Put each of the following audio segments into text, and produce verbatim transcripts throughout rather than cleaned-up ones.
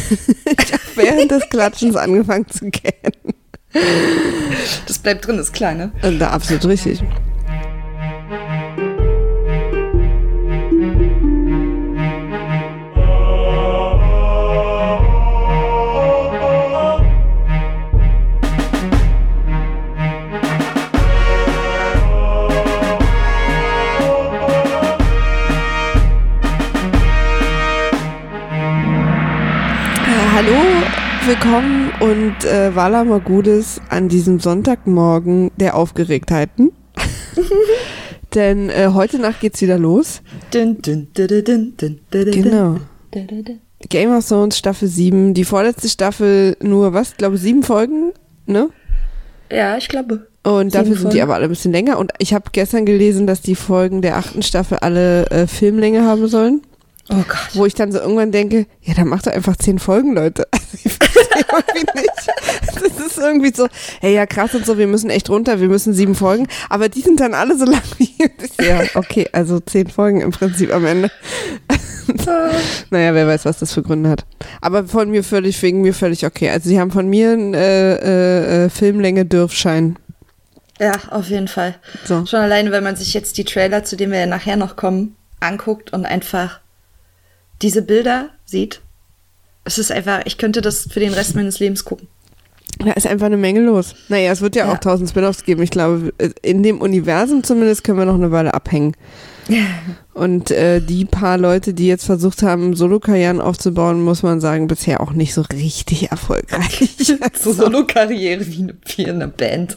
Ich habe während des Klatschens angefangen zu gähnen. Das bleibt drin, ist klar, ne? Da, absolut richtig. Hallo, willkommen und äh, Wala Magudes an diesem Sonntagmorgen der Aufgeregtheiten. Denn äh, heute Nacht geht's wieder los. Dun, dun, dun, dun, dun, dun, Genau. dun, dun, dun. Game of Thrones Staffel sieben, die vorletzte Staffel nur, was, glaube sieben Folgen, ne? Ja, ich glaube. Und dafür Sieben sind die Folgen. aber alle ein bisschen länger. Und ich habe gestern gelesen, dass die Folgen der achten Staffel alle äh, Filmlänge haben sollen. Oh Gott. Wo ich dann so irgendwann denke, ja, dann macht doch einfach zehn Folgen, Leute. Also ich verstehe irgendwie nicht. Das ist irgendwie so, hey, ja krass und so, wir müssen echt runter, wir müssen sieben Folgen. Aber die sind dann alle so lang wie, ja, okay, also zehn Folgen im Prinzip am Ende. Naja, wer weiß, was das für Gründe hat. Aber von mir völlig, wegen mir völlig okay. Also sie haben von mir einen äh, äh, Filmlänge-Dürfschein. Ja, auf jeden Fall. So. Schon alleine, wenn man sich jetzt die Trailer, zu denen wir ja nachher noch kommen, anguckt und einfach diese Bilder sieht. Es ist einfach, ich könnte das für den Rest meines Lebens gucken. Da ist einfach eine Menge los. Naja, es wird ja, Ja. auch tausend Spin-offs geben. Ich glaube, in dem Universum zumindest können wir noch eine Weile abhängen. Und äh, die paar Leute, die jetzt versucht haben, Solo-Karrieren aufzubauen, muss man sagen, bisher auch nicht so richtig erfolgreich. So Solo-Karriere wie eine, wie eine Band.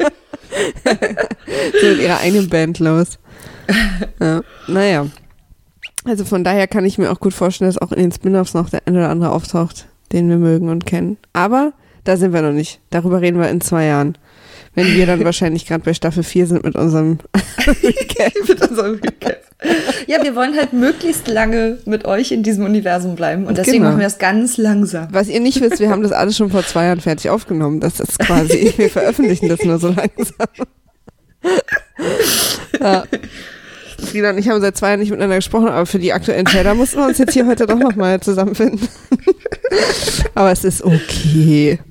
So mit ihrer eigenen Band los. Ja, naja. Also von daher kann ich mir auch gut vorstellen, dass auch in den Spin-offs noch der eine oder andere auftaucht, den wir mögen und kennen. Aber da sind wir noch nicht. Darüber reden wir in zwei Jahren. Wenn wir dann wahrscheinlich gerade bei Staffel vier sind mit unserem Recap. Mit unserem Recap. Ja, wir wollen halt möglichst lange mit euch in diesem Universum bleiben. Und deswegen Genau. machen wir das ganz langsam. Was ihr nicht wisst, wir haben das alles schon vor zwei Jahren fertig aufgenommen. Das ist quasi, wir veröffentlichen das nur so langsam. Ja. Frieda und ich haben seit zwei Jahren nicht miteinander gesprochen, aber für die aktuellen Trailer mussten wir uns jetzt hier heute doch nochmal zusammenfinden. Aber es ist okay.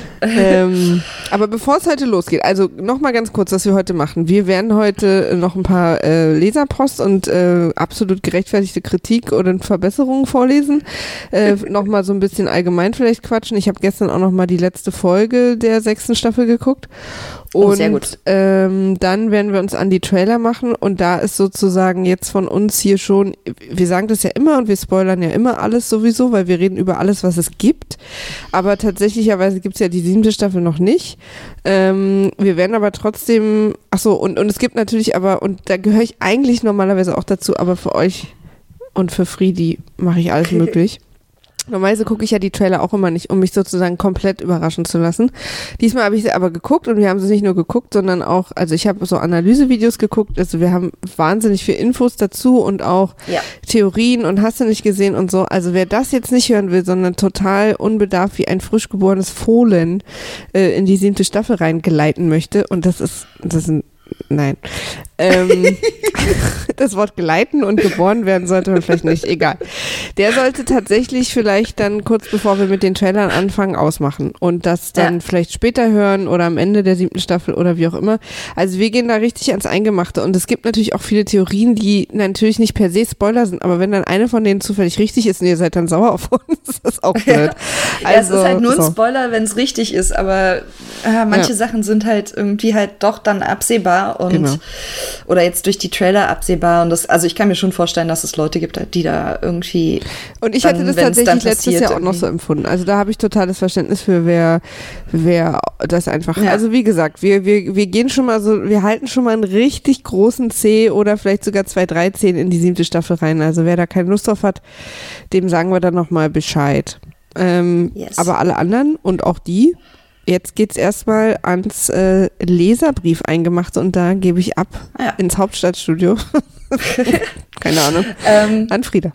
ähm, aber bevor es heute losgeht, also nochmal ganz kurz, was wir heute machen. Wir werden heute noch ein paar äh, Leserpost und äh, absolut gerechtfertigte Kritik oder Verbesserungen vorlesen. Äh, nochmal so ein bisschen allgemein vielleicht quatschen. Ich habe gestern auch nochmal die letzte Folge der sechsten Staffel geguckt. Und Oh, sehr gut. Ähm, dann werden wir uns an die Trailer machen und da ist sozusagen jetzt von uns hier schon, wir sagen das ja immer und wir spoilern ja immer alles sowieso, weil wir reden über alles, was es gibt, aber tatsächlicherweise gibt es ja die siebte Staffel noch nicht. Ähm, wir werden aber trotzdem, ach so, und, und es gibt natürlich aber, und da gehöre ich eigentlich normalerweise auch dazu, aber für euch und für Friedi mache ich alles möglich. Normalerweise gucke ich ja die Trailer auch immer nicht, um mich sozusagen komplett überraschen zu lassen. Diesmal habe ich sie aber geguckt und wir haben sie nicht nur geguckt, sondern auch, also ich habe so Analysevideos geguckt, also wir haben wahnsinnig viel Infos dazu und auch Ja. Theorien und hast du nicht gesehen und so. Also wer das jetzt nicht hören will, sondern total unbedarft wie ein frisch geborenes Fohlen äh, in die siebte Staffel reingeleiten möchte, und das ist, das ist ein Nein. Ähm, das Wort geleiten und geboren werden sollte man vielleicht nicht. Egal. Der sollte tatsächlich vielleicht dann kurz bevor wir mit den Trailern anfangen ausmachen und das dann Ja. vielleicht später hören oder am Ende der siebten Staffel oder wie auch immer. Also wir gehen da richtig ans Eingemachte und es gibt natürlich auch viele Theorien, die natürlich nicht per se Spoiler sind, aber wenn dann eine von denen zufällig richtig ist und ihr seid dann sauer auf uns, ist das auch blöd. Ja. Also, Ja, es ist halt nur ein so. Spoiler, wenn es richtig ist, aber äh, manche Ja. Sachen sind halt irgendwie halt doch dann absehbar und Genau. oder jetzt durch die Trailer absehbar und das, also ich kann mir schon vorstellen, dass es Leute gibt, die da irgendwie Und ich dann, hatte das wenn's dann tatsächlich letztes passiert, Jahr auch noch so irgendwie- empfunden. Also da habe ich totales Verständnis für, wer, wer das einfach, Ja. also wie gesagt, wir, wir, wir gehen schon mal so, wir halten schon mal einen richtig großen C oder vielleicht sogar zwei, drei Zehn in die siebte Staffel rein. Also wer da keine Lust drauf hat, dem sagen wir dann nochmal Bescheid. Ähm, Yes. Aber alle anderen und auch die, jetzt geht's erstmal ans äh, Leserbrief eingemachte und da gebe ich ab Ja. ins Hauptstadtstudio. Keine Ahnung. Ähm, An Frieda.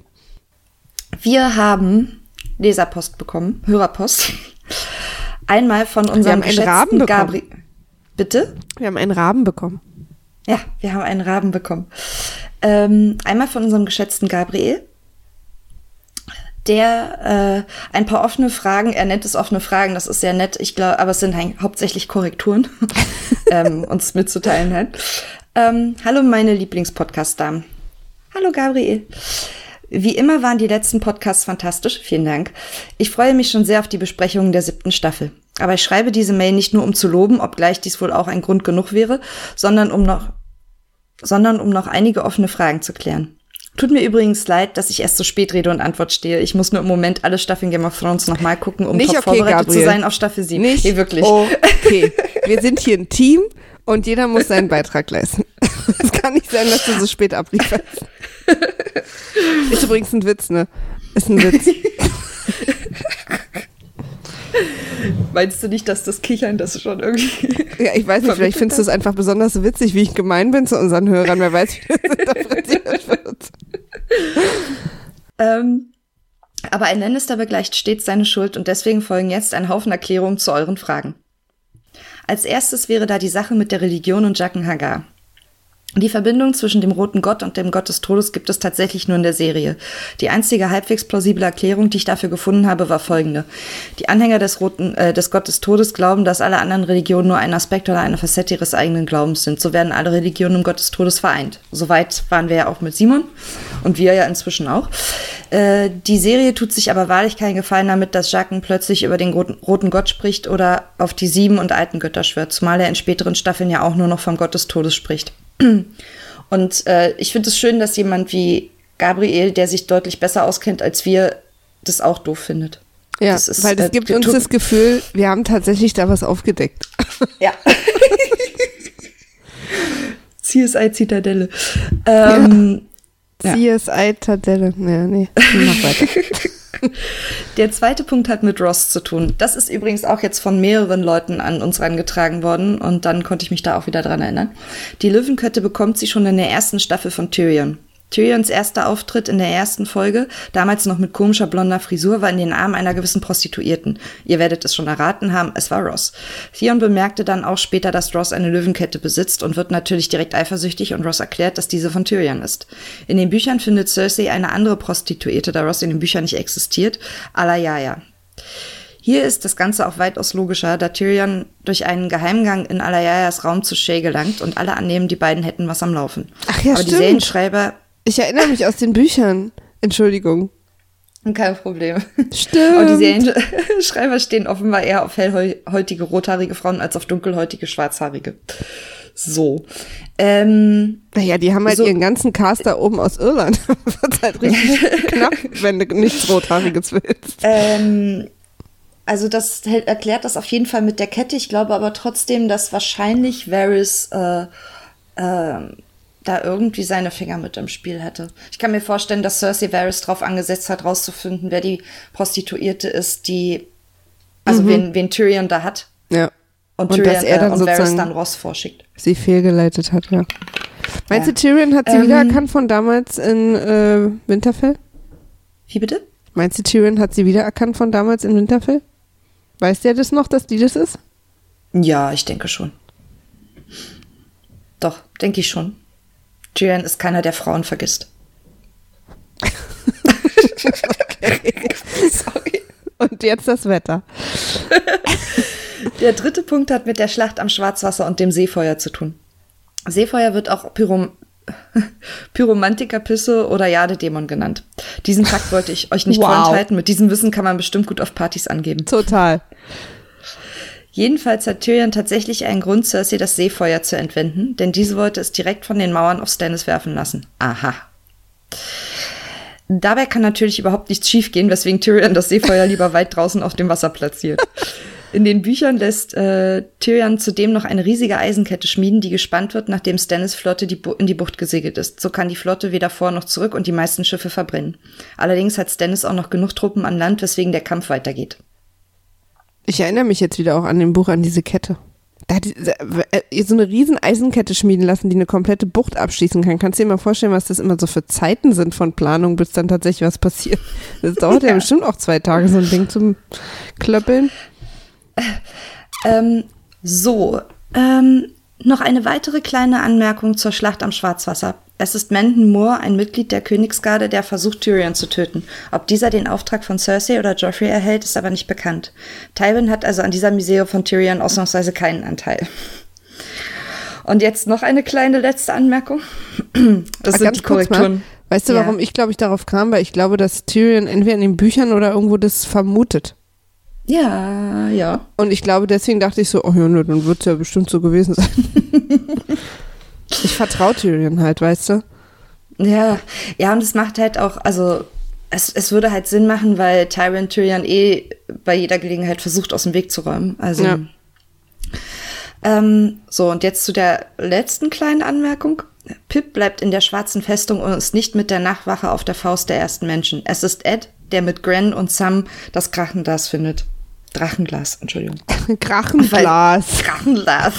wir haben Leserpost bekommen, Hörerpost. Einmal von Wir unserem haben einen Raben geschätzten bekommen. Gabriel. Bitte? Wir haben einen Raben bekommen. Ja, wir haben einen Raben bekommen. Ähm, einmal von unserem geschätzten Gabriel. der äh, ein paar offene Fragen, er nennt es offene Fragen, das ist sehr nett, ich glaube, aber es sind halt hauptsächlich Korrekturen, ähm, uns mitzuteilen hat. Ähm, hallo meine Lieblingspodcast-Damen. Hallo Gabriel. Wie immer waren die letzten Podcasts fantastisch, vielen Dank. Ich freue mich schon sehr auf die Besprechungen der siebten Staffel. Aber ich schreibe diese Mail nicht nur um zu loben, obgleich dies wohl auch ein Grund genug wäre, sondern um noch, sondern um noch einige offene Fragen zu klären. Tut mir übrigens leid, dass ich erst so spät Rede und Antwort stehe. Ich muss nur im Moment alle Staffeln Game of Thrones nochmal gucken, um nicht top okay, vorbereitet Gabriel. zu sein auf Staffel sieben. Nicht nee, wirklich. Okay, wir sind hier ein Team und jeder muss seinen Beitrag leisten. Es kann nicht sein, dass du so spät ablieferst. Ist übrigens ein Witz, ne? Ist ein Witz. Meinst du nicht, dass das Kichern das schon irgendwie... Ja, ich weiß nicht, vielleicht findest du es einfach besonders witzig, wie ich gemein bin zu unseren Hörern. Wer weiß, wie das interpretiert wird. Ähm, aber ein Lannister begleicht stets seine Schuld und deswegen folgen jetzt ein Haufen Erklärungen zu euren Fragen. Als erstes wäre da die Sache mit der Religion und Jaqen H'ghar. Die Verbindung zwischen dem Roten Gott und dem Gott des Todes gibt es tatsächlich nur in der Serie. Die einzige halbwegs plausible Erklärung, die ich dafür gefunden habe, war folgende. Die Anhänger des, Roten, äh, des Gott des Todes glauben, dass alle anderen Religionen nur ein Aspekt oder eine Facette ihres eigenen Glaubens sind. So werden alle Religionen im Gott des Todes vereint. Soweit waren wir ja auch mit Simon und wir ja inzwischen auch. Äh, die Serie tut sich aber wahrlich keinen Gefallen damit, dass Jaqen plötzlich über den Roten, Roten Gott spricht oder auf die sieben und alten Götter schwört, zumal er in späteren Staffeln ja auch nur noch vom Gott des Todes spricht. Und äh, ich finde es schön, dass jemand wie Gabriel, der sich deutlich besser auskennt als wir, das auch doof findet. Ja, das ist, weil das äh, gibt uns das Gefühl, wir haben tatsächlich da was aufgedeckt. Ja. C S I Zitadelle. Ähm, ja. C S I Zitadelle. Nee, nee, mach weiter. Der zweite Punkt hat mit Ross zu tun. Das ist übrigens auch jetzt von mehreren Leuten an uns herangetragen worden und dann konnte ich mich da auch wieder dran erinnern. Die Löwenkette bekommt sie schon in der ersten Staffel von Tyrion. Tyrions erster Auftritt in der ersten Folge, damals noch mit komischer blonder Frisur, war in den Armen einer gewissen Prostituierten. Ihr werdet es schon erraten haben, es war Ross. Theon bemerkte dann auch später, dass Ross eine Löwenkette besitzt und wird natürlich direkt eifersüchtig und Ross erklärt, dass diese von Tyrion ist. In den Büchern findet Cersei eine andere Prostituierte, da Ross in den Büchern nicht existiert, Alayaya. Hier ist das Ganze auch weitaus logischer, da Tyrion durch einen Geheimgang in Alayayas Raum zu Shay gelangt und alle annehmen, die beiden hätten was am Laufen. Ach ja, aber stimmt. Die Serienschreiber Ich erinnere mich aus den Büchern. Entschuldigung. Kein Problem. Stimmt. Und die Serienschreiber stehen offenbar eher auf hellhäutige, rothaarige Frauen als auf dunkelhäutige, schwarzhaarige. So. Ähm, naja, die haben halt so, ihren ganzen Cast da oben aus Irland. Das wird halt richtig knapp, wenn du nichts Rothaariges willst. Ähm, also das erklärt das auf jeden Fall mit der Kette. Ich glaube aber trotzdem, dass wahrscheinlich Varys äh, äh, da irgendwie seine Finger mit im Spiel hätte. Ich kann mir vorstellen, dass Cersei Varys drauf angesetzt hat, rauszufinden, wer die Prostituierte ist, die, also mhm. wen, wen Tyrion da hat. Ja. Und, und Tyrion, dass er dann äh, und sozusagen Varys dann Ross vorschickt. Sie fehlgeleitet hat, ja. Meinst ja. du, Tyrion hat sie ähm, wiedererkannt von damals in äh, Winterfell? Wie bitte? Meinst du, Tyrion hat sie wiedererkannt von damals in Winterfell? Weiß der das noch, dass die das ist? Ja, ich denke schon. Doch, denke ich schon. Tyrion ist keiner, der Frauen vergisst. Okay. Sorry. Und jetzt das Wetter. Der dritte Punkt hat mit der Schlacht am Schwarzwasser und dem Seefeuer zu tun. Seefeuer wird auch Pyrom Pyromantikerpisse oder Jadedämon genannt. Diesen Fakt wollte ich euch nicht wow. vorenthalten. Mit diesem Wissen kann man bestimmt gut auf Partys angeben. Total. Jedenfalls hat Tyrion tatsächlich einen Grund, Cersei das Seefeuer zu entwenden, denn diese wollte es direkt von den Mauern auf Stannis werfen lassen. Aha. Dabei kann natürlich überhaupt nichts schiefgehen, weswegen Tyrion das Seefeuer lieber weit draußen auf dem Wasser platziert. In den Büchern lässt äh, Tyrion zudem noch eine riesige Eisenkette schmieden, die gespannt wird, nachdem Stannis' Flotte die Bu- in die Bucht gesegelt ist. So kann die Flotte weder vor noch zurück und die meisten Schiffe verbrennen. Allerdings hat Stannis auch noch genug Truppen an Land, weswegen der Kampf weitergeht. Ich erinnere mich jetzt wieder auch an dem Buch, an diese Kette. Da hat die, so eine riesen Eisenkette schmieden lassen, die eine komplette Bucht abschließen kann. Kannst du dir mal vorstellen, was das immer so für Zeiten sind von Planung, bis dann tatsächlich was passiert? Das dauert ja, ja bestimmt auch zwei Tage, so ein Ding zum Klöppeln. Ähm, so, ähm, noch eine weitere kleine Anmerkung zur Schlacht am Schwarzwasser. Es ist Mendon Moore, ein Mitglied der Königsgarde, der versucht, Tyrion zu töten. Ob dieser den Auftrag von Cersei oder Joffrey erhält, ist aber nicht bekannt. Tywin hat also an dieser Misere von Tyrion ausnahmsweise keinen Anteil. Und jetzt noch eine kleine letzte Anmerkung. Das Ach, sind die Korrekturen. Mal, weißt du, ja. warum ich, glaube ich, darauf kam? Weil ich glaube, dass Tyrion entweder in den Büchern oder irgendwo das vermutet. Ja, ja. Und ich glaube, deswegen dachte ich so, oh ja, ne, dann wird es ja bestimmt so gewesen sein. Ich vertraue Tyrion halt, weißt du? Ja, ja, und es macht halt auch, also es, es würde halt Sinn machen, weil Tyrion Tyrion eh bei jeder Gelegenheit versucht, aus dem Weg zu räumen. Also ja. ähm, so, und jetzt zu der letzten kleinen Anmerkung. Pip bleibt in der schwarzen Festung und ist nicht mit der Nachtwache auf der Faust der ersten Menschen. Es ist Ed, der mit Gren und Sam das Drachenglas findet. Drachenglas, Entschuldigung. Drachenglas. Drachenglas.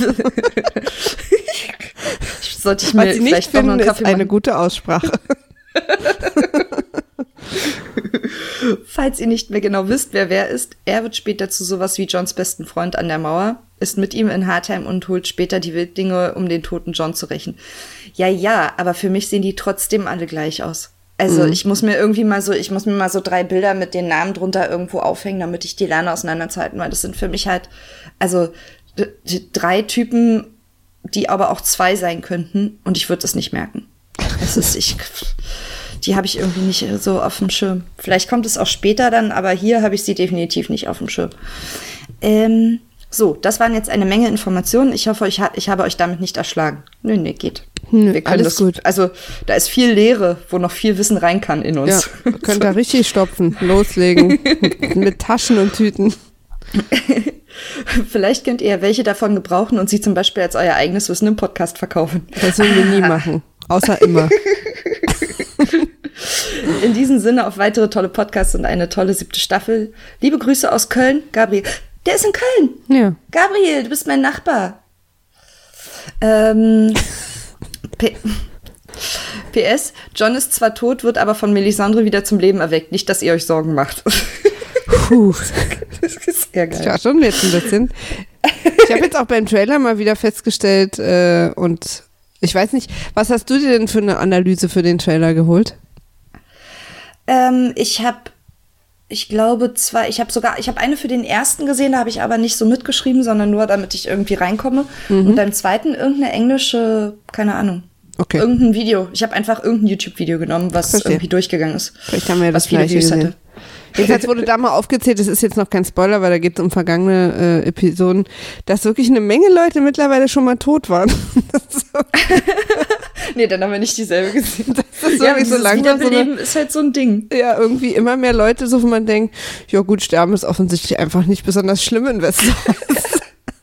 Sollte ich mir Was sie nicht vielleicht noch finden, einen Kaffee ist eine machen. gute Aussprache. Falls ihr nicht mehr genau wisst, wer wer ist, er wird später zu sowas wie Jons besten Freund an der Mauer, ist mit ihm in Hardtime und holt später die Wildlinge, um den toten John zu rächen. Ja, ja, aber für mich sehen die trotzdem alle gleich aus. Also mhm. ich muss mir irgendwie mal so, ich muss mir mal so drei Bilder mit den Namen drunter irgendwo aufhängen, damit ich die lerne auseinanderzuhalten, weil das sind für mich halt, also d- d- drei Typen, die aber auch zwei sein könnten und ich würde es nicht merken. Es ist, ich, die habe ich irgendwie nicht so auf dem Schirm. Vielleicht kommt es auch später dann, aber hier habe ich sie definitiv nicht auf dem Schirm. Ähm, so, das waren jetzt eine Menge Informationen. Ich hoffe, ich, ha- ich habe euch damit nicht erschlagen. Nö, nee, geht. Nö, Wir können alles das, gut. Also, da ist viel Leere, wo noch viel Wissen rein kann in uns. Ja, könnt ihr richtig stopfen, loslegen. mit, mit Taschen und Tüten. Vielleicht könnt ihr welche davon gebrauchen und sie zum Beispiel als euer eigenes Wissen im Podcast verkaufen. Das würden wir nie machen. Außer immer. In diesem Sinne auf weitere tolle Podcasts und eine tolle siebte Staffel. Liebe Grüße aus Köln, Gabriel. Der ist in Köln. Ja. Gabriel, du bist mein Nachbar. Ähm, P- P S, John ist zwar tot, wird aber von Melisandre wieder zum Leben erweckt. Nicht, dass ihr euch Sorgen macht. Puh. Das ist sehr geil. Ja, schon jetzt ein bisschen. Ich habe jetzt auch beim Trailer mal wieder festgestellt äh, und ich weiß nicht, was hast du dir denn für eine Analyse für den Trailer geholt? Ähm, ich habe, ich glaube zwei, ich habe sogar, ich habe eine für den ersten gesehen, da habe ich aber nicht so mitgeschrieben, sondern nur, damit ich irgendwie reinkomme. Mhm. Und beim zweiten irgendeine englische, keine Ahnung, okay. Irgendein Video. Ich habe einfach irgendein YouTube-Video genommen, was Verstehe. irgendwie durchgegangen ist. Vielleicht haben wir ja was das viele gleiche Views gesehen. hatte. Jedenfalls wurde da mal aufgezählt, das ist jetzt noch kein Spoiler, weil da geht es um vergangene äh, Episoden, dass wirklich eine Menge Leute mittlerweile schon mal tot waren. Nee, dann haben wir nicht dieselbe gesehen. Das ist ja, wirklich so langsam so Wiederbeleben eine, ist halt so ein Ding. ja, irgendwie immer mehr Leute, so wo man denkt, ja gut, sterben ist offensichtlich einfach nicht besonders schlimm in Westeros.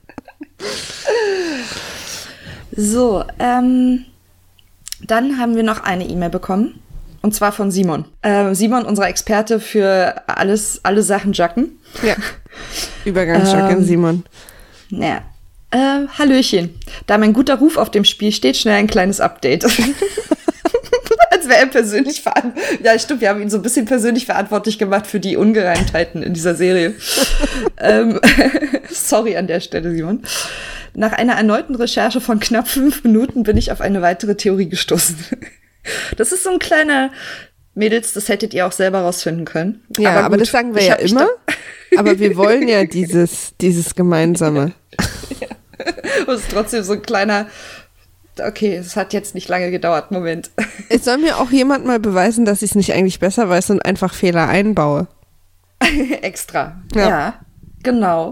So, ähm, dann haben wir noch eine E-Mail bekommen. Und zwar von Simon. Äh, Simon, unser Experte für alles, alle Sachen Jacken. Ja. Übergangsjacken, ähm, Simon. Naja. Äh, Hallöchen. Da mein guter Ruf auf dem Spiel steht, schnell ein kleines Update. Als wäre er persönlich verantwortlich. Ja, stimmt, wir haben ihn so ein bisschen persönlich verantwortlich gemacht für die Ungereimtheiten in dieser Serie. ähm, sorry an der Stelle, Simon. Nach einer erneuten Recherche von knapp fünf Minuten bin ich auf eine weitere Theorie gestoßen. Das ist so ein kleiner Mädels, das hättet ihr auch selber rausfinden können. Ja, aber, aber gut, das sagen wir ich ja hab mich immer. Aber wir wollen ja dieses, dieses Gemeinsame. Ja. Und es ist trotzdem so ein kleiner, okay, es hat jetzt nicht lange gedauert, Moment. Es soll mir auch jemand mal beweisen, dass ich es nicht eigentlich besser weiß und einfach Fehler einbaue. Extra. Ja, ja genau.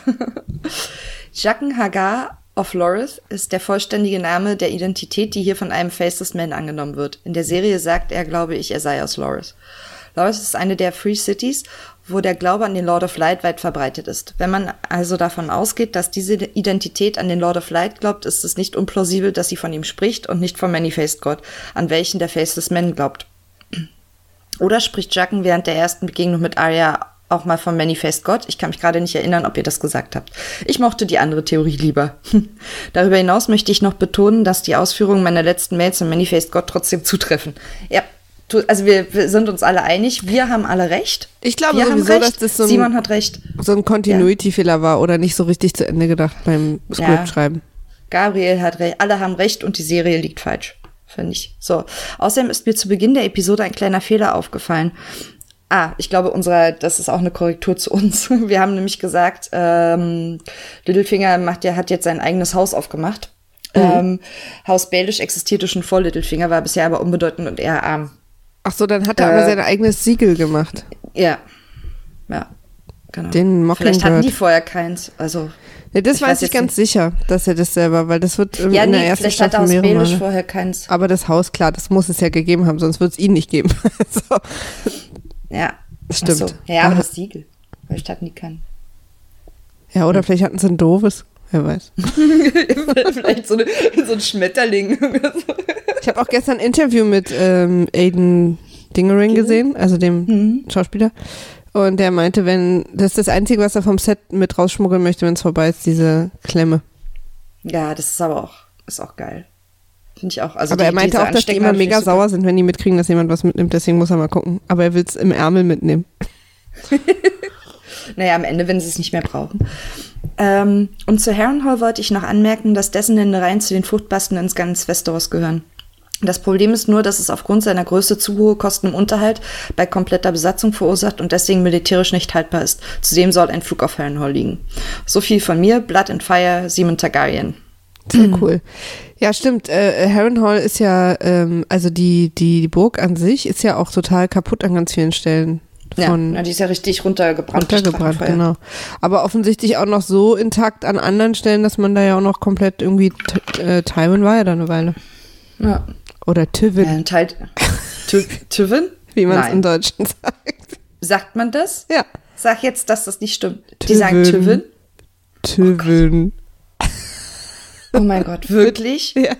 Jaqen H'ghar of Lorith ist der vollständige Name der Identität, die hier von einem Faceless Man angenommen wird. In der Serie sagt er, glaube ich, er sei aus Lorith. Lorith ist eine der Free Cities, wo der Glaube an den Lord of Light weit verbreitet ist. Wenn man also davon ausgeht, dass diese Identität an den Lord of Light glaubt, ist es nicht unplausibel, dass sie von ihm spricht und nicht vom Many-Faced God, an welchen der Faceless Man glaubt. Oder spricht Jaqen während der ersten Begegnung mit Arya auch mal vom Many-Faced God? Ich kann mich gerade nicht erinnern, ob ihr das gesagt habt. Ich mochte die andere Theorie lieber. Darüber hinaus möchte ich noch betonen, dass die Ausführungen meiner letzten Mail zum Many-Faced God trotzdem zutreffen. Ja, also wir, wir sind uns alle einig, wir haben alle recht. Ich glaube wir sowieso, haben recht. dass das so ein, Simon hat recht. so ein Continuity-Fehler war oder nicht so richtig zu Ende gedacht beim Skriptschreiben. Gabriel hat recht, alle haben recht und die Serie liegt falsch. finde ich. So. Außerdem ist mir zu Beginn der Episode ein kleiner Fehler aufgefallen. Ah, ich glaube, unsere, das ist auch eine Korrektur zu uns. Wir haben nämlich gesagt, ähm, Littlefinger macht ja, hat jetzt sein eigenes Haus aufgemacht. Mhm. Ähm, Haus Baelish existierte schon vor Littlefinger, war bisher aber unbedeutend und eher arm. Ach so, dann hat er äh, aber sein eigenes Siegel gemacht. Ja. Ja, genau. Den Mockingbird. Vielleicht hatten die vorher keins, also. Ja, das ich weiß weiß ich ganz nicht. sicher, dass er das selber, weil das wird Ja, in nee, der ersten vielleicht hat er Staffel aus mehrere Baelish Male. vorher keins. Aber das Haus, klar, das muss es ja gegeben haben, sonst wird es ihn nicht geben. so. Ja. Stimmt. Ach so. Ja, aber das Siegel. Vielleicht hatten die keinen. Ja, oder vielleicht hatten sie ein doofes. Wer weiß. Vielleicht so, eine, so ein Schmetterling. Ich habe auch gestern ein Interview mit ähm, Aiden Dingering gesehen, also dem Mhm. Schauspieler. Und der meinte, wenn, das ist das Einzige, was er vom Set mit rausschmuggeln möchte, wenn es vorbei ist, diese Klemme. Ja, das ist aber auch, ist auch geil. Finde ich auch. Also aber die, er meinte diese auch, dass die immer Anstecknadel mega finde ich super. sauer sind, wenn die mitkriegen, dass jemand was mitnimmt. Deswegen muss er mal gucken. Aber er will es im Ärmel mitnehmen. Naja, am Ende, wenn sie es nicht mehr brauchen. Ähm, und zu Harrenhal wollte ich noch anmerken, dass dessen Ländereien zu den fruchtbarsten in ganz Westeros gehören. Das Problem ist nur, dass es aufgrund seiner Größe zu hohe Kosten im Unterhalt bei kompletter Besatzung verursacht und deswegen militärisch nicht haltbar ist. Zudem soll ein Flug auf Harrenhal liegen. So viel von mir, Blood and Fire, Simon Targaryen. Sehr cool. Ja, stimmt. Äh, Harrenhal ist ja, ähm, also die, die, die Burg an sich ist ja auch total kaputt an ganz vielen Stellen. Von Ja, die ist ja richtig runtergebrannt. runtergebrannt, genau. Aber offensichtlich auch noch so intakt an anderen Stellen, dass man da ja auch noch komplett irgendwie, t- äh, Tywin war ja da eine Weile. Ja. Oder Tywin, Ja, ein Teil. Ty- Tywin? wie man es Nein. im Deutschen sagt. Sagt man das? Ja. Sag jetzt, dass das nicht stimmt. Die Tywin. sagen Tywin. Tywin. Oh mein Gott, wirklich? Ja.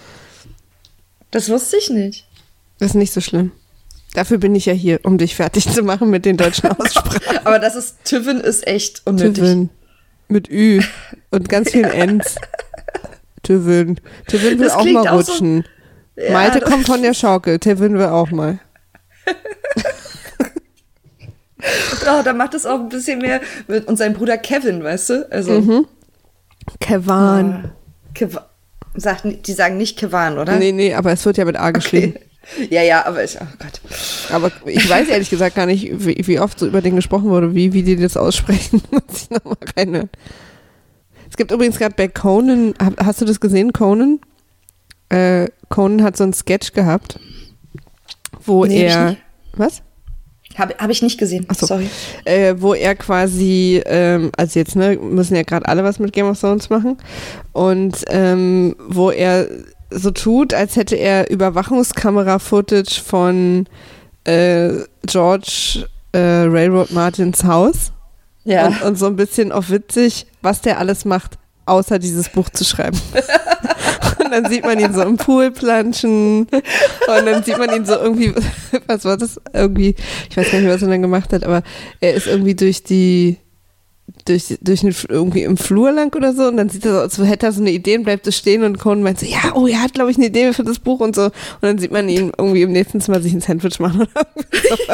Das wusste ich nicht. Das ist nicht so schlimm. Dafür bin ich ja hier, um dich fertig zu machen mit den deutschen Aussprachen. Aber das ist, Tywin ist echt unnötig. Tywin. Mit Ü und ganz vielen Ns. Tywin. Tywin will Das auch klingt mal auch so- rutschen. Ja, Malte das- kommt von der Schaukel. Tywin will auch mal. Oh, da macht es auch ein bisschen mehr mit und sein Bruder Kevin, weißt du? Also, Mhm. Kevan. äh, Kev- sagt, die sagen nicht Kevan, oder? Nee, nee, aber es wird ja mit A geschrieben. Okay. Ja, ja, aber ich, oh Gott. Aber ich weiß ehrlich gesagt gar nicht, wie, wie oft so über den gesprochen wurde, wie, wie die das aussprechen. Muss ich nochmal reinhören. Es gibt übrigens gerade bei Conan, hab- hast du das gesehen, Conan? Äh, Conan hat so einen Sketch gehabt, wo Nee, hab ich er, nicht. was? Habe hab ich nicht gesehen, Ach so. sorry. Äh, wo er quasi, ähm, also jetzt ne, müssen ja gerade alle was mit Game of Thrones machen und ähm, wo er so tut, als hätte er Überwachungskamera-Footage von äh, George äh, Railroad Martins Haus Ja. und, und so ein bisschen auf witzig, was der alles macht, außer dieses Buch zu schreiben. Und dann sieht man ihn so im Pool planschen und dann sieht man ihn so irgendwie, was war das? Irgendwie, ich weiß gar nicht, was er dann gemacht hat, aber er ist irgendwie durch die, durch, durch den, irgendwie im Flur lang oder so und dann sieht er so, als hätte er so eine Idee und bleibt so stehen und Conan meint so, ja, oh, er hat, glaube ich, eine Idee für das Buch und so und dann sieht man ihn irgendwie im nächsten Zimmer sich ein Sandwich machen oder irgendwie sowas.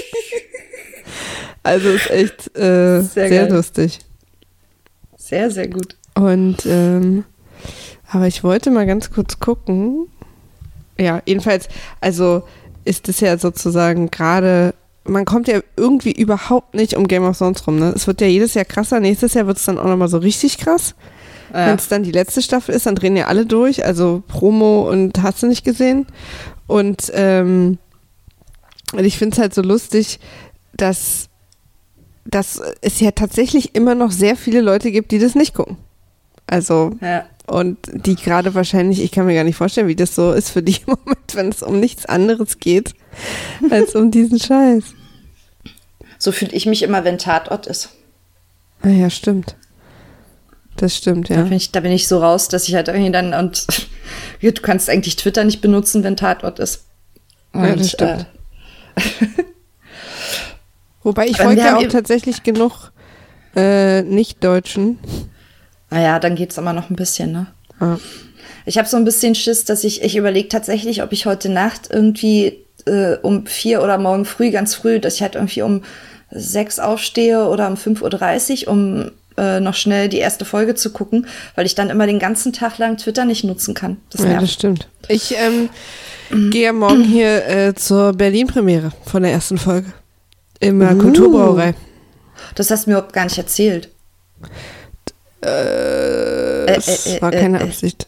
Also ist echt äh, sehr, Sehr sehr geil. lustig. Sehr, sehr gut. Und, ähm, aber ich wollte mal ganz kurz gucken. Ja, jedenfalls, also ist es ja sozusagen gerade, man kommt ja irgendwie überhaupt nicht um Game of Thrones rum, ne? Es wird ja jedes Jahr krasser, nächstes Jahr wird es dann auch nochmal so richtig krass. Ja. Wenn es dann die letzte Staffel ist, dann drehen ja alle durch, also Promo und hast du nicht gesehen. Und, ähm, und ich finde es halt so lustig, dass, dass es ja tatsächlich immer noch sehr viele Leute gibt, die das nicht gucken. Also, Ja. und die gerade wahrscheinlich, ich kann mir gar nicht vorstellen, wie das so ist für die im Moment, wenn es um nichts anderes geht, als um diesen Scheiß. So fühle ich mich immer, wenn Tatort ist. Ah ja, stimmt. Das stimmt, Da, ja. bin ich, da bin ich so raus, dass ich halt irgendwie dann und du kannst eigentlich Twitter nicht benutzen, wenn Tatort ist. Und, Ja, das stimmt. Äh, Wobei ich wir folge ja haben auch eben- tatsächlich genug äh, Nicht-Deutschen. naja, dann geht's immer noch ein bisschen, ne? Ah. Ich habe so ein bisschen Schiss, dass ich, ich überlege tatsächlich, ob ich heute Nacht irgendwie äh, um vier oder morgen früh, ganz früh, dass ich halt irgendwie um sechs aufstehe oder um fünf Uhr dreißig, um äh, noch schnell die erste Folge zu gucken, weil ich dann immer den ganzen Tag lang Twitter nicht nutzen kann. Das ja, nervt. Das stimmt. Ich ähm, mhm. gehe ja morgen hier äh, zur Berlin-Premiere von der ersten Folge in der uh. Kulturbrauerei. Das hast du mir überhaupt gar nicht erzählt. Äh, es äh, äh, war keine äh, Absicht.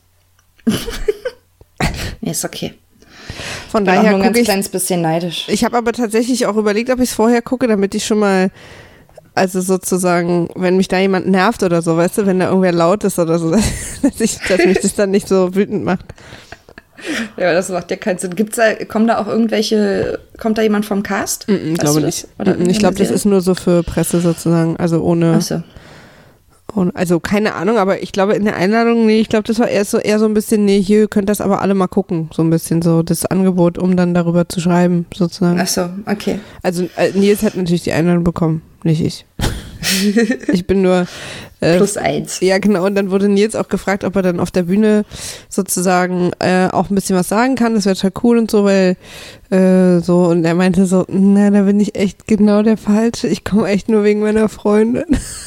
Nee, ist okay. Von ich bin daher auch nur ein ganz ich, kleines bisschen neidisch. Ich habe aber tatsächlich auch überlegt, ob ich es vorher gucke, damit ich schon mal, also sozusagen, wenn mich da jemand nervt oder so, weißt du, wenn da irgendwer laut ist oder so, dass, ich, dass mich das dann nicht so wütend macht. Ja, das macht ja keinen Sinn. Gibt's da, kommen da auch irgendwelche, kommt da jemand vom Cast? Mm, ich glaube nicht. Oder ich glaube, das ist nur so für Presse sozusagen, also ohne, Ach so. ohne, also keine Ahnung, aber ich glaube in der Einladung, nee, ich glaube, das war eher so, eher so ein bisschen, nee, hier, ihr könnt das aber alle mal gucken, so ein bisschen so das Angebot, um dann darüber zu schreiben, sozusagen. Ach so, okay. Also äh, Nils hat natürlich die Einladung bekommen, nicht ich. Ich bin nur äh, plus eins. Ja, genau. Und dann wurde Nils auch gefragt, ob er dann auf der Bühne sozusagen äh, auch ein bisschen was sagen kann. Das wäre total cool und so, weil äh, so, und er meinte so, na, da bin ich echt genau der Falsche. Ich komme echt nur wegen meiner Freundin.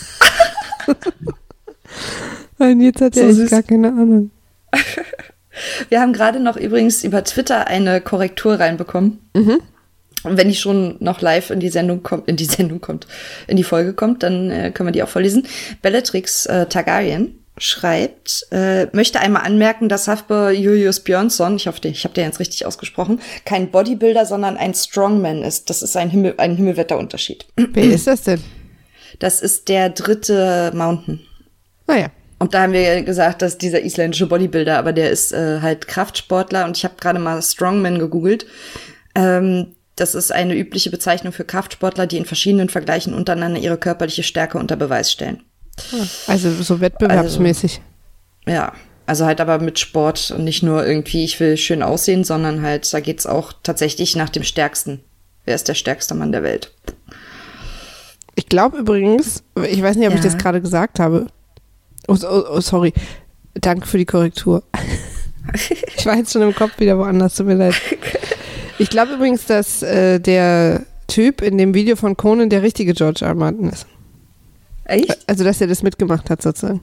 Weil Nils hat ja so echt süß. Gar keine Ahnung. Wir haben gerade noch übrigens über Twitter eine Korrektur reinbekommen. Mhm. Und wenn die schon noch live in die Sendung kommt, in die Sendung kommt, in die Folge kommt, dann äh, können wir die auch vorlesen. Bellatrix äh, Targaryen schreibt, äh, möchte einmal anmerken, dass Hafthor Julius Björnsson, ich hoffe, ich habe den jetzt richtig ausgesprochen, kein Bodybuilder, sondern ein Strongman ist. Das ist ein Himmel, ein Himmelwetterunterschied. Wer ist das denn? Das ist der dritte Mountain. Ah ja. Und da haben wir gesagt, dass dieser isländische Bodybuilder, aber der ist äh, halt Kraftsportler und ich habe gerade mal Strongman gegoogelt. Ähm, Das ist eine übliche Bezeichnung für Kraftsportler, die in verschiedenen Vergleichen untereinander ihre körperliche Stärke unter Beweis stellen. Also so wettbewerbsmäßig. Also, ja, also halt aber mit Sport und nicht nur irgendwie, ich will schön aussehen, sondern halt, da geht's auch tatsächlich nach dem Stärksten. Wer ist der stärkste Mann der Welt? Ich glaube übrigens, ich weiß nicht, ob ja. ich das gerade gesagt habe. Oh, oh, oh, sorry. Danke für die Korrektur. Ich war jetzt schon im Kopf wieder woanders, tut mir leid. Ich glaube übrigens, dass äh, der Typ in dem Video von Conan der richtige George R. Martin ist. Echt? Also, dass er das mitgemacht hat, sozusagen.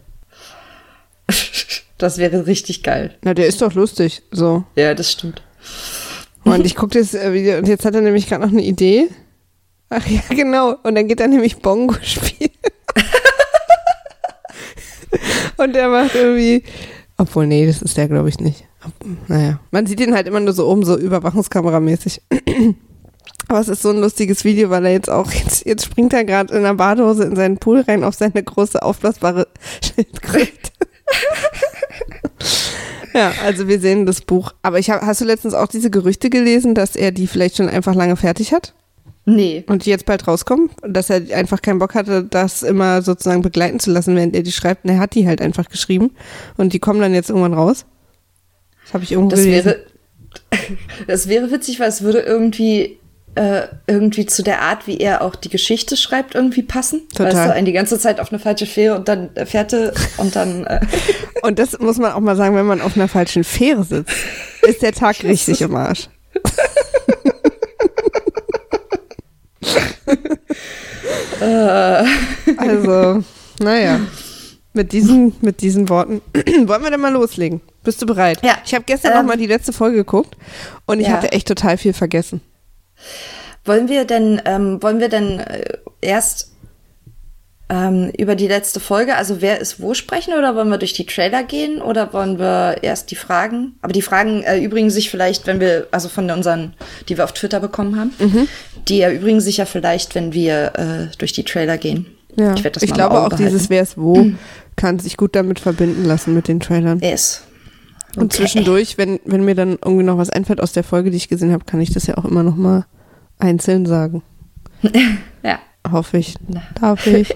Das wäre richtig geil. Na, der ist doch lustig, so. Ja, das stimmt. Und ich gucke das äh, Video und jetzt hat er nämlich gerade noch eine Idee. Ach ja, genau. Und dann geht er nämlich Bongo spielen. Und er macht irgendwie, obwohl, nee, das ist der, glaube ich, nicht. Naja, man sieht ihn halt immer nur so oben, so überwachungskameramäßig. Aber es ist so ein lustiges Video, weil er jetzt auch, jetzt, jetzt springt er gerade in der Badehose in seinen Pool rein auf seine große aufblasbare Schildkröte. Ja, also wir sehen das Buch. Aber ich hab, hast du letztens auch diese Gerüchte gelesen, dass er die vielleicht schon einfach lange fertig hat? Nee. Und die jetzt bald rauskommen? Dass er einfach keinen Bock hatte, das immer sozusagen begleiten zu lassen, während er die schreibt. Und er hat die halt einfach geschrieben. Und die kommen dann jetzt irgendwann raus. Das habe ich irgendwo das gelesen. Wäre, das wäre witzig, weil es würde irgendwie, äh, irgendwie zu der Art, wie er auch die Geschichte schreibt, irgendwie passen. Total. Weißt du, einen die ganze Zeit auf eine falsche Fähre und dann äh, Fährte und dann... Äh. Und das muss man auch mal sagen, wenn man auf einer falschen Fähre sitzt, ist der Tag richtig im Arsch. Also, naja, mit diesen, mit diesen Worten wollen wir dann mal loslegen. Bist du bereit? Ja. Ich habe gestern ähm, noch mal die letzte Folge geguckt und ich ja. hatte echt total viel vergessen. Wollen wir denn, ähm, wollen wir denn äh, erst ähm, über die letzte Folge, also wer ist wo sprechen, oder wollen wir durch die Trailer gehen oder wollen wir erst die Fragen? Aber die Fragen erübrigen sich vielleicht, wenn wir, also von unseren, die wir auf Twitter bekommen haben, mhm. die erübrigen sich ja vielleicht, wenn wir äh, durch die Trailer gehen. Ja. Ich, das ich glaube auch behalten. Dieses Wer ist wo mhm. kann sich gut damit verbinden lassen mit den Trailern. Yes. Okay. Und zwischendurch, wenn, wenn mir dann irgendwie noch was einfällt aus der Folge, die ich gesehen habe, kann ich das ja auch immer noch mal einzeln sagen. Ja. Hoffe ich. Darf ich.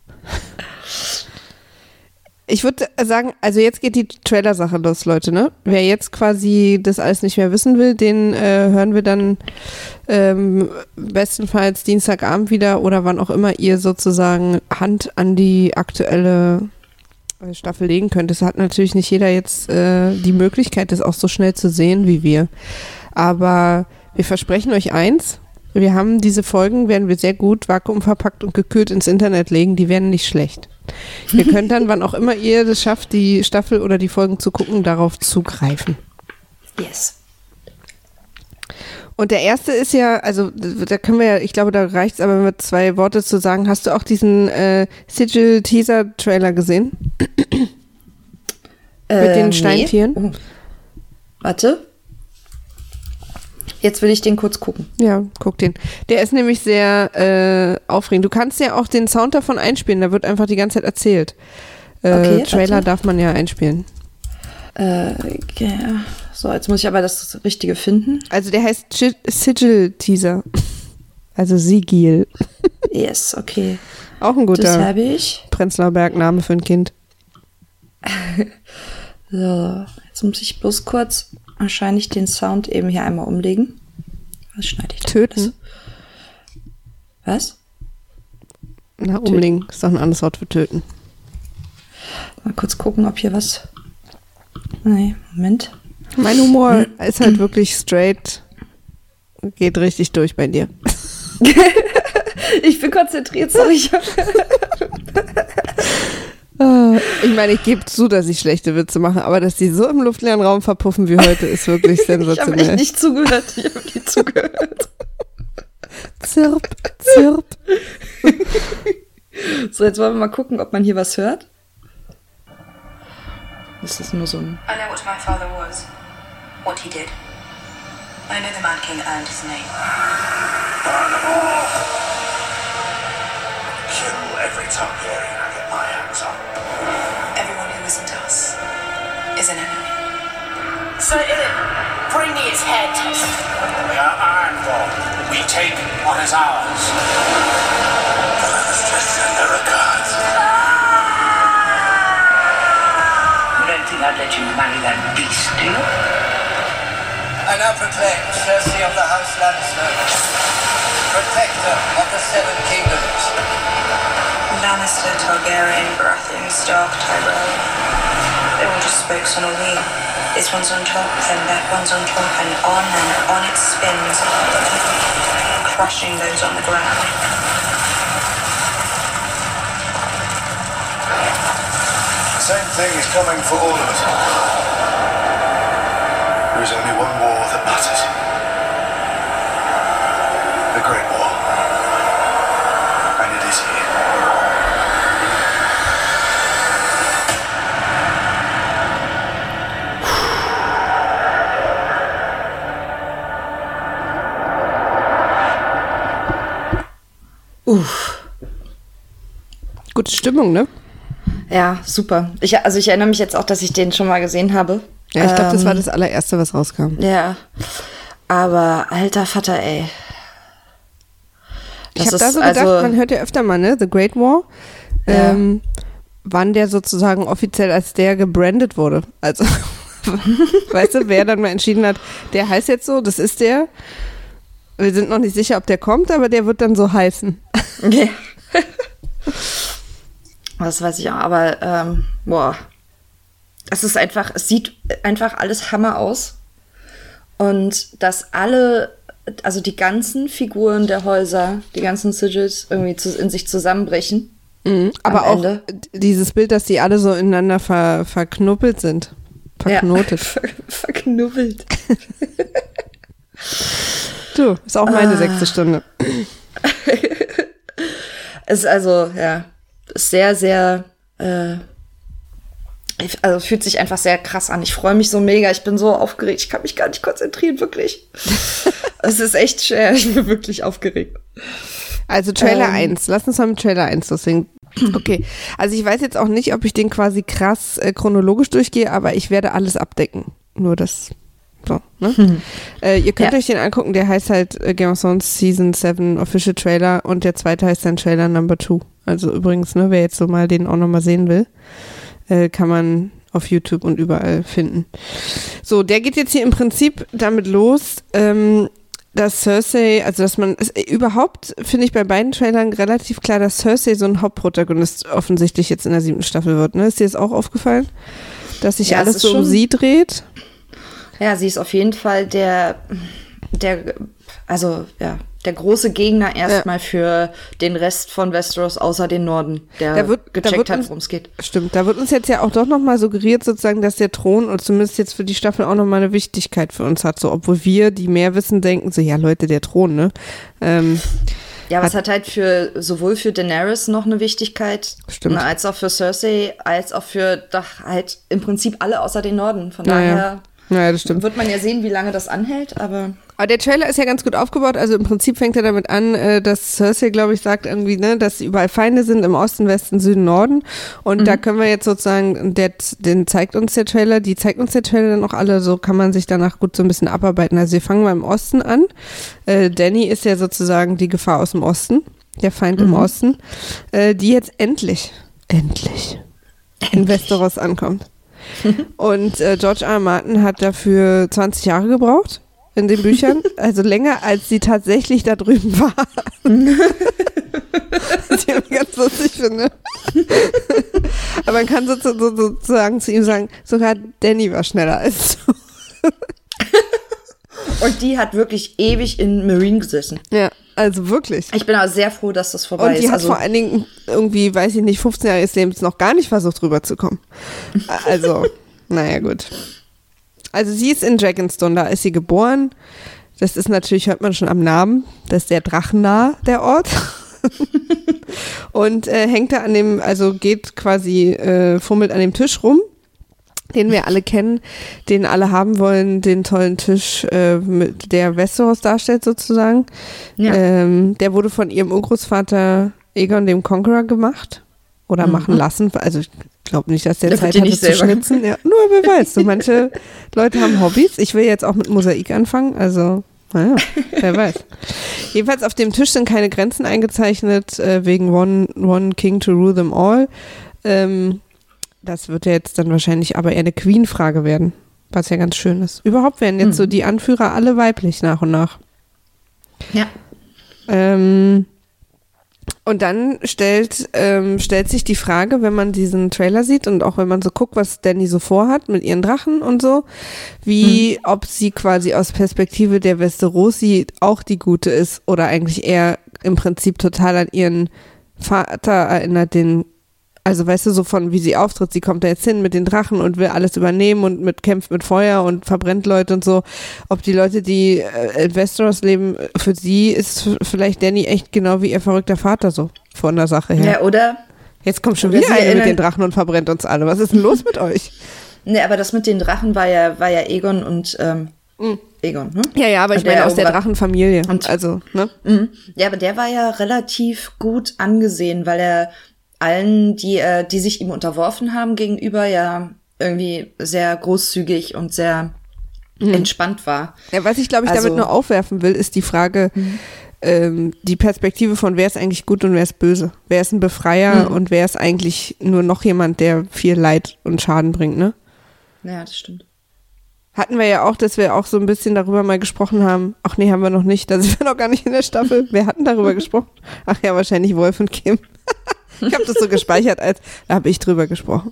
Ich würde sagen, also jetzt geht die Trailer-Sache los, Leute, ne? Wer jetzt quasi das alles nicht mehr wissen will, den äh, hören wir dann ähm, bestenfalls Dienstagabend wieder oder wann auch immer ihr sozusagen Hand an die aktuelle Staffel legen könnt. Es hat natürlich nicht jeder jetzt äh, die Möglichkeit, das auch so schnell zu sehen wie wir. Aber wir versprechen euch eins, Wir haben diese Folgen, werden wir sehr gut vakuumverpackt und gekühlt ins Internet legen, die werden nicht schlecht. Ihr könnt dann, wann auch immer ihr das schafft, die Staffel oder die Folgen zu gucken, darauf zugreifen. Yes. Und der erste ist ja, also da können wir ja, ich glaube, da reicht es aber mit zwei Worte zu sagen. Hast du auch diesen äh, Sigil-Teaser-Trailer gesehen? Äh, mit den Steintieren? Nee. Oh. Warte. Jetzt will ich den kurz gucken. Ja, guck den. Der ist nämlich sehr äh, aufregend. Du kannst ja auch den Sound davon einspielen, da wird einfach die ganze Zeit erzählt. Äh, okay, Trailer warte. darf man ja einspielen. Äh, okay. So, jetzt muss ich aber das Richtige finden. Also der heißt Ch- Sigil-Teaser. Also Sigil. Yes, okay. Auch ein Das guter habe ich. Prenzlauer Berg-Name für ein Kind. So, jetzt muss ich bloß kurz wahrscheinlich den Sound eben hier einmal umlegen. Was schneide ich da? Töten? Was? Na, umlegen. Ist doch ein anderes Wort für töten. Mal kurz gucken, ob hier was... Nee, Moment. Mein Humor ist halt wirklich straight. Geht richtig durch bei dir. Ich bin konzentriert, sorry. Ich meine, ich gebe zu, dass ich schlechte Witze mache, aber dass die so im luftleeren Raum verpuffen wie heute, ist wirklich sensationell. Ich habe echt nicht zugehört. Ich habe nicht zugehört. Zirp, zirp. So, jetzt wollen wir mal gucken, ob man hier was hört. Das ist nur so ein... I know what my father was. What he did. I know the Mad King earned his name. Kill every Targaryen I get my hands on. Everyone who isn't us is an enemy. Sir Ilyn, bring me his head. We are Ironborn. We take what is ours. The Lannisters send their regards. You don't think I'd let you marry that beast, do you? I now proclaim Cersei of the House Lannister, protector of the Seven Kingdoms. Lannister, Targaryen, Baratheon, Stark, Tyrell. They're all just spokes on a wheel. This one's on top, then that one's on top, and on and on it spins, crushing those on the ground. The same thing is coming for all of us. There is only one war that matters. The Great War. And it is here. Uff. Gute Stimmung, ne? Ja, super. Ich, also ich erinnere mich jetzt auch, dass ich den schon mal gesehen habe. Ja, ich glaube, das Ähm, war das allererste, was rauskam. Ja, aber alter Vater, ey. Ich Das habe da ist so gedacht, also- man hört ja öfter mal, ne? The Great War. Ja. Ähm, wann der sozusagen offiziell als der gebrandet wurde. Also, weißt du, wer dann mal entschieden hat, der heißt jetzt so, das ist der. Wir sind noch nicht sicher, ob der kommt, aber der wird dann so heißen. Okay. Das weiß ich auch, aber ähm, boah. Es ist einfach, es sieht einfach alles Hammer aus. Und dass alle, also die ganzen Figuren der Häuser, die ganzen Sigils irgendwie zu, in sich zusammenbrechen. Mhm. Aber auch Ende. dieses Bild, dass die alle so ineinander ver, verknuppelt sind. Verknotet. Ja, ver, verknubbelt. Du, ist auch meine Ah. sechste Stunde. Ist also, ja, ist sehr, sehr, äh, also fühlt sich einfach sehr krass an. Ich freue mich so mega, ich bin so aufgeregt, ich kann mich gar nicht konzentrieren, wirklich. Es ist echt schwer, ich bin wirklich aufgeregt. Also Trailer Ähm. eins, lass uns mal mit Trailer eins loslegen. Okay, also ich weiß jetzt auch nicht, ob ich den quasi krass äh, chronologisch durchgehe, aber ich werde alles abdecken. Nur das, so, ne? Hm. Äh, ihr könnt Ja. euch den angucken, der heißt halt äh, Game of Thrones Season sieben Official Trailer und der zweite heißt dann Trailer Number zwei. Also übrigens, ne, wer jetzt so mal den auch nochmal sehen will, äh, kann man auf YouTube und überall finden. So, der geht jetzt hier im Prinzip damit los, ähm, dass Cersei, also dass man, es, überhaupt finde ich bei beiden Trailern relativ klar, dass Cersei so ein Hauptprotagonist offensichtlich jetzt in der siebten Staffel wird. Ne? Ist dir das auch aufgefallen? Dass sich Ja, es alles ist so um schon- sie dreht? Ja, sie ist auf jeden Fall der, der, also, ja, der große Gegner erstmal ja. für den Rest von Westeros, außer den Norden, der da wird, gecheckt da wird hat, uns, worum es geht. Stimmt, da wird uns jetzt ja auch doch nochmal suggeriert, sozusagen, dass der Thron, oder zumindest jetzt für die Staffel, auch nochmal eine Wichtigkeit für uns hat. So, obwohl wir, die mehr wissen, denken so, ja Leute, der Thron, ne? Ähm, ja, aber es hat halt für sowohl für Daenerys noch eine Wichtigkeit, stimmt. als auch für Cersei, als auch für doch halt im Prinzip alle außer den Norden. Von naja. daher naja, das stimmt. wird man ja sehen, wie lange das anhält, aber... Aber der Trailer ist ja ganz gut aufgebaut, also im Prinzip fängt er damit an, äh, dass Cersei, glaube ich, sagt irgendwie, ne, dass überall Feinde sind, im Osten, Westen, Süden, Norden und mhm. da können wir jetzt sozusagen, der, den zeigt uns der Trailer, die zeigt uns der Trailer dann auch alle, so kann man sich danach gut so ein bisschen abarbeiten. Also wir fangen mal im Osten an, äh, Dany ist ja sozusagen die Gefahr aus dem Osten, der Feind mhm. im Osten, äh, die jetzt endlich, endlich, endlich. in Westeros ankommt. Und äh, George R. R. Martin hat dafür zwanzig Jahre gebraucht in den Büchern, also länger als sie tatsächlich da drüben war. Was ich irgendwie ganz lustig finde. Aber man kann so, so, so, sozusagen zu ihm sagen, sogar Dany war schneller als du. Und die hat wirklich ewig in Meereen gesessen. Ja, also wirklich. Ich bin aber sehr froh, dass das vorbei ist. Und die hat also vor allen Dingen irgendwie, weiß ich nicht, fünfzehn Jahre ihres Lebens noch gar nicht versucht rüberzukommen. Also, naja, gut. Also sie ist in Dragonstone, da ist sie geboren. Das ist natürlich, hört man schon am Namen, das ist sehr drachennah, der Ort. Und äh, hängt da an dem, also geht quasi, äh, fummelt an dem Tisch rum, den wir alle kennen, den alle haben wollen, den tollen Tisch, äh, mit der Westeros darstellt sozusagen. Ja. Ähm, der wurde von ihrem Urgroßvater Aegon dem Conqueror gemacht oder mhm. machen lassen. Also ich glaube nicht, dass der, der Zeit hatte zu selber. schnitzen. Ja, nur wer weiß, so manche Leute haben Hobbys. Ich will jetzt auch mit Mosaik anfangen, also naja, wer weiß. Jedenfalls auf dem Tisch sind keine Grenzen eingezeichnet, äh, wegen one, one King to rule them all. Ähm, das wird ja jetzt dann wahrscheinlich aber eher eine Queen-Frage werden, was ja ganz schön ist. Überhaupt werden jetzt mhm. so die Anführer alle weiblich nach und nach. Ja. Ähm, und dann stellt, ähm, stellt sich die Frage, wenn man diesen Trailer sieht und auch wenn man so guckt, was Dany so vorhat mit ihren Drachen und so, wie, mhm. ob sie quasi aus Perspektive der Westerosi auch die Gute ist oder eigentlich eher im Prinzip total an ihren Vater erinnert, den, also weißt du, so von wie sie auftritt, sie kommt da jetzt hin mit den Drachen und will alles übernehmen und mit kämpft mit Feuer und verbrennt Leute und so. Ob die Leute, die äh, in Westeros leben, für sie ist vielleicht Dany echt genau wie ihr verrückter Vater so von der Sache her. Ja, oder? Jetzt kommt schon wieder eine mit den Drachen und verbrennt uns alle. Was ist denn los mit euch? Nee, aber das mit den Drachen war ja, war ja Aegon und ähm, mhm. Aegon, ne? Ja, ja, aber ich meine aus der Drachenfamilie. Und, also, ne? Mhm. Ja, aber der war ja relativ gut angesehen, weil er allen, die, äh, die sich ihm unterworfen haben, gegenüber ja irgendwie sehr großzügig und sehr mhm. entspannt war. Ja, was ich, glaube ich, also, damit nur aufwerfen will, ist die Frage, mhm. ähm, die Perspektive von wer ist eigentlich gut und wer ist böse. Wer ist ein Befreier mhm. und wer ist eigentlich nur noch jemand, der viel Leid und Schaden bringt, ne? Ja, das stimmt. Hatten wir ja auch, dass wir auch so ein bisschen darüber mal gesprochen haben. Ach nee, haben wir noch nicht. Da sind wir noch gar nicht in der Staffel. Wer hatten darüber gesprochen? Ach ja, wahrscheinlich Wolf und Kim. Ich habe das so gespeichert, als da habe ich drüber gesprochen.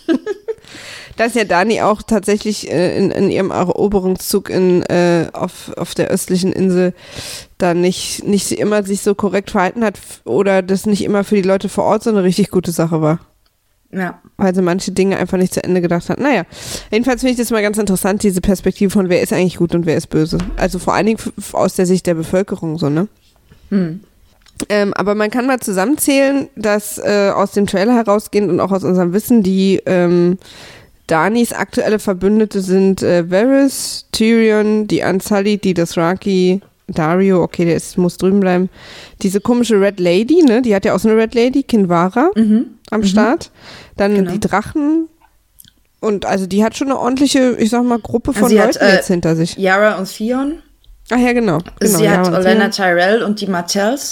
Dass ja Dany auch tatsächlich äh, in, in ihrem Eroberungszug in, äh, auf, auf der östlichen Insel da nicht, nicht immer sich so korrekt verhalten hat oder das nicht immer für die Leute vor Ort so eine richtig gute Sache war. Ja. Weil sie manche Dinge einfach nicht zu Ende gedacht hat. Naja, jedenfalls finde ich das mal ganz interessant, diese Perspektive von wer ist eigentlich gut und wer ist böse. Also vor allen Dingen f- aus der Sicht der Bevölkerung so, ne? Hm. Ähm, aber man kann mal zusammenzählen, dass äh, aus dem Trailer herausgehend und auch aus unserem Wissen die ähm, Danys aktuelle Verbündete sind äh, Varys, Tyrion, die Unsullied, die Dothraki, Dario, okay, der ist, muss drüben bleiben. Diese komische Red Lady, ne, die hat ja auch so eine Red Lady, Kinvara mhm. am mhm. Start. Dann genau. die Drachen und also die hat schon eine ordentliche, ich sag mal, Gruppe von also Leuten hat, äh, jetzt hinter sich. Yara und Theon. Ach ja, genau. genau sie Yara hat Olenna Tyrell und die Martells.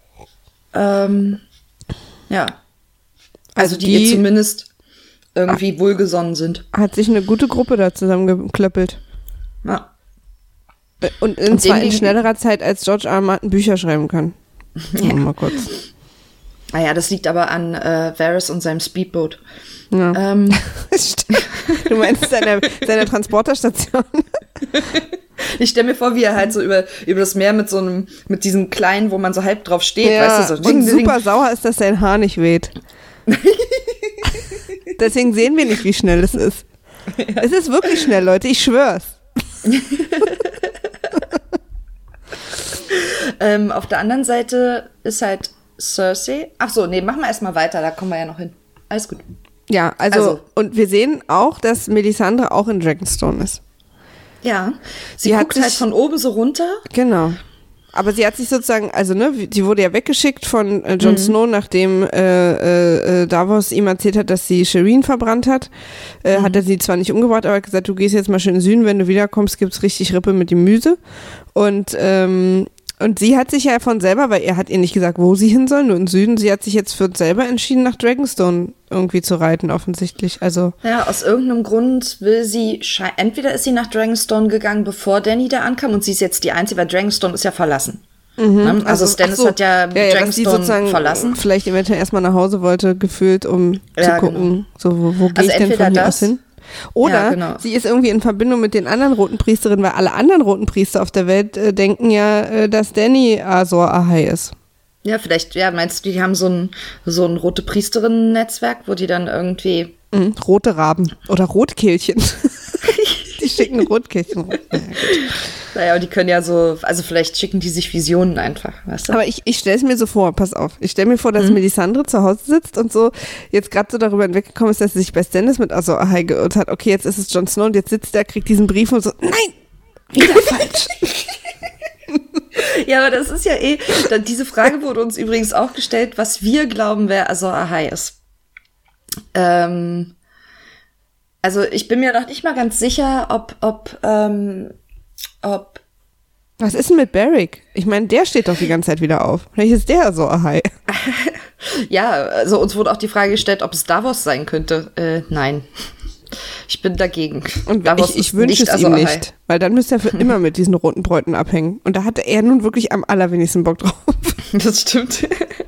Ähm, ja. Also, also die, die ihr zumindest irgendwie wohlgesonnen sind. Hat sich eine gute Gruppe da zusammengeklöppelt. Ja. Und, und zwar in schnellerer Zeit, als George R. R. Martin Bücher schreiben kann. Ja. Mal kurz. Naja, das liegt aber an äh, Varys und seinem Speedboot. Ja. Ähm. Du meinst seine, seine Transporterstation? Ich stelle mir vor, wie er halt so über, über das Meer mit so einem, mit diesem kleinen, wo man so halb drauf steht, ja, weißt du, so. Und super sauer ist, dass sein Haar nicht weht. Deswegen sehen wir nicht, wie schnell es ist. Ja. Es ist wirklich schnell, Leute, ich schwör's. ähm, auf der anderen Seite ist halt Cersei. Ach so, nee, machen wir erstmal weiter, da kommen wir ja noch hin. Alles gut. Ja, also, also, und wir sehen auch, dass Melisandre auch in Dragonstone ist. Ja, sie, sie guckt sich, halt von oben so runter. Genau. Aber sie hat sich sozusagen, also ne, sie wurde ja weggeschickt von äh, Jon mhm. Snow, nachdem äh, äh, Davos ihm erzählt hat, dass sie Shireen verbrannt hat. Äh, mhm. Hat er sie zwar nicht umgebracht, aber hat gesagt, du gehst jetzt mal schön in den Süden, wenn du wiederkommst, gibt's richtig Rippe mit Gemüse. Und ähm, Und sie hat sich ja von selber, weil er hat ihr nicht gesagt, wo sie hin soll, nur im Süden, sie hat sich jetzt für selber entschieden, nach Dragonstone irgendwie zu reiten, offensichtlich. Also ja, aus irgendeinem Grund will sie, entweder ist sie nach Dragonstone gegangen, bevor Dany da ankam, und sie ist jetzt die Einzige, weil Dragonstone ist ja verlassen. Mhm. Ne? Also, also Stannis so, hat ja, ja Dragonstone ja, verlassen. Vielleicht eventuell erstmal nach Hause wollte, gefühlt, um ja, zu gucken, genau. so, wo, wo also gehe ich denn von hier aus hin? Oder ja, genau. sie ist irgendwie in Verbindung mit den anderen roten Priesterinnen, weil alle anderen roten Priester auf der Welt äh, denken ja, äh, dass Dany Azor Ahai ist. Ja, vielleicht, ja, meinst du, die haben so ein, so ein rote Priesterinnen-Netzwerk, wo die dann irgendwie... Mhm, rote Raben oder Rotkehlchen. Die schicken Rotkehlchen rum. Ja, naja, und die können ja so, also vielleicht schicken die sich Visionen einfach, weißt du? Aber ich, ich stelle es mir so vor, pass auf, ich stelle mir vor, dass mhm. Melisandre zu Hause sitzt und so jetzt gerade so darüber hinweggekommen ist, dass sie sich bei Stannis mit Azor Ahai geirrt hat. Okay, jetzt ist es Jon Snow und jetzt sitzt er, kriegt diesen Brief und so, nein, wieder falsch. Ja, aber das ist ja eh, diese Frage wurde uns übrigens auch gestellt, was wir glauben, wer Azor Ahai ist. Ähm, also ich bin mir noch nicht mal ganz sicher, ob, ob, ähm, ob. Was ist denn mit Beric? Ich meine, der steht doch die ganze Zeit wieder auf. Vielleicht ist der Azor Ahai. Ja, also uns wurde auch die Frage gestellt, ob es Davos sein könnte. Äh, nein. Ich bin dagegen. Und ich, ich wünsche es ihm nicht, weil dann müsste er für immer mit diesen roten Bräuten abhängen. Und da hatte er nun wirklich am allerwenigsten Bock drauf. Das stimmt.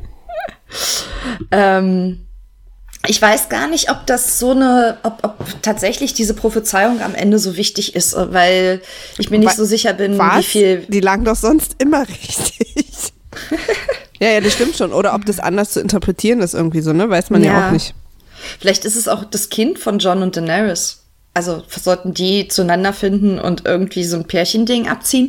ähm, ich weiß gar nicht, ob das so eine, ob, ob tatsächlich diese Prophezeiung am Ende so wichtig ist, weil ich mir nicht so sicher bin, Was? wie viel. Die lagen doch sonst immer richtig. Ja, ja, das stimmt schon. Oder ob das anders zu interpretieren ist irgendwie so, ne? Weiß man ja, ja auch nicht. Vielleicht ist es auch das Kind von Jon und Daenerys. Also sollten die zueinander finden und irgendwie so ein Pärchending abziehen.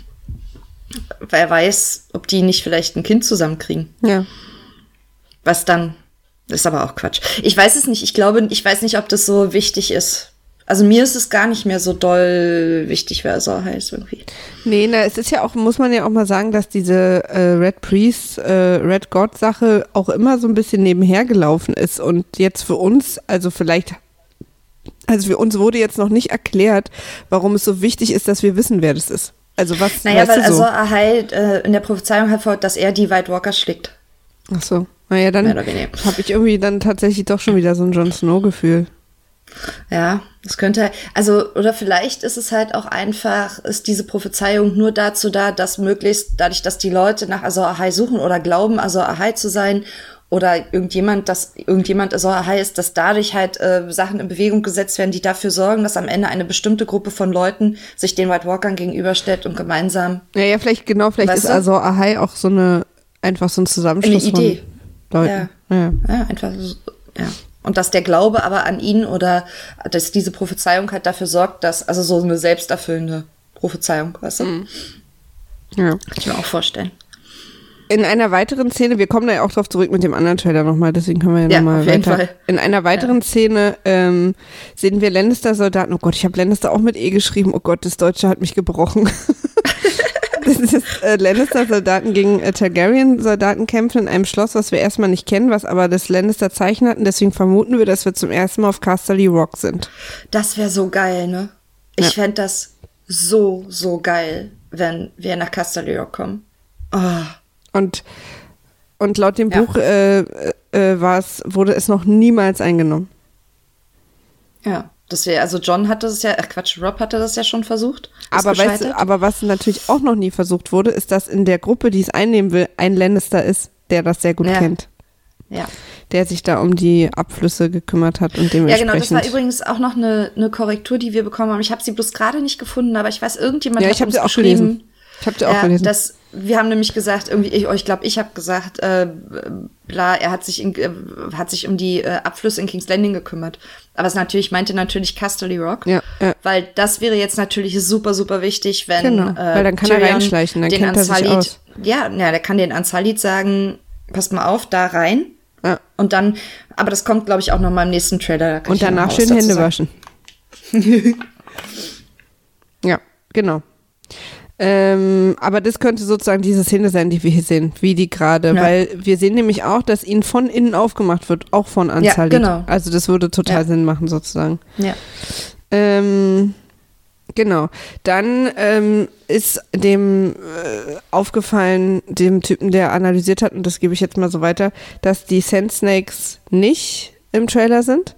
Wer weiß, ob die nicht vielleicht ein Kind zusammenkriegen. Ja. Was dann, das ist aber auch Quatsch. Ich weiß es nicht. Ich glaube, ich weiß nicht, ob das so wichtig ist. Also mir ist es gar nicht mehr so doll wichtig, wer so heißt irgendwie. Nee, na, es ist ja auch, muss man ja auch mal sagen, dass diese äh, Red Priest, äh, Red God Sache auch immer so ein bisschen nebenher gelaufen ist und jetzt für uns, also vielleicht, also für uns wurde jetzt noch nicht erklärt, warum es so wichtig ist, dass wir wissen, wer das ist. Also was, naja, weißt weil du so? Azor Ahai äh, in der Prophezeiung hervor, dass er die White Walkers schlägt. Ach so, naja, dann habe ich irgendwie dann tatsächlich doch schon wieder so ein Jon Snow-Gefühl. Ja, das könnte, also, oder vielleicht ist es halt auch einfach, ist diese Prophezeiung nur dazu da, dass möglichst, dadurch, dass die Leute nach Azor Ahai suchen oder glauben, Azor Ahai zu sein, oder irgendjemand, dass irgendjemand Azor Ahai ist, dass dadurch halt äh, Sachen in Bewegung gesetzt werden, die dafür sorgen, dass am Ende eine bestimmte Gruppe von Leuten sich den White Walkern gegenüberstellt und gemeinsam. Ja, ja, vielleicht, genau, vielleicht ist Azor Ahai auch so eine, einfach so ein Zusammenschluss eine Idee. Von Leuten. Ja, ja. ja einfach so, ja. Und dass der Glaube aber an ihn oder dass diese Prophezeiung halt dafür sorgt, dass, also so eine selbsterfüllende Prophezeiung, weißt du? Mhm. Ja. Kann ich mir auch vorstellen. In einer weiteren Szene, wir kommen da ja auch drauf zurück mit dem anderen Trailer nochmal, deswegen können wir ja, ja nochmal auf jeden weiter. Fall. In einer weiteren ja. Szene ähm, sehen wir Lannister-Soldaten, oh Gott, ich habe Lannister auch mit E geschrieben, oh Gott, das Deutsche hat mich gebrochen. Das ist äh, Lannister-Soldaten gegen äh, Targaryen-Soldaten kämpfen in einem Schloss, was wir erstmal nicht kennen, was aber das Lannister-Zeichen hatten. Deswegen vermuten wir, dass wir zum ersten Mal auf Casterly Rock sind. Das wäre so geil, ne? Ich ja. fände das so, so geil, wenn wir nach Casterly Rock kommen. Oh. Und, und laut dem ja. Buch äh, äh, war's, wurde es noch niemals eingenommen. Ja. Das wäre, also John hatte das ja, ach Quatsch, Rob hatte das ja schon versucht. Aber, weißt du, aber was natürlich auch noch nie versucht wurde, ist, dass in der Gruppe, die es einnehmen will, ein Lannister ist, der das sehr gut ja. kennt. Ja. Der sich da um die Abflüsse gekümmert hat und dementsprechend. Ja, genau, das war übrigens auch noch eine, eine Korrektur, die wir bekommen haben. Ich habe sie bloß gerade nicht gefunden, aber ich weiß, irgendjemand ja, hat ich hab uns sie auch geschrieben. Gelesen. Ich habe sie auch ja, gelesen. Das, wir haben nämlich gesagt, irgendwie, ich, ich glaube, ich habe gesagt, äh, bla, er hat sich, in, äh, hat sich um die äh, Abflüsse in King's Landing gekümmert. Aber es natürlich meinte natürlich Casterly Rock, ja, ja. weil das wäre jetzt natürlich super, super wichtig, wenn genau, äh, weil dann kann Tyrion er reinschleichen, dann den kennt er sich aus. Ja, ja, der kann den Unsullied sagen, passt mal auf, da rein. Ja. Und dann, aber das kommt, glaube ich, auch noch mal im nächsten Trailer. Da und danach schön Hände waschen. Ja, genau. Ähm, aber das könnte sozusagen diese Szene sein, die wir hier sehen, wie die gerade, ja. weil wir sehen nämlich auch, dass ihnen von innen aufgemacht wird, auch von Unsullied. Ja, genau. Also das würde total ja. Sinn machen sozusagen. Ja. Ähm, genau. Dann ähm, ist dem äh, aufgefallen, dem Typen, der analysiert hat, und das gebe ich jetzt mal so weiter, dass die Sand Snakes nicht im Trailer sind.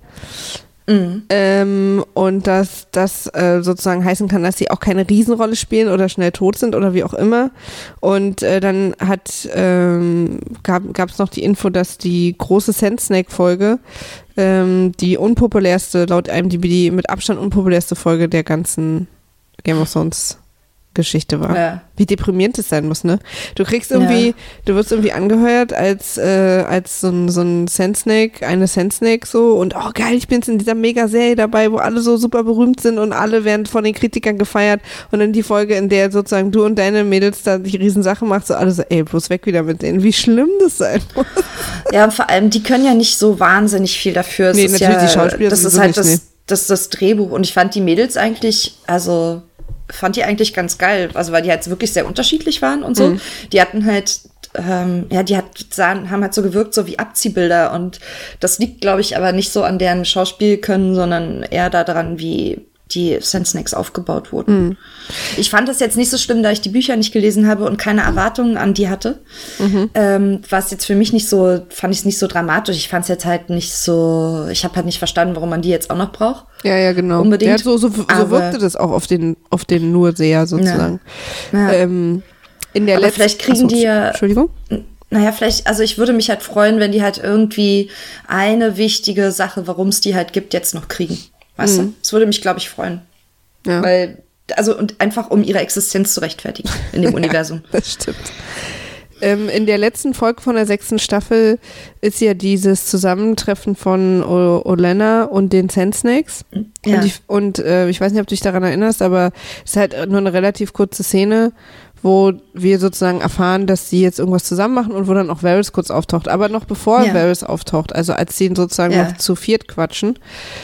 Mhm. Ähm, und dass das äh, sozusagen heißen kann, dass sie auch keine Riesenrolle spielen oder schnell tot sind oder wie auch immer. Und äh, dann hat ähm, gab es noch die Info, dass die große Sand Snake Folge ähm, die unpopulärste, laut I M D B, die mit Abstand unpopulärste Folge der ganzen Game of Thrones Geschichte war. Ja. Wie deprimierend es sein muss, ne? Du kriegst irgendwie, ja. du wirst irgendwie angeheuert als äh, als so ein, so ein Sand Snake, eine Sand Snake so, und oh geil, ich bin jetzt in dieser Mega-Serie dabei, wo alle so super berühmt sind und alle werden von den Kritikern gefeiert, und dann die Folge, in der sozusagen du und deine Mädels da die Riesensache machst, so alle so, ey, bloß weg wieder mit denen, wie schlimm das sein muss. Ja, und vor allem, die können ja nicht so wahnsinnig viel dafür. Es nee, ist natürlich ja, die Schauspieler das ist halt nicht, das, nee. das, das Drehbuch, und ich fand die Mädels eigentlich, also fand die eigentlich ganz geil, also weil die halt wirklich sehr unterschiedlich waren und so. Mhm. Die hatten halt, ähm, ja, die hat, sahen, haben halt so gewirkt, so wie Abziehbilder, und das liegt, glaube ich, aber nicht so an deren Schauspielkönnen, sondern eher daran, wie die Sand Snakes aufgebaut wurden. Mhm. Ich fand das jetzt nicht so schlimm, da ich die Bücher nicht gelesen habe und keine Erwartungen an die hatte. Mhm. Ähm, war es jetzt für mich nicht so, fand ich es nicht so dramatisch. Ich fand es jetzt halt nicht so, ich habe halt nicht verstanden, warum man die jetzt auch noch braucht. Ja, ja, genau. Unbedingt. Ja, so, so, so wirkte das auch auf den, auf den Nurseher sozusagen. Ja. Ja. Ähm, in der Aber letzten, vielleicht kriegen achso, die ja, Entschuldigung? Naja, vielleicht, also ich würde mich halt freuen, wenn die halt irgendwie eine wichtige Sache, warum es die halt gibt, jetzt noch kriegen. Weißt mhm. du? Das würde mich, glaube ich, freuen. Ja. Weil, also, und einfach um ihre Existenz zu rechtfertigen in dem Universum. Ja, das stimmt. Ähm, in der letzten Folge von der sechsten Staffel ist ja dieses Zusammentreffen von o- Olenna und den Sand Snakes. Ja. Und, ich, und äh, ich weiß nicht, ob du dich daran erinnerst, aber es ist halt nur eine relativ kurze Szene, wo wir sozusagen erfahren, dass sie jetzt irgendwas zusammen machen und wo dann auch Varys kurz auftaucht. Aber noch bevor ja. Varys auftaucht, also als sie sozusagen ja. noch zu viert quatschen,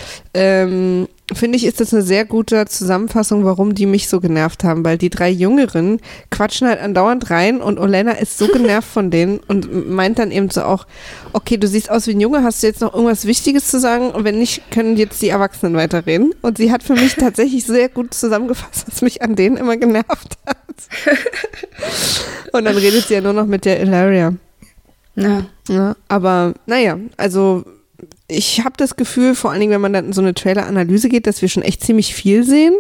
ähm, finde ich, ist das eine sehr gute Zusammenfassung, warum die mich so genervt haben, weil die drei Jüngeren quatschen halt andauernd rein und Olenna ist so genervt von denen und meint dann eben so auch, okay, du siehst aus wie ein Junge, hast du jetzt noch irgendwas Wichtiges zu sagen, und wenn nicht, können jetzt die Erwachsenen weiterreden. Und sie hat für mich tatsächlich sehr gut zusammengefasst, was mich an denen immer genervt hat. Und dann redet sie ja nur noch mit der Illyria. Ja. Ja, aber naja, also ich habe das Gefühl, vor allen Dingen, wenn man dann in so eine Trailer-Analyse geht, dass wir schon echt ziemlich viel sehen.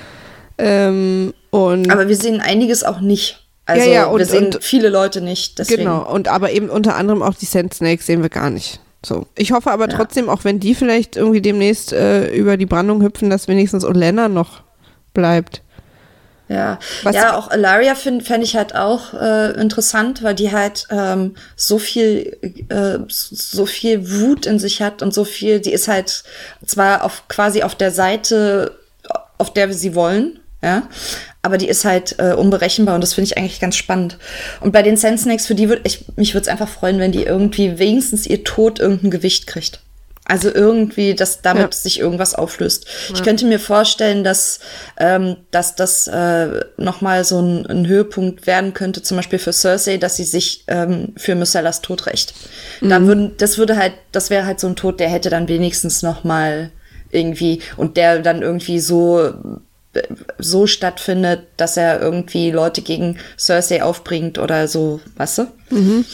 Ähm, und aber wir sehen einiges auch nicht. Also ja, ja, und, wir sehen und, viele Leute nicht. Deswegen. Genau, und aber eben unter anderem auch die Sand Snakes sehen wir gar nicht. So. Ich hoffe aber ja. trotzdem, auch wenn die vielleicht irgendwie demnächst äh, über die Brandung hüpfen, dass wenigstens Olenna noch bleibt. Ja, Was ja, auch Illyria fände fänd ich halt auch äh, interessant, weil die halt ähm, so viel, äh, so viel Wut in sich hat und so viel, die ist halt zwar auf quasi auf der Seite, auf der wir sie wollen, ja, aber die ist halt äh, unberechenbar, und das finde ich eigentlich ganz spannend. Und bei den Sand Snakes, für die würde ich, mich würde es einfach freuen, wenn die irgendwie wenigstens ihr Tod irgendein Gewicht kriegt. Also irgendwie, dass damit ja. sich irgendwas auflöst. Ja. Ich könnte mir vorstellen, dass, ähm, dass das äh, nochmal so ein, ein Höhepunkt werden könnte, zum Beispiel für Cersei, dass sie sich ähm, für Myrcellas Tod rächt. Mhm. Da würden, das würde halt, das wäre halt so ein Tod, der hätte dann wenigstens nochmal irgendwie, und der dann irgendwie so so stattfindet, dass er irgendwie Leute gegen Cersei aufbringt oder so, weißt du? Mhm.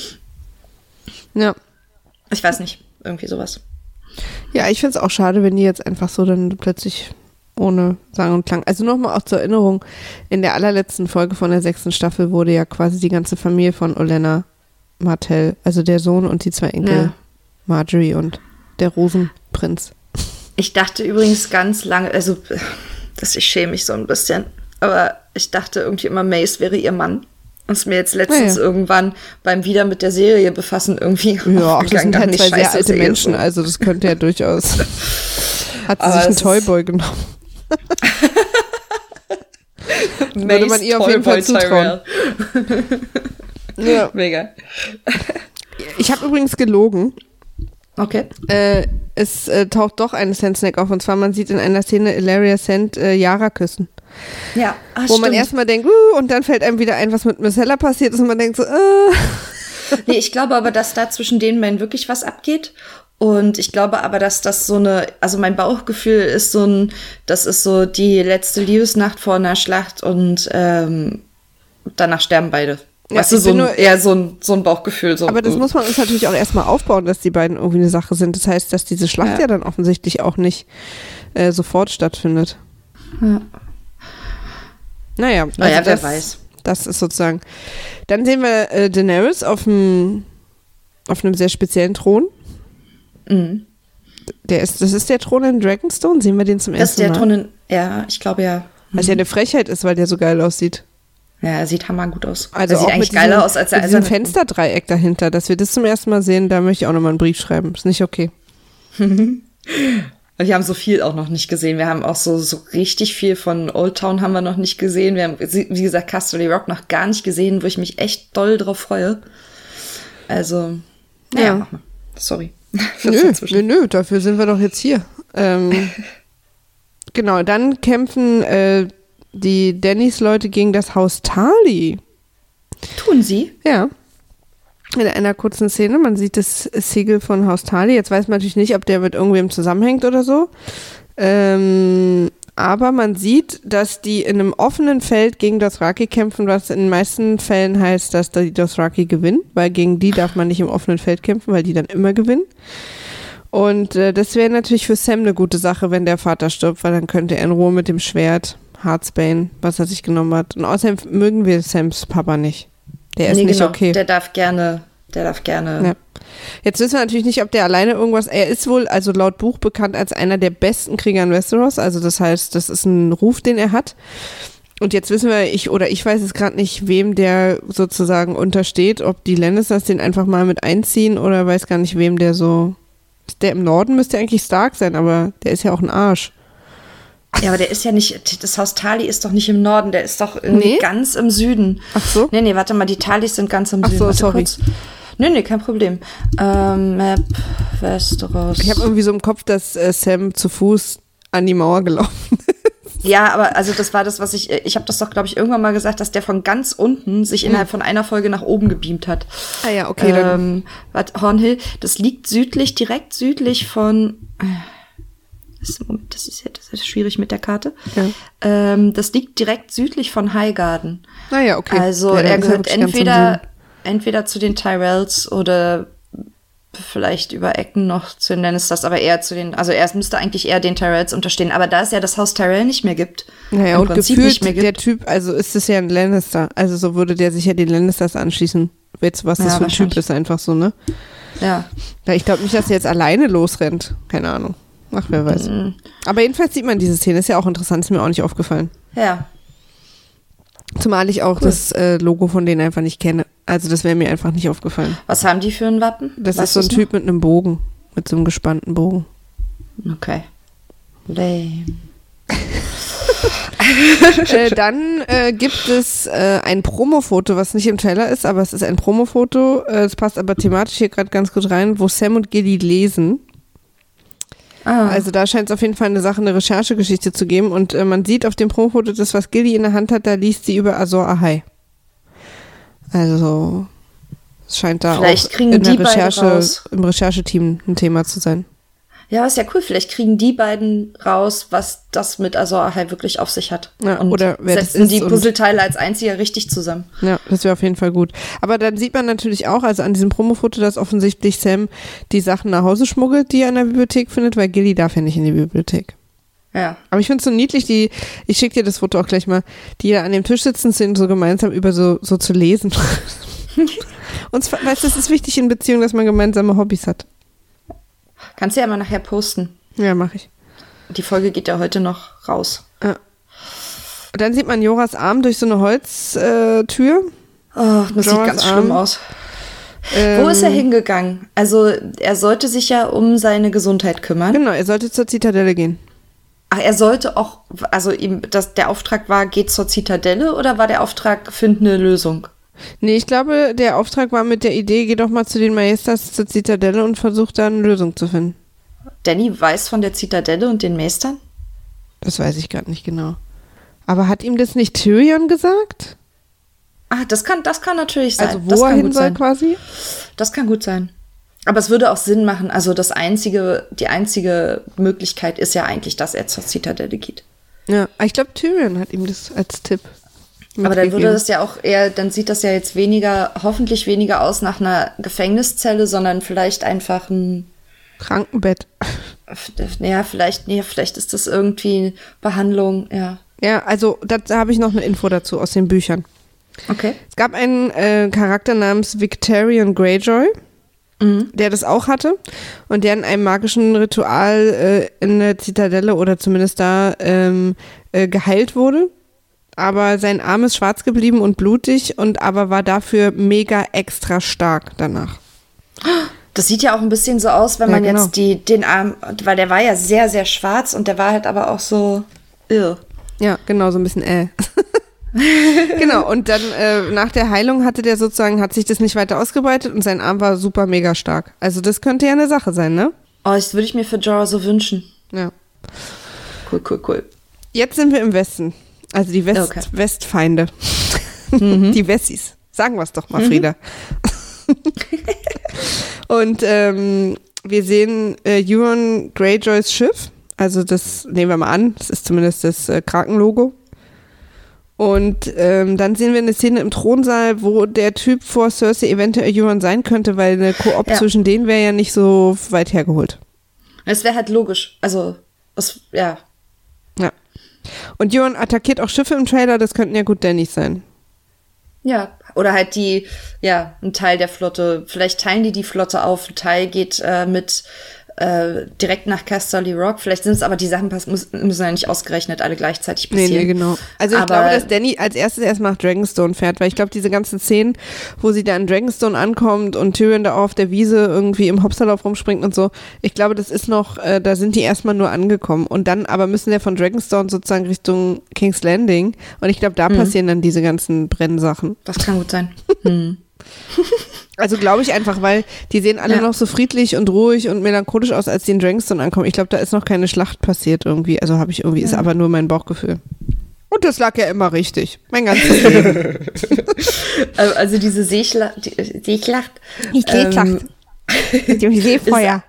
Ja. Ich weiß nicht, irgendwie sowas. Ja, ich finde es auch schade, wenn die jetzt einfach so dann plötzlich ohne Sang und Klang. Also nochmal auch zur Erinnerung, in der allerletzten Folge von der sechsten Staffel wurde ja quasi die ganze Familie von Olenna Martell, also der Sohn und die zwei Enkel, Marjorie und der Rosenprinz. Ich dachte übrigens ganz lange, also das, ich schäme mich so ein bisschen, aber ich dachte irgendwie immer, Mace wäre ihr Mann. Und es mir jetzt letztens ja, ja. irgendwann beim wieder mit der Serie befassen irgendwie ja, auch das sind halt zwei sehr alte Menschen, also das könnte ja durchaus. Hat sie sich einen Toyboy genommen. Würde man ihr auf jeden Fall zutrauen. Ja. Mega. Ich habe übrigens gelogen. Okay. Äh, es äh, taucht doch eine Sand-Snack auf. Und zwar, man sieht in einer Szene Ilaria Sand äh, Yara küssen. Ja, ach, Wo stimmt. man erstmal denkt, uh, und dann fällt einem wieder ein, was mit Myrcella passiert ist. Und man denkt so, äh. Nee, ich glaube aber, dass da zwischen den beiden wirklich was abgeht. Und ich glaube aber, dass das so eine, also mein Bauchgefühl ist so ein, das ist so die letzte Liebesnacht vor einer Schlacht und ähm, danach sterben beide. Ja, weißt du, so ein, nur, eher so ein, so ein Bauchgefühl. So. Aber das muss man uns natürlich auch erstmal aufbauen, dass die beiden irgendwie eine Sache sind. Das heißt, dass diese Schlacht ja, ja dann offensichtlich auch nicht äh, sofort stattfindet. Ja. Naja, also naja, wer das, weiß. Das ist sozusagen. Dann sehen wir äh, Daenerys auf einem auf einem sehr speziellen Thron. Mhm. Der ist, das ist der Thron in Dragonstone? Sehen wir den zum das ersten Mal? Das ist der Thron in, ja, ich glaube ja. Was mhm. ja eine Frechheit ist, weil der so geil aussieht. Ja, er sieht hammergut aus. Also er sieht auch eigentlich mit geiler diesem, aus als der mit diesem Fensterdreieck dahinter. Dass wir das zum ersten Mal sehen, da möchte ich auch nochmal einen Brief schreiben. Ist nicht okay. Wir haben so viel auch noch nicht gesehen. Wir haben auch so, so richtig viel von Old Town haben wir noch nicht gesehen. Wir haben, wie gesagt, Castle Rock noch gar nicht gesehen, wo ich mich echt doll drauf freue. Also, naja, ja. Mach mal. Sorry. Nö, nö, nö, dafür sind wir doch jetzt hier. Ähm, genau, dann kämpfen äh, die Dannys-Leute gegen das Haus Tarly. Tun sie? Ja. In einer kurzen Szene, man sieht das Siegel von Haus Tarly. Jetzt weiß man natürlich nicht, ob der mit irgendwem zusammenhängt oder so. Ähm, aber man sieht, dass die in einem offenen Feld gegen Dothraki kämpfen, was in den meisten Fällen heißt, dass die Dothraki gewinnen, weil gegen die darf man nicht im offenen Feld kämpfen, weil die dann immer gewinnen. Und äh, das wäre natürlich für Sam eine gute Sache, wenn der Vater stirbt, weil dann könnte er in Ruhe mit dem Schwert, Heartsbane, was er sich genommen hat. Und außerdem mögen wir Sams Papa nicht. Der ist nee, nicht genau. okay. Der darf gerne, der darf gerne. Ja. Jetzt wissen wir natürlich nicht, ob der alleine irgendwas, er ist wohl, also laut Buch bekannt als einer der besten Krieger in Westeros, also das heißt, das ist ein Ruf, den er hat. Und jetzt wissen wir, ich oder ich weiß es gerade nicht, wem der sozusagen untersteht, ob die Lannisters den einfach mal mit einziehen oder weiß gar nicht, wem der so, der im Norden müsste eigentlich Stark sein, aber der ist ja auch ein Arsch. Ja, aber der ist ja nicht, das Haus Tarly ist doch nicht im Norden, der ist doch irgendwie nee? ganz im Süden. Ach so? Nee, nee, warte mal, die Tarlys sind ganz im Ach Süden. so, warte sorry. Kurz. Nee, nee, kein Problem. Ähm, Map, Westeros. Ich habe irgendwie so im Kopf, dass äh, Sam zu Fuß an die Mauer gelaufen ist. Ja, aber also das war das, was ich, ich habe das doch, glaube ich, irgendwann mal gesagt, dass der von ganz unten sich innerhalb von einer Folge nach oben gebeamt hat. Ah ja, okay. Dann. Ähm, warte, Hornhill, das liegt südlich, direkt südlich von... Das ist ja das ist schwierig mit der Karte. Ja. Ähm, das liegt direkt südlich von Highgarden. Ah ja, okay. Also ja, er gehört entweder, entweder zu den Tyrells oder vielleicht über Ecken noch zu den Lannisters, aber eher zu den, also er müsste eigentlich eher den Tyrells unterstehen. Aber da es ja das Haus Tyrell nicht mehr gibt, naja, im und Prinzip gefühlt nicht mehr gibt, der Typ, also ist es ja ein Lannister. Also so würde der sich ja den Lannisters anschließen. Jetzt, was das ja, für ein Typ ist, einfach so, ne? Ja. Ja, ich glaube nicht, dass er jetzt alleine losrennt. Keine Ahnung. Ach, wer weiß. Mhm. Aber jedenfalls sieht man diese Szene, ist ja auch interessant, ist mir auch nicht aufgefallen. Ja. Zumal ich auch cool. das äh, Logo von denen einfach nicht kenne. Also das wäre mir einfach nicht aufgefallen. Was haben die für ein Wappen? Das weißt ist so ein Typ mit einem Bogen, mit so einem gespannten Bogen. Okay. Lame. äh, dann äh, gibt es äh, ein Promofoto, was nicht im Trailer ist, aber es ist ein Promofoto. Es äh, passt aber thematisch hier gerade ganz gut rein, wo Sam und Gilly lesen. Ah. Also da scheint es auf jeden Fall eine Sache, eine Recherchegeschichte zu geben. Und äh, man sieht auf dem Promofoto, das, was Gilly in der Hand hat, da liest sie über Azor Ahai. Also es scheint da Vielleicht auch kriegen in der die Recherche, im Rechercheteam ein Thema zu sein. Ja, ist ja cool. Vielleicht kriegen die beiden raus, was das mit Azor Ahai wirklich auf sich hat. Ja, und oder wer setzen das ist die Puzzleteile als einziger richtig zusammen. Ja, das wäre auf jeden Fall gut. Aber dann sieht man natürlich auch, also an diesem Promofoto, dass offensichtlich Sam die Sachen nach Hause schmuggelt, die er in der Bibliothek findet, weil Gilly darf ja nicht in die Bibliothek. Ja. Aber ich finde es so niedlich, die, ich schicke dir das Foto auch gleich mal, die da an dem Tisch sitzen sind, so gemeinsam über so, so zu lesen. Und weißt du, es ist wichtig in Beziehungen, dass man gemeinsame Hobbys hat. Kannst du ja mal nachher posten. Ja, mache ich. Die Folge geht ja heute noch raus. Ja. Und dann sieht man Jorahs Arm durch so eine Holztür. Oh, das Jorahs sieht ganz Arm. schlimm aus. Ähm, Wo ist er hingegangen? Also er sollte sich ja um seine Gesundheit kümmern. Genau, er sollte zur Zitadelle gehen. Ach, er sollte auch, also ihm, das, der Auftrag war, geht zur Zitadelle oder war der Auftrag, find eine Lösung? Nee, ich glaube, der Auftrag war mit der Idee, geh doch mal zu den Maesters zur Zitadelle und versuch da eine Lösung zu finden. Danny weiß von der Zitadelle und den Maestern? Das weiß ich gerade nicht genau. Aber hat ihm das nicht Tyrion gesagt? Ah, das kann, das kann natürlich sein. Also wo das er kann hin gut soll sein. quasi? Das kann gut sein. Aber es würde auch Sinn machen. Also das einzige, die einzige Möglichkeit ist ja eigentlich, dass er zur Zitadelle geht. Ja, ich glaube, Tyrion hat ihm das als Tipp Aber dann mitgegeben. würde das ja auch eher, dann sieht das ja jetzt weniger, hoffentlich weniger aus nach einer Gefängniszelle, sondern vielleicht einfach ein, Krankenbett. ja, vielleicht, nee, vielleicht ist das irgendwie Behandlung, ja. Ja, also da, da habe ich noch eine Info dazu aus den Büchern. Okay. Es gab einen äh, Charakter namens Victarion Greyjoy, Mhm. der das auch hatte und der in einem magischen Ritual äh, in der Zitadelle oder zumindest da ähm, äh, geheilt wurde. Aber sein Arm ist schwarz geblieben und blutig und aber war dafür mega extra stark danach. Das sieht ja auch ein bisschen so aus, wenn Ja, man genau. jetzt die, den Arm, weil der war ja sehr, sehr schwarz und der war halt aber auch so, irr. Ja, genau, so ein bisschen äh. Genau, und dann äh, nach der Heilung hatte der sozusagen, hat sich das nicht weiter ausgebreitet und sein Arm war super mega stark. Also das könnte ja eine Sache sein, ne? Oh, das würde ich mir für Jorah so wünschen. Ja. Cool, cool, cool. Jetzt sind wir im Westen. Also die West Okay. Westfeinde. Die Wessis. Sagen wir es doch mal, Frieda. Und ähm, wir sehen äh, Euron Greyjoys Schiff. Also das nehmen wir mal an. Das ist zumindest das äh, Krakenlogo. Und ähm, dann sehen wir eine Szene im Thronsaal, wo der Typ vor Cersei eventuell Euron sein könnte, weil eine Koop Ja. zwischen denen wäre ja nicht so weit hergeholt. Es wäre halt logisch. Also, es, ja. Ja. Und Euron attackiert auch Schiffe im Trailer, das könnten ja gut Dannys sein. Ja, oder halt die, ja, ein Teil der Flotte. Vielleicht teilen die die Flotte auf. Ein Teil geht äh, mit äh, direkt nach Casterly Rock. Vielleicht sind es aber die Sachen, pass- muss, müssen ja nicht ausgerechnet alle gleichzeitig Nee, passieren. nee, genau. Also ich Aber- glaube, dass Dany als erstes erstmal nach Dragonstone fährt, weil ich glaube, diese ganzen Szenen, wo sie da in Dragonstone ankommt und Tyrion da auf der Wiese irgendwie im Hopserlauf rumspringt und so, ich glaube, das ist noch, äh, da sind die erstmal nur angekommen und dann aber müssen wir von Dragonstone sozusagen Richtung King's Landing und ich glaube, da passieren dann diese ganzen Brennsachen. Das kann gut sein. Hm. Also glaube ich einfach, weil die sehen alle Ja. noch so friedlich und ruhig und melancholisch aus, als die in Dragonstone ankommen. Ich glaube, da ist noch keine Schlacht passiert irgendwie. Also habe ich irgendwie, ist aber nur mein Bauchgefühl. Und das lag ja immer richtig. Mein ganzes Leben. Also also diese Seeschlacht, die Seeschlacht. Die ähm, Mit dem Seefeuer.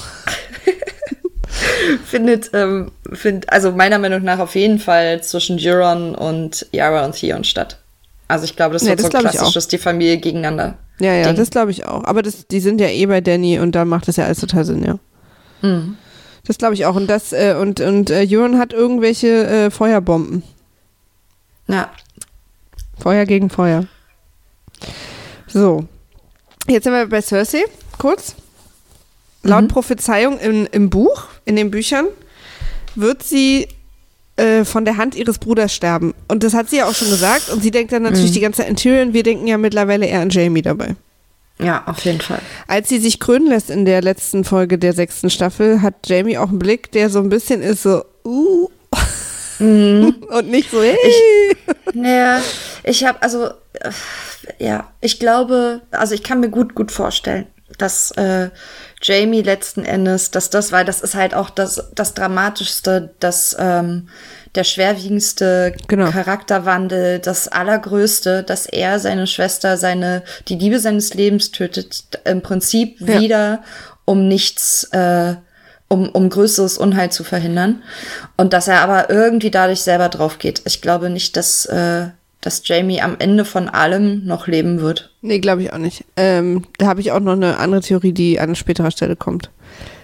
findet, ähm, find, also meiner Meinung nach auf jeden Fall zwischen Euron und Yara und Theon statt. Also ich glaube, das Ja, wird das so glaub ich klassisches, die Familie gegeneinander. Ja, ja, Ding. das glaube ich auch. Aber das, die sind ja eh bei Dany und da macht das ja alles total Sinn, ja. Mhm. Das glaube ich auch. Und das, äh, und, und äh, Euron hat irgendwelche äh, Feuerbomben. Ja. Feuer gegen Feuer. So. Jetzt sind wir bei Cersei, kurz. Laut Mhm. Prophezeiung im, im Buch, in den Büchern, wird sie äh, von der Hand ihres Bruders sterben. Und das hat sie ja auch schon gesagt. Und sie denkt dann natürlich Mhm. die ganze Zeit an Tyrion. Wir denken ja mittlerweile eher an Jaime dabei. Ja, auf jeden Fall. Als sie sich krönen lässt in der letzten Folge der sechsten Staffel, hat Jaime auch einen Blick, der so ein bisschen ist so, uh. Und nicht so, hey. Naja, ich habe, also, äh, ja, ich glaube, also ich kann mir gut, gut vorstellen, dass äh, Jaime letzten Endes, dass das, weil das ist halt auch das, das Dramatischste, das, ähm, der schwerwiegendste Genau. Charakterwandel, das Allergrößte, dass er seine Schwester, seine, die Liebe seines Lebens tötet, im Prinzip Ja. wieder um nichts, äh, um, um größeres Unheil zu verhindern. Und dass er aber irgendwie dadurch selber drauf geht. Ich glaube nicht, dass, äh, dass Jaime am Ende von allem noch leben wird. Nee, glaube ich auch nicht. Ähm, da habe ich auch noch eine andere Theorie, die an späterer Stelle kommt.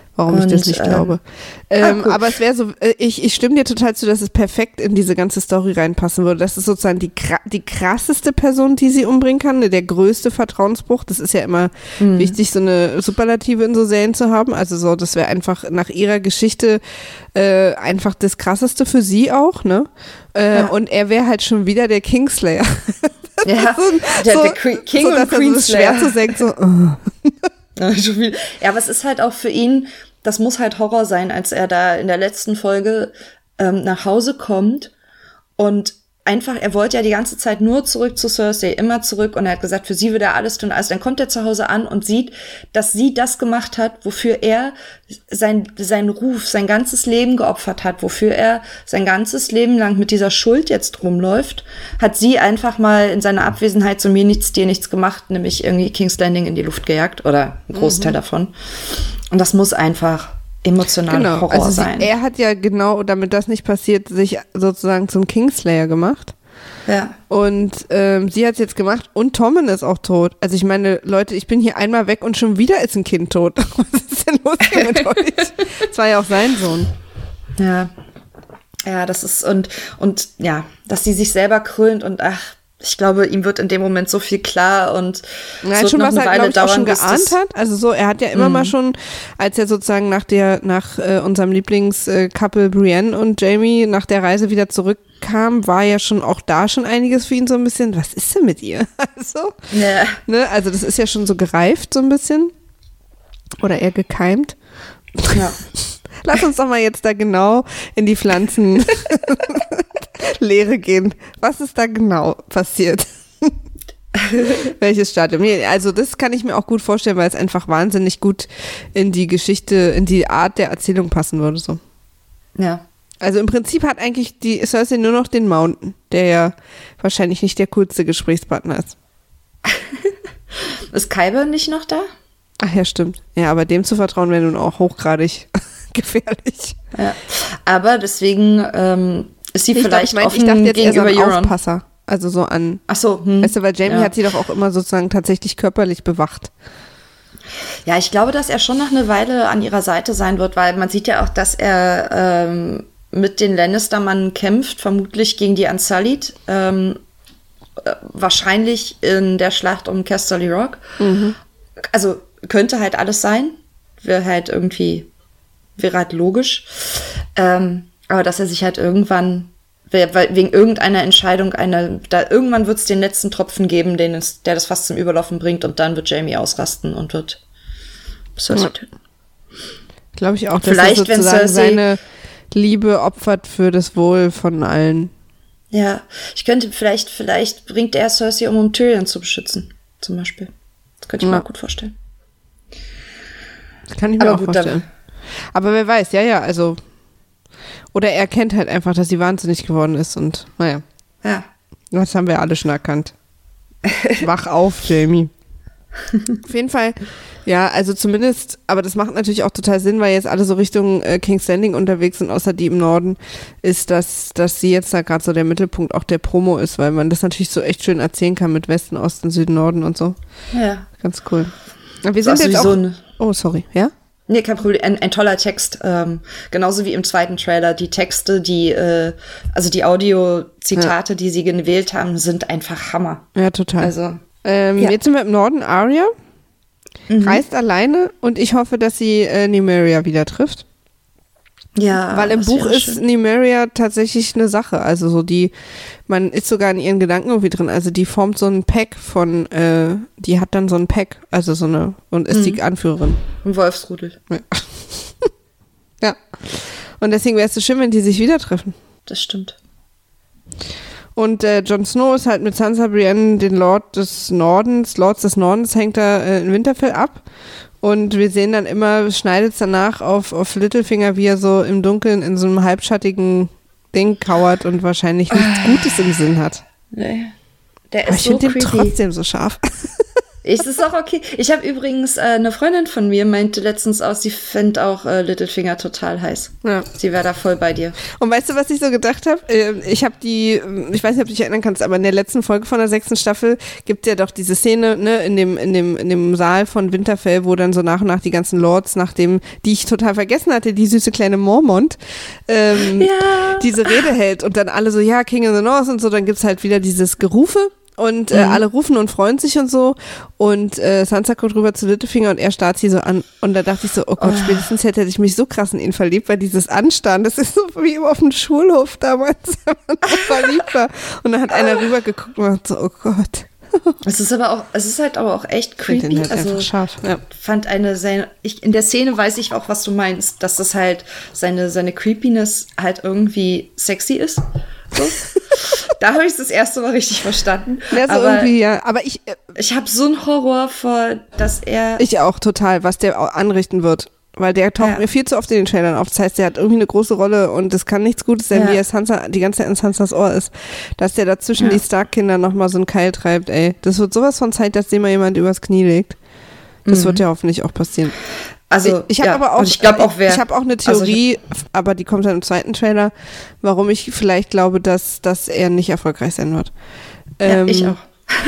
warum Und, ich das nicht ähm, glaube. Ähm, aber es wäre so, ich, ich stimme dir total zu, dass es perfekt in diese ganze Story reinpassen würde. Das ist sozusagen die, die krasseste Person, die sie umbringen kann, der größte Vertrauensbruch. Das ist ja immer mhm. wichtig, so eine Superlative in so Serien zu haben. Also so, das wäre einfach nach ihrer Geschichte äh, einfach das Krasseste für sie auch, ne? Äh, ja. Und er wäre halt schon wieder der Kingslayer. Ja, so, der, so, der King so, und Queen so schwer zu senken, so. Uh. Ja, aber es ist halt auch für ihn, das muss halt Horror sein, als er da in der letzten Folge ähm, nach Hause kommt und einfach, er wollte ja die ganze Zeit nur zurück zu Cersei, immer zurück, und er hat gesagt, für sie würde er alles tun. Also dann kommt er zu Hause an und sieht, dass sie das gemacht hat, wofür er sein, seinen Ruf, sein ganzes Leben geopfert hat, wofür er sein ganzes Leben lang mit dieser Schuld jetzt rumläuft, hat sie einfach mal in seiner Abwesenheit so mir nichts, dir nichts gemacht, nämlich irgendwie King's Landing in die Luft gejagt oder ein Großteil mhm. davon. Und das muss einfach emotional genau. Horror also sie, sein. Er hat ja genau, damit das nicht passiert, sich sozusagen zum Kingslayer gemacht. Ja. Und ähm, sie hat es jetzt gemacht und Tommen ist auch tot. Also ich meine, Leute, ich bin hier einmal weg und schon wieder ist ein Kind tot. Was ist denn los hier mit euch? Das war ja auch sein Sohn. Ja. Ja, das ist, und, und ja, dass sie sich selber krönt und ach, ich glaube, ihm wird in dem Moment so viel klar und ja, es wird schon, noch was eine er, Weile dauern, auch schon geahnt hat. Also so, er hat ja immer mhm. mal schon, als er sozusagen nach der, nach äh, unserem Lieblings-Couple äh, Brienne und Jamie nach der Reise wieder zurückkam, war ja schon auch da schon einiges für ihn so ein bisschen, was ist denn mit ihr? Also, ja. ne, also das ist ja schon so gereift so ein bisschen. Oder eher gekeimt. Ja. Lass uns doch mal jetzt da genau in die Pflanzenlehre gehen. Was ist da genau passiert? Welches Stadium? Also das kann ich mir auch gut vorstellen, weil es einfach wahnsinnig gut in die Geschichte, in die Art der Erzählung passen würde. So. Ja. Also im Prinzip hat eigentlich die Cersei nur noch den Mountain, der ja wahrscheinlich nicht der coolste Gesprächspartner ist. Ist Qyburn nicht noch da? Ach ja, stimmt. Ja, aber dem zu vertrauen wäre nun auch hochgradig gefährlich. Ja. Aber deswegen ähm, ist sie ich vielleicht glaub, ich mein, offen ich dachte jetzt gegenüber eher so ein Euron. Aufpasser. Also so an. Ach so. Hm. Weißt du, weil Jamie ja. hat sie doch auch immer sozusagen tatsächlich körperlich bewacht. Ja, ich glaube, dass er schon noch eine Weile an ihrer Seite sein wird, weil man sieht ja auch, dass er ähm, mit den Lannister-Mannen kämpft, vermutlich gegen die Unsullied. Ähm, äh, wahrscheinlich in der Schlacht um Casterly Rock. Mhm. Also könnte halt alles sein. Wäre halt irgendwie, wäre halt logisch. Ähm, aber dass er sich halt irgendwann, weil wegen irgendeiner Entscheidung, eine, da irgendwann wird es den letzten Tropfen geben, den es, der das fast zum Überlaufen bringt, und dann wird Jamie ausrasten und wird Cersei töten. Glaube ich auch, dass Vielleicht, er sozusagen wenn Cersei seine Liebe opfert für das Wohl von allen. Ja, ich könnte, vielleicht, vielleicht bringt er Cersei, um, um Tyrion zu beschützen, zum Beispiel. Das könnte ich ja. mir auch gut vorstellen. Das kann ich mir Aber auch gut, vorstellen. Aber wer weiß, ja, ja, also. Oder er erkennt halt einfach, dass sie wahnsinnig geworden ist und, naja. Ja. Das haben wir alle schon erkannt. Wach auf, Jamie. Auf jeden Fall, ja, also zumindest, aber das macht natürlich auch total Sinn, weil jetzt alle so Richtung äh, King's Landing unterwegs sind, außer die im Norden, ist, dass, dass sie jetzt da gerade so der Mittelpunkt auch der Promo ist, weil man das natürlich so echt schön erzählen kann mit Westen, Osten, Süden, Norden und so. Ja. Ganz cool. Aber wir sind jetzt auch, eine, oh, sorry, ja? Nee, kein Problem. Ein, ein toller Text. Ähm, genauso wie im zweiten Trailer. Die Texte, die, äh, also die Audio-Zitate, ja. die sie gewählt haben, sind einfach Hammer. Ja, total. Also, ähm, ja. Jetzt sind wir im Norden. Arya mhm. reist alleine und ich hoffe, dass sie äh, Nymeria wieder trifft. Ja. Weil im Buch ist schön. Nymeria tatsächlich eine Sache. Also so die, man ist sogar in ihren Gedanken irgendwie drin. Also die formt so ein Pack von, äh, die hat dann so ein Pack, also so eine, und ist mhm. die Anführerin. Ein Wolfsrudel. Ja. Ja. Und deswegen wäre es so schön, wenn die sich wieder treffen. Das stimmt. Und äh, Jon Snow ist halt mit Sansa Brienne den Lord des Nordens, Lords des Nordens, hängt da äh, in Winterfell ab. Und wir sehen dann immer, schneidet es danach auf, auf Littlefinger, wie er so im Dunkeln in so einem halbschattigen Ding kauert und wahrscheinlich nichts Gutes im Sinn hat. Nee. Der ist Aber ich so finde den creepy. trotzdem so scharf. Es ist auch okay. Ich habe übrigens, äh, eine Freundin von mir meinte letztens aus, sie fände auch äh, Littlefinger total heiß. Ja. Sie wäre da voll bei dir. Und weißt du, was ich so gedacht habe? Ich habe die, ich weiß nicht, ob du dich erinnern kannst, aber in der letzten Folge von der sechsten Staffel gibt es ja doch diese Szene, ne, in dem, in dem, in dem Saal von Winterfell, wo dann so nach und nach die ganzen Lords, nachdem, die ich total vergessen hatte, die süße kleine Mormont, ähm, Ja. diese Rede hält und dann alle so, ja, King of the North und so, dann gibt's halt wieder dieses Gerufe. Und äh, Mhm. alle rufen und freuen sich und so. Und äh, Sansa kommt rüber zu Littlefinger und er starrt sie so an. Und da dachte ich so, oh Gott, Oh. spätestens hätte ich mich so krass in ihn verliebt, weil dieses Anstarren, das ist so wie auf dem Schulhof damals, wenn man so verliebt war. Und dann hat einer rübergeguckt und hat so, oh Gott. Es ist aber auch, es ist halt aber auch echt Ich find creepy. den halt Also einfach scharf. Ja. fand eine seine, ich, in der Szene weiß ich auch, was du meinst, dass das halt seine, seine Creepiness halt irgendwie sexy ist. So. Da habe ich es das erste Mal richtig verstanden. Ja, so aber irgendwie, ja. Aber ich, äh, ich habe so einen Horror vor, dass er. ich auch total, was der auch anrichten wird. Weil der taucht Ja. mir viel zu oft in den Trailern auf. Das heißt, der hat irgendwie eine große Rolle und es kann nichts Gutes sein, Ja. wie er Sansa die ganze Zeit in Sansas Ohr ist. Dass der dazwischen Ja. die Stark-Kinder nochmal so einen Keil treibt, ey. Das wird sowas von Zeit, dass dem mal jemand übers Knie legt. Das Mhm. wird ja hoffentlich auch passieren. Also, ich ich habe ja, aber auch, und ich glaube auch, wer. ich habe auch eine also Theorie, aber die kommt dann im zweiten Trailer, warum ich vielleicht glaube, dass, dass er nicht erfolgreich sein wird. ja, Ähm, ich auch.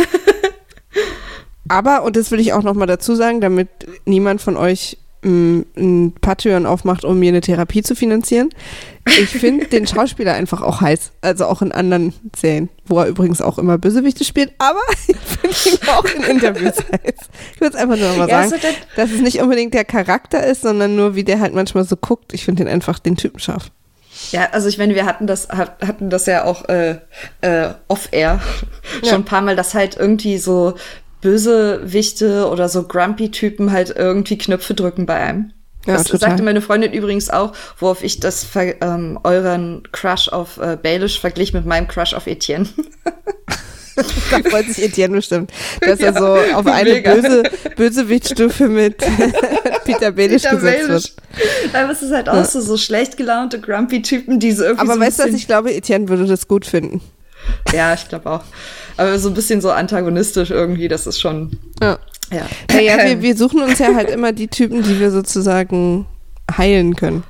Aber, und das will ich auch nochmal dazu sagen, damit niemand von euch mh, ein Patreon aufmacht, um mir eine Therapie zu finanzieren. Ich finde den Schauspieler einfach auch heiß. Also auch in anderen Serien, wo er übrigens auch immer Bösewichte spielt. Aber ich finde ihn auch in Interviews heiß. Ich würde es einfach nur noch mal Ja, sagen, so das- dass es nicht unbedingt der Charakter ist, sondern nur, wie der halt manchmal so guckt. Ich finde den einfach den Typen scharf. Ja, also ich meine, wir hatten das, hat- hatten das ja auch äh, äh, off-air schon Ja. ein paar Mal, dass halt irgendwie so Bösewichte oder so Grumpy-Typen halt irgendwie Knöpfe drücken bei einem. Ja, das total. sagte meine Freundin übrigens auch, worauf ich das ver- ähm, euren Crush auf äh, Baelish verglich mit meinem Crush auf Etienne. Da freut sich Etienne bestimmt, dass er Ja, so auf eine mega. böse Bösewichtstufe mit Peter Baelish Peter gesetzt Baelish. wird. Aber es ist halt auch so, so schlecht gelaunte Grumpy-Typen, die so irgendwie Aber so ein weißt du was, bisschen, ich glaube, Etienne würde das gut finden. ja, ich glaube auch. Aber so ein bisschen so antagonistisch irgendwie, das ist schon, Ja. ja. Naja, wir, wir suchen uns ja halt immer die Typen, die wir sozusagen heilen können.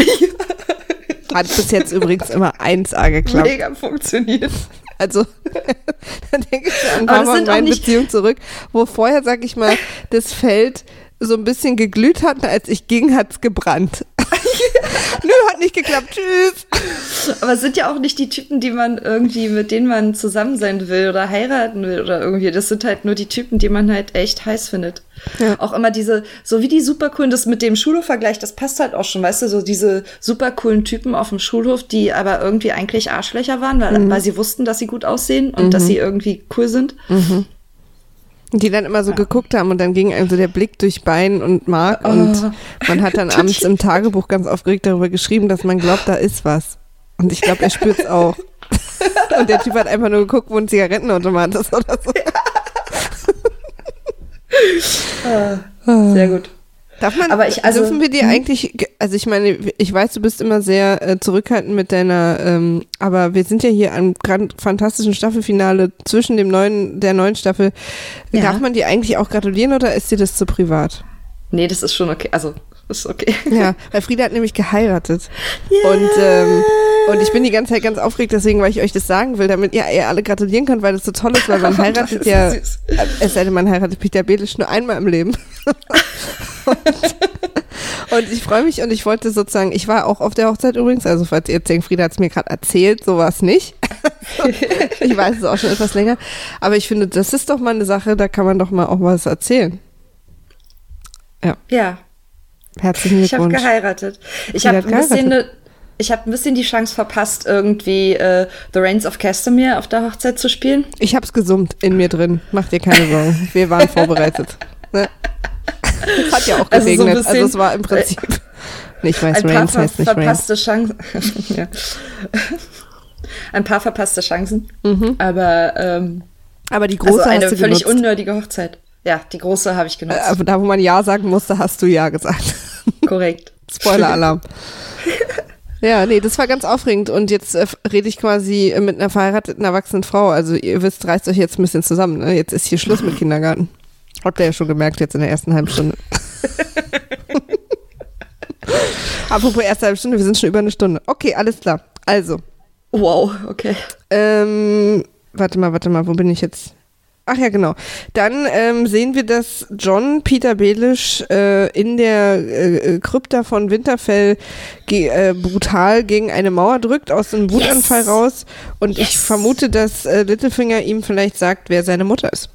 Hat bis jetzt übrigens immer eins A geklappt. Mega funktioniert. Also, dann denke ich an ein Aber paar das Mal sind auch meine nicht- Beziehung zurück, wo vorher, sag ich mal, das Feld so ein bisschen geglüht hat, als ich ging, hat's gebrannt. Nö, hat nicht geklappt, tschüss. Aber es sind ja auch nicht die Typen, die man irgendwie, mit denen man zusammen sein will oder heiraten will oder irgendwie. Das sind halt nur die Typen, die man halt echt heiß findet. Ja. Auch immer diese, so wie die super coolen, das mit dem Schulhofvergleich, das passt halt auch schon, weißt du, so diese super coolen Typen auf dem Schulhof, die aber irgendwie eigentlich Arschlöcher waren, weil, Mhm. weil sie wussten, dass sie gut aussehen und dass sie irgendwie cool sind. Die dann immer so geguckt haben und dann ging einem so der Blick durch Bein und Mark Oh. und man hat dann abends im Tagebuch ganz aufgeregt darüber geschrieben, dass man glaubt, da ist was. Und ich glaube, er spürt's auch. Und der Typ hat einfach nur geguckt, wo ein Zigarettenautomat ist oder so. Sehr gut. Darf man, Aber ich- also- dürfen wir dir hm? eigentlich, ge- also ich meine, ich weiß, du bist immer sehr äh, zurückhaltend mit deiner, ähm, aber wir sind ja hier am grand fantastischen Staffelfinale zwischen dem neuen, der neuen Staffel. Ja. Darf man dir eigentlich auch gratulieren oder ist dir das zu privat? Nee, das ist schon okay. Also, ist okay. Ja, weil Frieda hat nämlich geheiratet. Und, ähm, und ich bin die ganze Zeit ganz aufgeregt, deswegen, weil ich euch das sagen will, damit ihr, ihr alle gratulieren könnt, weil das so toll ist, weil man heiratet Das ist ja, süß. es sei denn, man heiratet Peter Baelish nur einmal im Leben. und, und ich freue mich und ich wollte sozusagen, ich war auch auf der Hochzeit übrigens, also falls ihr jetzt denkt, Frieda hat es mir gerade erzählt, so war es nicht. Ich weiß es auch schon etwas länger, aber ich finde, das ist doch mal eine Sache, da kann man doch mal auch was erzählen. Ja, Herzlichen ich habe Glückwunsch. geheiratet. Ich Sie habe hat ein bisschen geheiratet. ne, ich habe ein bisschen die Chance verpasst, irgendwie äh, The Reigns of Castamere auf der Hochzeit zu spielen. Ich hab's gesummt in mir drin. Mach dir keine Sorgen. Wir waren vorbereitet. Ne? Es hat ja auch Also so ein geregnet. Also, bisschen- es war im Prinzip. Nee, ich weiß, Ein paar Reigns ver heißt nicht Reigns. verpasste Chancen. Ja. Ein paar verpasste Chancen. Aber ähm, Aber die große also eine hast du völlig genutzt. unnötige Hochzeit. Ja, die große habe ich genutzt. Äh, Aber da, wo man Ja sagen musste, hast du Ja gesagt. Korrekt. Spoiler-Alarm. Ja, nee, das war ganz aufregend. Und jetzt äh, rede ich quasi äh, mit einer verheirateten, erwachsenen Frau. Also ihr wisst, reißt euch jetzt ein bisschen zusammen. Ne? Jetzt ist hier Schluss mit Kindergarten. Habt ihr ja schon gemerkt jetzt in der ersten halben Stunde. Apropos erste halbe Stunde, wir sind schon über eine Stunde. Okay, alles klar. Also. Wow, okay. Ähm, warte mal, warte mal, wo bin ich jetzt? Ach ja, genau. Dann ähm, sehen wir, dass John Peter Baelish äh, in der äh, Krypta von Winterfell ge- äh, brutal gegen eine Mauer drückt, aus einem Wutanfall yes. raus. Und yes. ich vermute, dass äh, Littlefinger ihm vielleicht sagt, wer seine Mutter ist.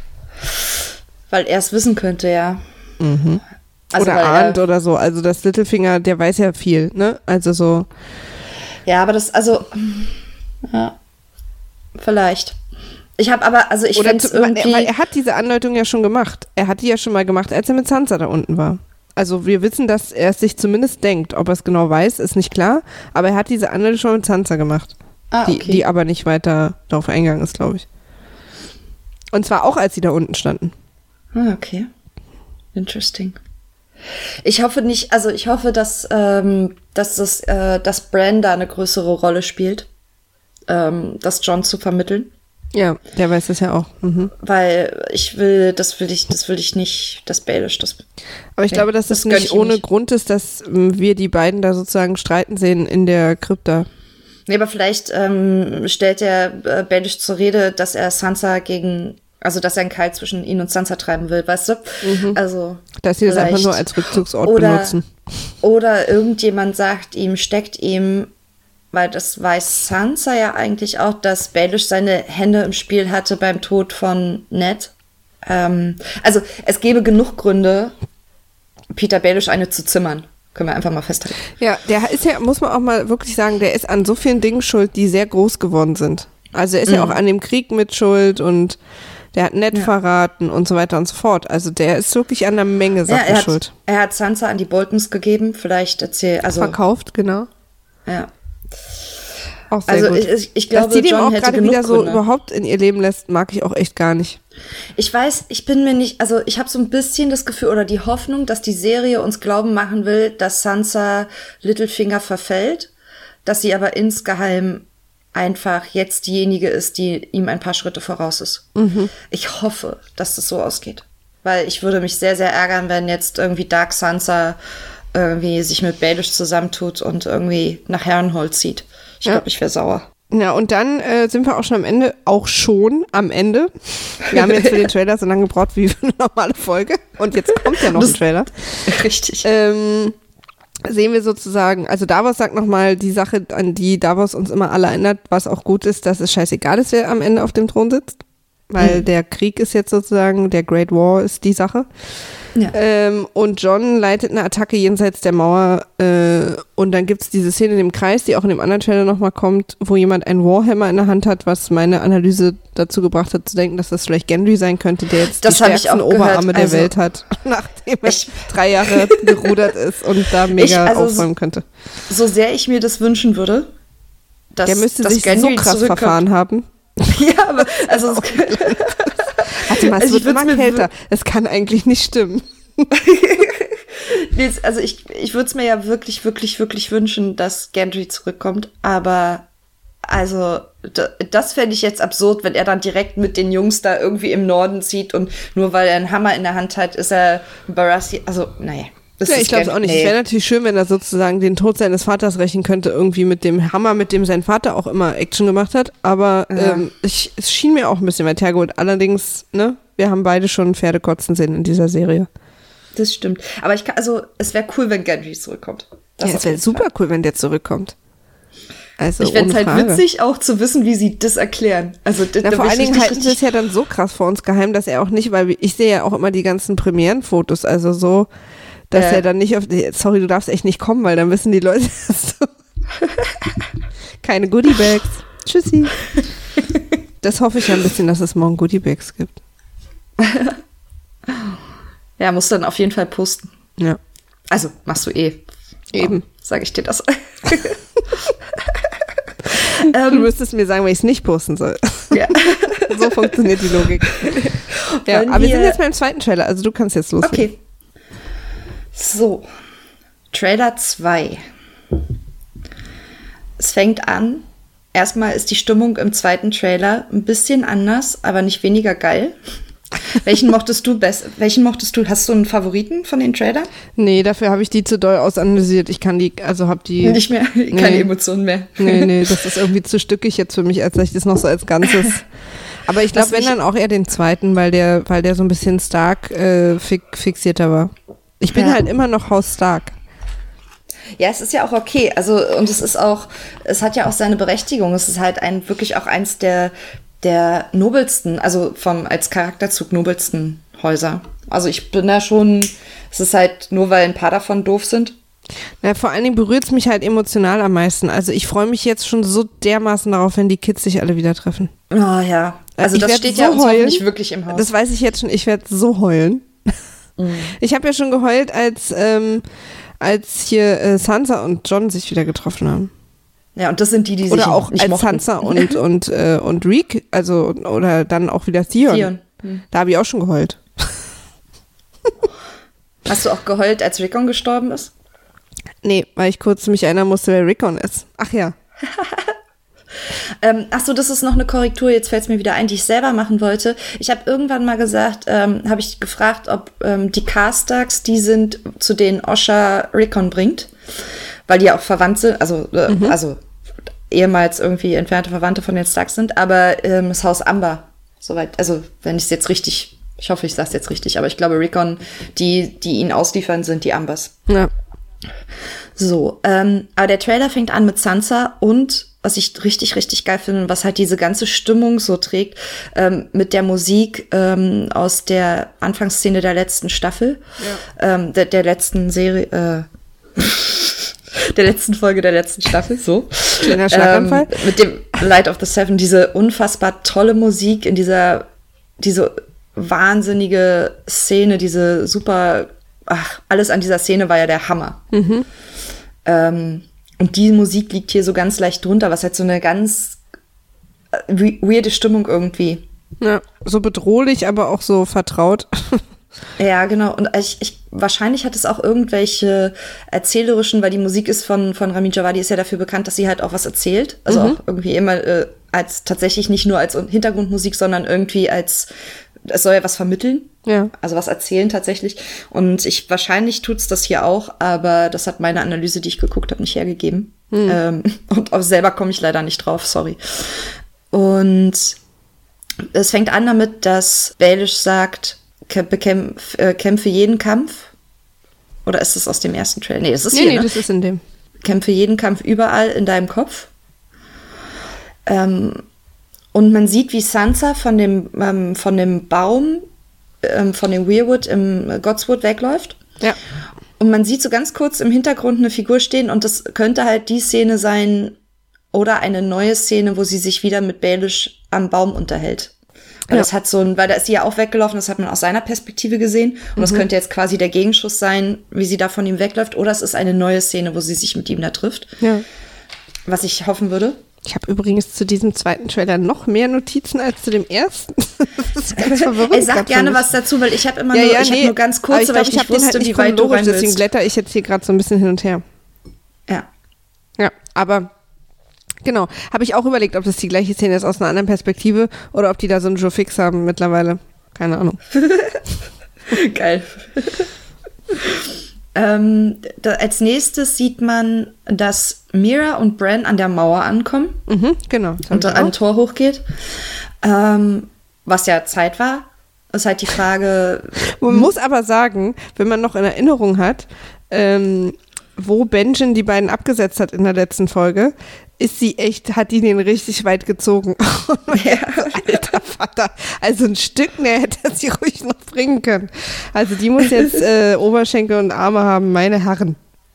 Weil er es wissen könnte, ja. Mhm. Also oder ahnt oder so. Also das Littlefinger, der weiß ja viel, ne? Also so. Ja, aber das, also, ja, vielleicht. Ich habe aber, also ich finde es irgendwie... Weil er hat diese Andeutung ja schon gemacht. Er hat die ja schon mal gemacht, als er mit Sansa da unten war. Also wir wissen, dass er es sich zumindest denkt. Ob er es genau weiß, ist nicht klar. Aber er hat diese Andeutung schon mit Sansa gemacht. Ah, okay. die, die aber nicht weiter darauf eingegangen ist, glaube ich. Und zwar auch, als sie da unten standen. Ah, okay. Interesting. Ich hoffe nicht, also ich hoffe, dass, ähm, dass, das, äh, dass Bran da eine größere Rolle spielt, ähm, das Jon zu vermitteln. Ja, der weiß das ja auch. Mhm. Weil ich will, das will ich, das will ich nicht, das Baelish, das. Aber ich nee, glaube, dass das, das nicht ohne nicht. Grund ist, dass ähm, wir die beiden da sozusagen streiten sehen in der Krypta. Nee, aber vielleicht ähm, stellt der äh, Baelish zur Rede, dass er Sansa gegen, also dass er einen Keil zwischen ihn und Sansa treiben will, weißt du? Mhm. Also dass sie das einfach nur als Rückzugsort oder, benutzen. Oder irgendjemand sagt ihm, steckt ihm, weil das weiß Sansa ja eigentlich auch, dass Baelish seine Hände im Spiel hatte beim Tod von Ned. Ähm, also es gäbe genug Gründe, Peter Baelish eine zu zimmern. Können wir einfach mal festhalten. Ja, der ist ja, muss man auch mal wirklich sagen, der ist an so vielen Dingen schuld, die sehr groß geworden sind. Also er ist mhm. ja auch an dem Krieg mit schuld und der hat Ned ja. verraten und so weiter und so fort. Also der ist wirklich an einer Menge Sachen ja, er hat, schuld. Er hat Sansa an die Boltons gegeben, vielleicht erzähl, also verkauft, genau. Ja. Auch sehr also gut. Ich, ich glaube, dass die dem John auch hätte gerade genug wieder so Gründe. überhaupt in ihr Leben lässt, mag ich auch echt gar nicht. Ich weiß, ich bin mir nicht, also ich habe so ein bisschen das Gefühl oder die Hoffnung, dass die Serie uns glauben machen will, dass Sansa Littlefinger verfällt, dass sie aber insgeheim einfach jetzt diejenige ist, die ihm ein paar Schritte voraus ist. Mhm. Ich hoffe, dass das so ausgeht. Weil ich würde mich sehr, sehr ärgern, wenn jetzt irgendwie Dark Sansa irgendwie sich mit Baelish zusammentut und irgendwie nach Herrenholz zieht. Ich ja. glaube, ich wäre sauer. Ja, und dann äh, sind wir auch schon am Ende, auch schon am Ende. Wir haben jetzt für den Trailer so lange gebraucht wie für eine normale Folge. Und jetzt kommt ja noch das, ein Trailer. Richtig. Ähm, sehen wir sozusagen, also Davos sagt nochmal die Sache, an die Davos uns immer alle erinnert, was auch gut ist, dass es scheißegal ist, wer am Ende auf dem Thron sitzt. Weil mhm. der Krieg ist jetzt sozusagen, der Great War ist die Sache. Ja. Ähm, und Jon leitet eine Attacke jenseits der Mauer äh, und dann gibt es diese Szene in dem Kreis, die auch in dem anderen Trailer nochmal kommt, wo jemand einen Warhammer in der Hand hat, was meine Analyse dazu gebracht hat, zu denken, dass das vielleicht Gendry sein könnte, der jetzt das die stärksten Oberarme der also, Welt hat, nachdem er ich, drei Jahre gerudert ist und da mega ich, also aufräumen könnte. So sehr ich mir das wünschen würde, dass der müsste dass sich Gendry so krass verfahren haben. Ja, aber also es Warte mal, es also wird immer kälter. Es kann eigentlich nicht stimmen. nee, also ich, ich würde es mir ja wirklich, wirklich, wirklich wünschen, dass Gendry zurückkommt, aber also das fände ich jetzt absurd, wenn er dann direkt mit den Jungs da irgendwie im Norden zieht und nur weil er einen Hammer in der Hand hat, ist er Barassi, also naja. Ja, ich glaube es auch nicht. Nee. Es wäre natürlich schön, wenn er sozusagen den Tod seines Vaters rächen könnte, irgendwie mit dem Hammer, mit dem sein Vater auch immer Action gemacht hat. Aber ja. ähm, ich, es schien mir auch ein bisschen weit hergeholt. Allerdings, ne, wir haben beide schon Pferde kotzen sehen in dieser Serie. Das stimmt. Aber ich kann, also es wäre cool, wenn Gendry zurückkommt. Das ja, es wäre super cool, wenn der zurückkommt. Also ich fände es halt Frage. witzig, auch zu wissen, wie sie das erklären. Also d- Na, da vor allen Dingen halten richtig sie es ja dann so krass vor uns geheim, dass er auch nicht, weil ich sehe ja auch immer die ganzen Premierenfotos, also so, dass äh. er dann nicht auf die, sorry, du darfst echt nicht kommen, weil dann wissen die Leute, dass du keine Goodiebags. Tschüssi. Das hoffe ich ja ein bisschen, dass es morgen Goodiebags gibt. Ja, muss dann auf jeden Fall posten. Ja. Also, machst du eh. Eben. Sage ich dir das. Du müsstest mir sagen, wenn ich es nicht posten soll. Ja. So funktioniert die Logik. Ja, aber wir sind jetzt beim zweiten Trailer, also du kannst jetzt loslegen. Okay. So. Trailer zwei. Es fängt an. Erstmal ist die Stimmung im zweiten Trailer ein bisschen anders, aber nicht weniger geil. Welchen mochtest du best? Welchen mochtest du? Hast du einen Favoriten von den Trailern? Nee, dafür habe ich die zu doll ausanalysiert. Ich kann die, also habe die... Nicht mehr? Keine nee. Emotionen mehr. Nee, nee, das ist irgendwie zu stückig jetzt für mich, als dass ich das noch so als Ganzes... Aber ich glaube, wenn dann auch eher den zweiten, weil der, weil der so ein bisschen Stark äh, fi- fixierter war. Ich bin Ja. halt immer noch Haus Stark. Ja, es ist ja auch okay. Also, und es ist auch, es hat ja auch seine Berechtigung. Es ist halt ein, wirklich auch eins der, der nobelsten, also vom, als Charakterzug nobelsten Häuser. Also ich bin da schon, es ist halt nur, weil ein paar davon doof sind. Na, vor allen Dingen berührt es mich halt emotional am meisten. Also ich freue mich jetzt schon so dermaßen darauf, wenn die Kids sich alle wieder treffen. Oh ja. Also Ich das werd steht so ja uns heulen. hoffentlich wirklich im Haus. Das weiß ich jetzt schon, ich werde so heulen. Mhm. Ich habe ja schon geheult, als, ähm, als hier äh, Sansa und Jon sich wieder getroffen haben. Ja, und das sind die, die sich Oder auch nicht als mochten. Sansa und, und, äh, und Reek, also oder dann auch wieder Theon. Theon. Hm. Da habe ich auch schon geheult. Hast du auch geheult, als Rickon gestorben ist? Nee, weil ich kurz mich erinnern musste, wer Rickon ist. Ach ja. Ähm, ach so, das ist noch eine Korrektur, jetzt fällt es mir wieder ein, die ich selber machen wollte. Ich habe irgendwann mal gesagt, ähm, habe ich gefragt, ob ähm, die Karstarks die sind, zu denen Osha Rickon bringt, weil die ja auch verwandt sind, also, äh, Mhm. also ehemals irgendwie entfernte Verwandte von den Starks sind, aber ähm, das Haus Amber, soweit, also wenn ich es jetzt richtig, ich hoffe, ich sage es jetzt richtig, aber ich glaube, Rickon, die, die ihn ausliefern, sind die Ambers. Ja. So, ähm, aber der Trailer fängt an mit Sansa und, was ich richtig, richtig geil finde, was halt diese ganze Stimmung so trägt, ähm, mit der Musik ähm, aus der Anfangsszene der letzten Staffel, ja. ähm, der, der letzten Serie, äh, der letzten Folge der letzten Staffel, so. Kleiner Schlaganfall. Ähm, mit dem Light of the Seven, diese unfassbar tolle Musik in dieser, diese wahnsinnige Szene, diese super, ach, alles an dieser Szene war ja der Hammer. Mhm. Ähm, und die Musik liegt hier so ganz leicht drunter, was halt so eine ganz äh, weirde Stimmung irgendwie. Ja, so bedrohlich, aber auch so vertraut. Ja, genau. Und ich, ich, wahrscheinlich hat es auch irgendwelche erzählerischen, weil die Musik ist von, von Ramin Djawadi, ist ja dafür bekannt, dass sie halt auch was erzählt. Also mhm. auch irgendwie immer äh, als tatsächlich nicht nur als Hintergrundmusik, sondern irgendwie als, es soll ja was vermitteln. Ja. Also was erzählen tatsächlich. Und ich, wahrscheinlich tut's das hier auch, aber das hat meine Analyse, die ich geguckt habe, nicht hergegeben. Mhm. Ähm, und auch selber komme ich leider nicht drauf, sorry. Und es fängt an damit, dass Baelish sagt, Bekämpf, äh, kämpfe jeden Kampf. Oder ist das aus dem ersten Trailer? Nee, das ist nee, hier, nee, ne? das ist in dem. Kämpfe jeden Kampf überall in deinem Kopf. Ähm, und man sieht, wie Sansa von dem, ähm, von dem Baum, ähm, von dem Weirwood im Godswood wegläuft. Ja. Und man sieht so ganz kurz im Hintergrund eine Figur stehen und das könnte halt die Szene sein oder eine neue Szene, wo sie sich wieder mit Baelish am Baum unterhält. Weil ja. das hat so ein, weil da ist sie ja auch weggelaufen, das hat man aus seiner Perspektive gesehen. Und mhm. das könnte jetzt quasi der Gegenschuss sein, wie sie da von ihm wegläuft. Oder es ist eine neue Szene, wo sie sich mit ihm da trifft. Ja. Was ich hoffen würde. Ich habe übrigens zu diesem zweiten Trailer noch mehr Notizen als zu dem ersten. Das ist ganz verwirrend. Ey, sag gerne was dazu, weil ich habe immer ja, nur, ja, ich nee, hab nur ganz kurz, ich weil glaub, ich, ich nicht wusste, halt nicht wie weit du rein willst. Deswegen blätter ich jetzt hier gerade so ein bisschen hin und her. Ja. Ja, aber genau, habe ich auch überlegt, ob das die gleiche Szene ist aus einer anderen Perspektive oder ob die da so einen Joe Fix haben mittlerweile. Keine Ahnung. Geil. ähm, da, als nächstes sieht man, dass Mira und Bran an der Mauer ankommen. Mhm, genau. Und ein Tor hochgeht. Ähm, was ja Zeit war. Ist halt die Frage. Man muss aber sagen, wenn man noch in Erinnerung hat, ähm, wo Benjen die beiden abgesetzt hat in der letzten Folge, ist sie echt, hat die den richtig weit gezogen. Ja. Alter Vater, also ein Stück mehr hätte er sie ruhig noch bringen können. Also die muss jetzt äh, Oberschenkel und Arme haben, meine Herren.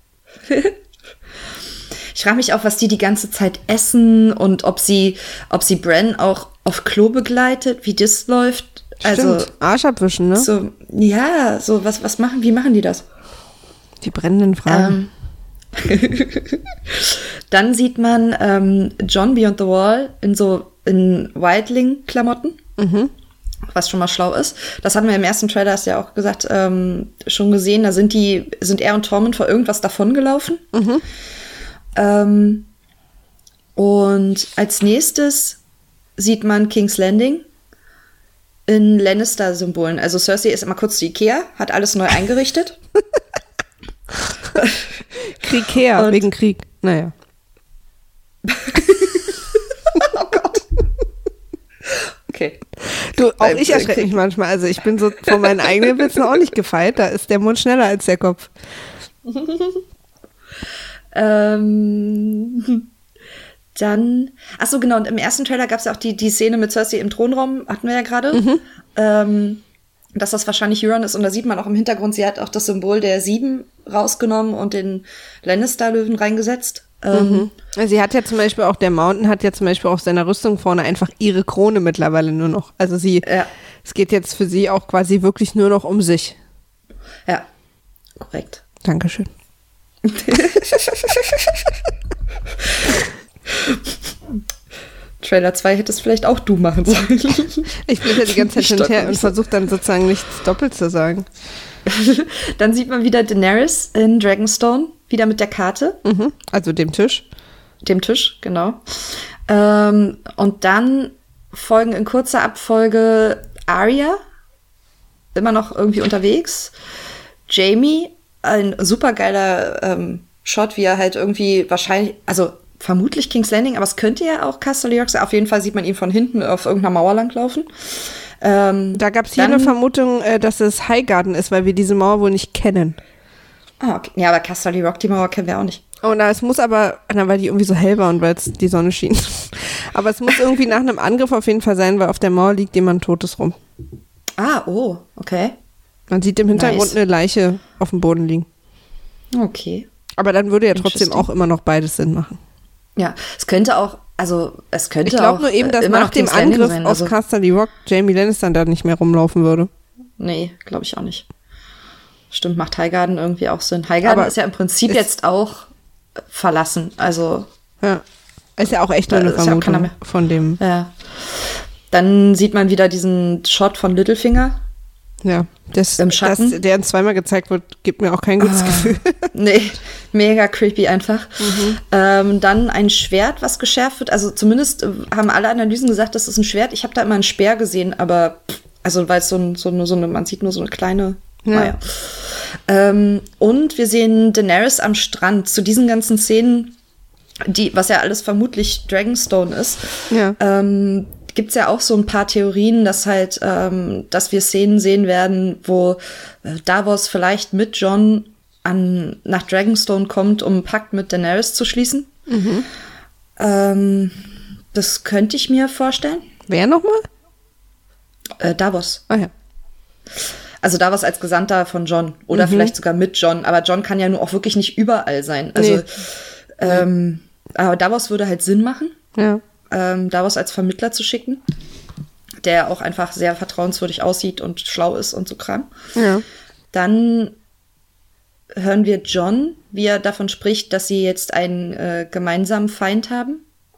Ich frage mich auch, was die die ganze Zeit essen und ob sie, ob sie Bran auch auf Klo begleitet, wie das läuft. Stimmt, also Arsch abwischen, ne? So, ja, so was, was machen, wie machen die das? Die brennenden Fragen. Ähm, Dann sieht man ähm, Jon Beyond the Wall in so in Wildling-Klamotten, mhm. was schon mal schlau ist. Das hatten wir im ersten Trailer, hast du ja auch gesagt, ähm, schon gesehen. Da sind die, sind er und Tormund vor irgendwas davongelaufen. Mhm. Ähm, und als nächstes sieht man King's Landing. in Lannister-Symbolen. Also Cersei ist immer kurz zu Ikea, hat alles neu eingerichtet. Krieg her, wegen Krieg. Naja. Oh Gott. Okay. Du, auch ich erschrecke mich manchmal. Also ich bin so von meinen eigenen Witzen auch nicht gefeit. Da ist der Mund schneller als der Kopf. ähm, dann, ach so genau, und im ersten Trailer gab es ja auch die, die Szene mit Cersei im Thronraum, hatten wir ja gerade. Mhm. Ähm, dass das wahrscheinlich Euron ist. Und da sieht man auch im Hintergrund, sie hat auch das Symbol der Sieben rausgenommen und den Lannister-Löwen reingesetzt. Mhm. Ähm, sie hat ja zum Beispiel auch, der Mountain hat ja zum Beispiel auf seiner Rüstung vorne einfach ihre Krone mittlerweile nur noch. Also sie, ja. Es geht jetzt für sie auch quasi wirklich nur noch um sich. Ja, korrekt. Dankeschön. Trailer zwei hättest vielleicht auch du machen sollen. Ich bin ja die ganze Zeit hin und her und versuche dann sozusagen nichts doppelt zu sagen. Dann sieht man wieder Daenerys in Dragonstone, wieder mit der Karte. Mhm, also dem Tisch. Dem Tisch, genau. Ähm, und dann folgen in kurzer Abfolge Arya, immer noch irgendwie unterwegs. Jaime, ein supergeiler ähm, Shot, wie er halt irgendwie wahrscheinlich, also vermutlich King's Landing, aber es könnte ja auch Castle Rock sein. Auf jeden Fall sieht man ihn von hinten auf irgendeiner Mauer langlaufen. Ähm, da gab es hier eine Vermutung, äh, dass es Highgarden ist, weil wir diese Mauer wohl nicht kennen. Ah, okay. Ja, aber Castle Rock, die Mauer kennen wir auch nicht. Oh, na, es muss aber, na, weil die irgendwie so hell war und weil es die Sonne schien. Aber es muss irgendwie nach einem Angriff auf jeden Fall sein, weil auf der Mauer liegt jemand Totes rum. Ah, oh, okay. Man sieht im Hintergrund nice. Eine Leiche auf dem Boden liegen. Okay. Aber dann würde ja trotzdem auch immer noch beides Sinn machen. Ja, es könnte auch, also es könnte ich glaub, auch Ich glaube nur eben, dass nach dem Angriff sein, also auf Casterly Rock Jaime Lannister da nicht mehr rumlaufen würde. Nee, glaube ich auch nicht. Stimmt, macht Highgarden irgendwie auch Sinn. Highgarden aber ist ja im Prinzip ist jetzt auch verlassen, also. Ja, ist ja auch echt nur eine Vermutung ja von dem. Ja. Dann sieht man wieder diesen Shot von Littlefinger. Ja, das, im Schatten. Dass der uns zweimal gezeigt wird, gibt mir auch kein gutes ah, Gefühl. Nee, mega creepy einfach. Mhm. Ähm, dann ein Schwert, was geschärft wird. Also zumindest haben alle Analysen gesagt, das ist ein Schwert. Ich habe da immer einen Speer gesehen, aber also weil es so, ein, so, eine, so eine, man sieht nur so eine kleine. Ja. Naja. Ähm, und wir sehen Daenerys am Strand. Zu diesen ganzen Szenen, die, was ja alles vermutlich Dragonstone ist, ja. ähm, gibt es ja auch so ein paar Theorien, dass halt, ähm, dass wir Szenen sehen werden, wo äh, Davos vielleicht mit Jon an, nach Dragonstone kommt, um einen Pakt mit Daenerys zu schließen. Mhm. Ähm, das könnte ich mir vorstellen. Wer nochmal? Äh, Davos. Ah ja. Also Davos als Gesandter von Jon oder mhm. vielleicht sogar mit Jon. Aber Jon kann ja nur auch wirklich nicht überall sein. Also, nee. ähm, aber Davos würde halt Sinn machen. Ja. Ähm, Davos als Vermittler zu schicken, der auch einfach sehr vertrauenswürdig aussieht und schlau ist und so Kram. Ja. Dann hören wir Jon, wie er davon spricht, dass sie jetzt einen äh, gemeinsamen Feind haben.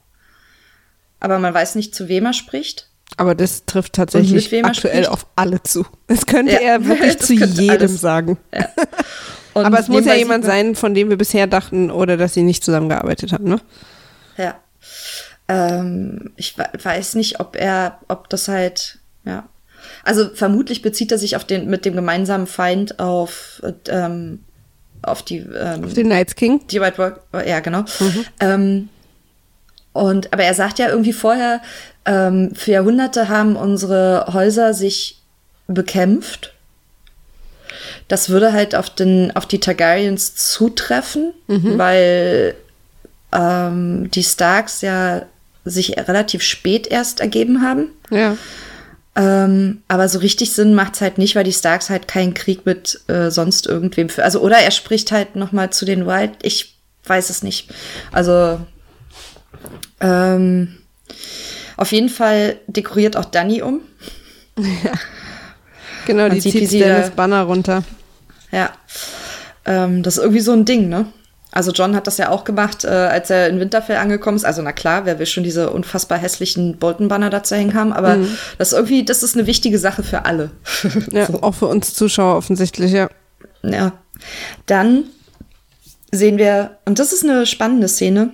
Aber man weiß nicht, zu wem er spricht. Aber das trifft tatsächlich aktuell spricht. Auf alle zu. Das könnte ja. er wirklich zu jedem alles. Sagen. Ja. Aber es muss ja jemand sein, von dem wir bisher dachten oder dass sie nicht zusammengearbeitet haben, ne? Ja. Ähm, ich weiß nicht, ob er, ob das halt, ja. Also vermutlich bezieht er sich auf den, mit dem gemeinsamen Feind auf, ähm, auf die, ähm, auf den Night's King. Die White Walk, ja, genau. Mhm. Ähm, und, aber er sagt ja irgendwie vorher, ähm, für Jahrhunderte haben unsere Häuser sich bekämpft. Das würde halt auf den, auf die Targaryens zutreffen, mhm. weil, ähm, die Starks ja sich relativ spät erst ergeben haben. Ja. Ähm, aber so richtig Sinn macht's halt nicht, weil die Starks halt keinen Krieg mit äh, sonst irgendwem für. Also, oder er spricht halt noch mal zu den White. Ich weiß es nicht. Also, ähm, auf jeden Fall dekoriert auch Dany um. Ja. Genau, Man die sieht, zieht sie das Banner runter. Ja. Ähm, das ist irgendwie so ein Ding, ne? Also Jon hat das ja auch gemacht, äh, als er in Winterfell angekommen ist. Also na klar, wer will schon diese unfassbar hässlichen Bolton-Banner dazu hängen haben. Aber mhm. das ist irgendwie, das ist eine wichtige Sache für alle. Ja, so. Auch für uns Zuschauer offensichtlich, ja. Ja. Dann sehen wir, und das ist eine spannende Szene,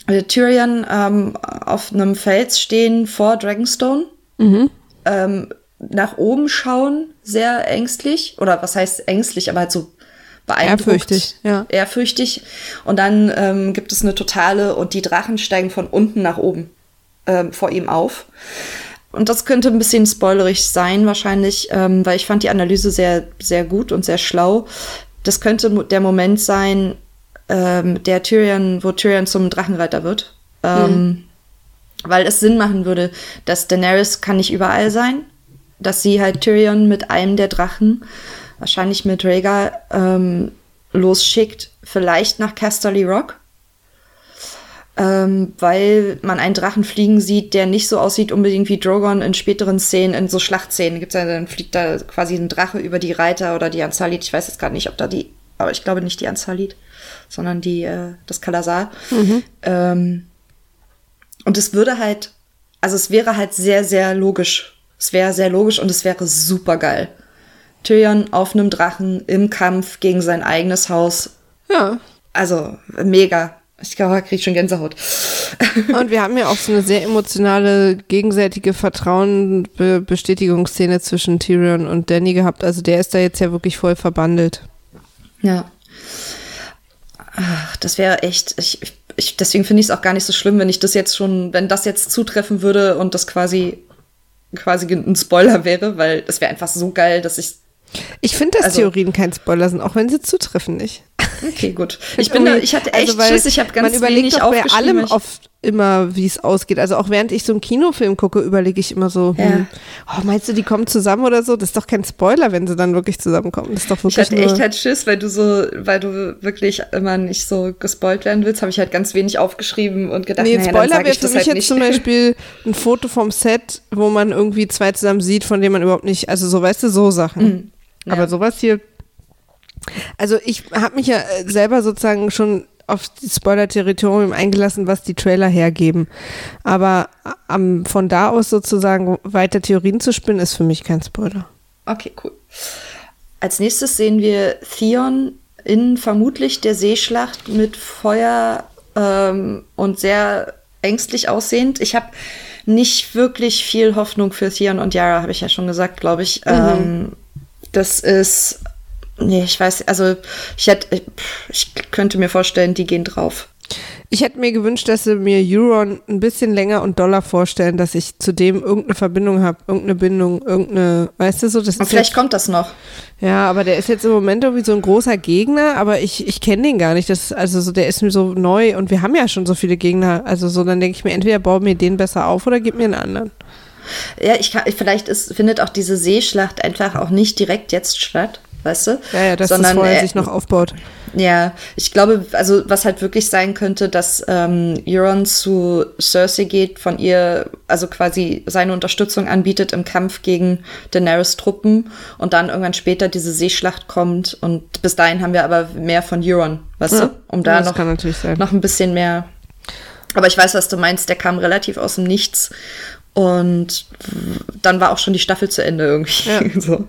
Tyrion ähm, auf einem Fels stehen vor Dragonstone. Mhm. Ähm, nach oben schauen, sehr ängstlich. Oder was heißt ängstlich, aber halt so beeindruckt. Ehrfürchtig, ja. Ehrfürchtig. Und dann ähm, gibt es eine totale und die Drachen steigen von unten nach oben ähm, vor ihm auf. Und das könnte ein bisschen spoilerig sein wahrscheinlich, ähm, weil ich fand die Analyse sehr, sehr gut und sehr schlau. Das könnte der Moment sein, ähm, der Tyrion, wo Tyrion zum Drachenreiter wird. Ähm, mhm. Weil es Sinn machen würde, dass Daenerys kann nicht überall sein, dass sie halt Tyrion mit einem der Drachen, wahrscheinlich mit Rhaegar, ähm, losschickt, vielleicht nach Casterly Rock. Ähm, weil man einen Drachen fliegen sieht, der nicht so aussieht unbedingt wie Drogon in späteren Szenen, in so Schlachtszenen. Gibt's ja, dann fliegt da quasi ein Drache über die Reiter oder die Unsullied. Ich weiß jetzt gerade nicht, ob da die, aber ich glaube nicht die Unsullied, sondern die, äh, das Kalasar. Mhm. Ähm, und es würde halt, also es wäre halt sehr, sehr logisch. Es wäre sehr logisch und es wäre super geil. Tyrion auf einem Drachen im Kampf gegen sein eigenes Haus. Ja. Also, mega. Ich glaube, da kriege ich schon Gänsehaut. Und wir haben ja auch so eine sehr emotionale, gegenseitige Vertrauen-Bestätigungsszene zwischen Tyrion und Dany gehabt. Also der ist da jetzt ja wirklich voll verbandelt. Ja. Ach, das wäre echt, ich, ich, deswegen finde ich es auch gar nicht so schlimm, wenn ich das jetzt schon, wenn das jetzt zutreffen würde und das quasi, quasi ein Spoiler wäre, weil das wäre einfach so geil, dass ich Ich finde, dass also, Theorien kein Spoiler sind, auch wenn sie zutreffen nicht. Okay, gut. Ich bin da, ich hatte echt also, Schiss, ich habe ganz man überlegt wenig doch bei aufgeschrieben. allem oft immer, wie es ausgeht. Also auch während ich so einen Kinofilm gucke, überlege ich immer so, ja. hm, oh, meinst du, die kommen zusammen oder so? Das ist doch kein Spoiler, wenn sie dann wirklich zusammenkommen. Das ist doch wirklich ich hatte nur echt halt Schiss, weil du so, weil du wirklich immer nicht so gespoilt werden willst, habe ich halt ganz wenig aufgeschrieben und gedacht, nee, naja, Spoiler dann sag wäre ich für das mich halt jetzt nicht. zum Beispiel ein Foto vom Set, wo man irgendwie zwei zusammen sieht, von denen man überhaupt nicht, also so, weißt du, so Sachen. Mhm. Ja. Aber sowas hier, also ich habe mich ja selber sozusagen schon auf das Spoiler-Territorium eingelassen, was die Trailer hergeben. Aber um, von da aus sozusagen weiter Theorien zu spinnen, ist für mich kein Spoiler. Okay, cool. Als nächstes sehen wir Theon in vermutlich der Seeschlacht mit Feuer ähm, und sehr ängstlich aussehend. Ich habe nicht wirklich viel Hoffnung für Theon und Yara, habe ich ja schon gesagt, glaube ich. Mhm. Ähm, das ist Nee, ich weiß, also ich hätte, ich könnte mir vorstellen, die gehen drauf. Ich hätte mir gewünscht, dass sie mir Euron ein bisschen länger und doller vorstellen, dass ich zu dem irgendeine Verbindung habe, irgendeine Bindung, irgendeine, weißt du so, das und ist vielleicht jetzt, kommt das noch. Ja, aber der ist jetzt im Moment irgendwie so ein großer Gegner, aber ich, ich kenne den gar nicht. Das, also so, der ist mir so neu und wir haben ja schon so viele Gegner. Also so, dann denke ich mir, entweder baue mir den besser auf oder gib mir einen anderen. Ja, ich kann, vielleicht ist, findet auch diese Seeschlacht einfach auch nicht direkt jetzt statt. Weißt du? Ja, ja, dass Sondern, das vorher äh, sich noch aufbaut. Ja, ich glaube, also was halt wirklich sein könnte, dass ähm, Euron zu Cersei geht, von ihr, also quasi seine Unterstützung anbietet im Kampf gegen Daenerys Truppen und dann irgendwann später diese Seeschlacht kommt und bis dahin haben wir aber mehr von Euron, weißt ja, du? Um da das noch, kann natürlich sein. noch ein bisschen mehr. Aber ich weiß, was du meinst, der kam relativ aus dem Nichts. Und dann war auch schon die Staffel zu Ende irgendwie. Ja. so.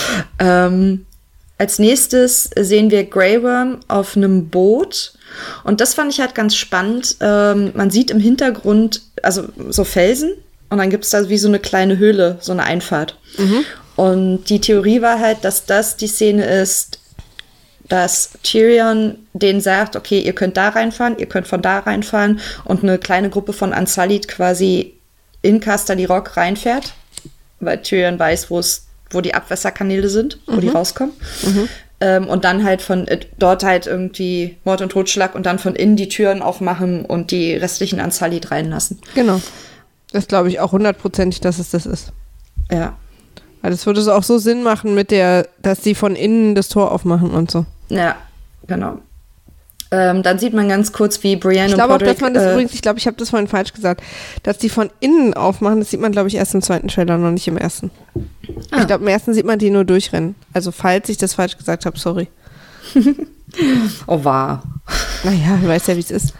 ähm, Als nächstes sehen wir Grey Worm auf einem Boot. Und das fand ich halt ganz spannend. Ähm, man sieht im Hintergrund, also so Felsen. Und dann gibt es da wie so eine kleine Höhle, so eine Einfahrt. Mhm. Und die Theorie war halt, dass das die Szene ist, dass Tyrion denen sagt, okay, ihr könnt da reinfahren, ihr könnt von da reinfahren. Und eine kleine Gruppe von Unsullied quasi in Casterly Rock reinfährt. Weil Tyrion weiß, wo es wo die Abwässerkanäle sind, wo mhm. die rauskommen. Mhm. Ähm, und dann halt von äh, dort halt irgendwie Mord und Totschlag und dann von innen die Türen aufmachen und die restlichen Unsullied reinlassen. Genau. Das glaube ich auch hundertprozentig, dass es das ist. Ja. Weil das würde so auch so Sinn machen mit der, dass die von innen das Tor aufmachen und so. Ja, genau. Ähm, dann sieht man ganz kurz, wie Brienne ich und glaube auch, Podrick, dass man das äh, übrigens, ich glaube, ich habe das vorhin falsch gesagt, dass die von innen aufmachen, das sieht man, glaube ich, erst im zweiten Trailer, noch nicht im ersten. Ah. Ich glaube, im ersten sieht man die nur durchrennen. Also, falls ich das falsch gesagt habe, sorry. oh, wahr. Naja, du weißt ja, wie es ist.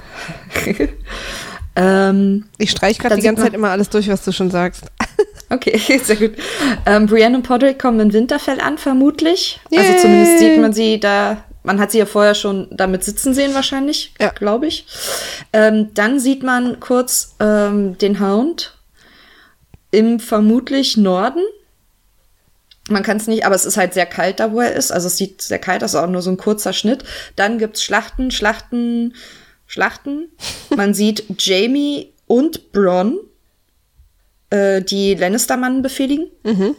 ähm, ich streiche gerade die ganze Zeit immer alles durch, was du schon sagst. Okay, sehr gut. Ähm, Brienne und Podrick kommen in Winterfell an, vermutlich. Yay. Also zumindest sieht man sie da. Man hat sie ja vorher schon damit sitzen sehen wahrscheinlich, ja. glaube ich. Ähm, dann sieht man kurz ähm, den Hound im vermutlich Norden. Man kann es nicht, aber es ist halt sehr kalt da, wo er ist. Also es sieht sehr kalt aus, auch nur so ein kurzer Schnitt. Dann gibt's Schlachten, Schlachten, Schlachten. Man sieht Jaime und Bronn, äh, die Lannister-Mannen befehligen. Mhm.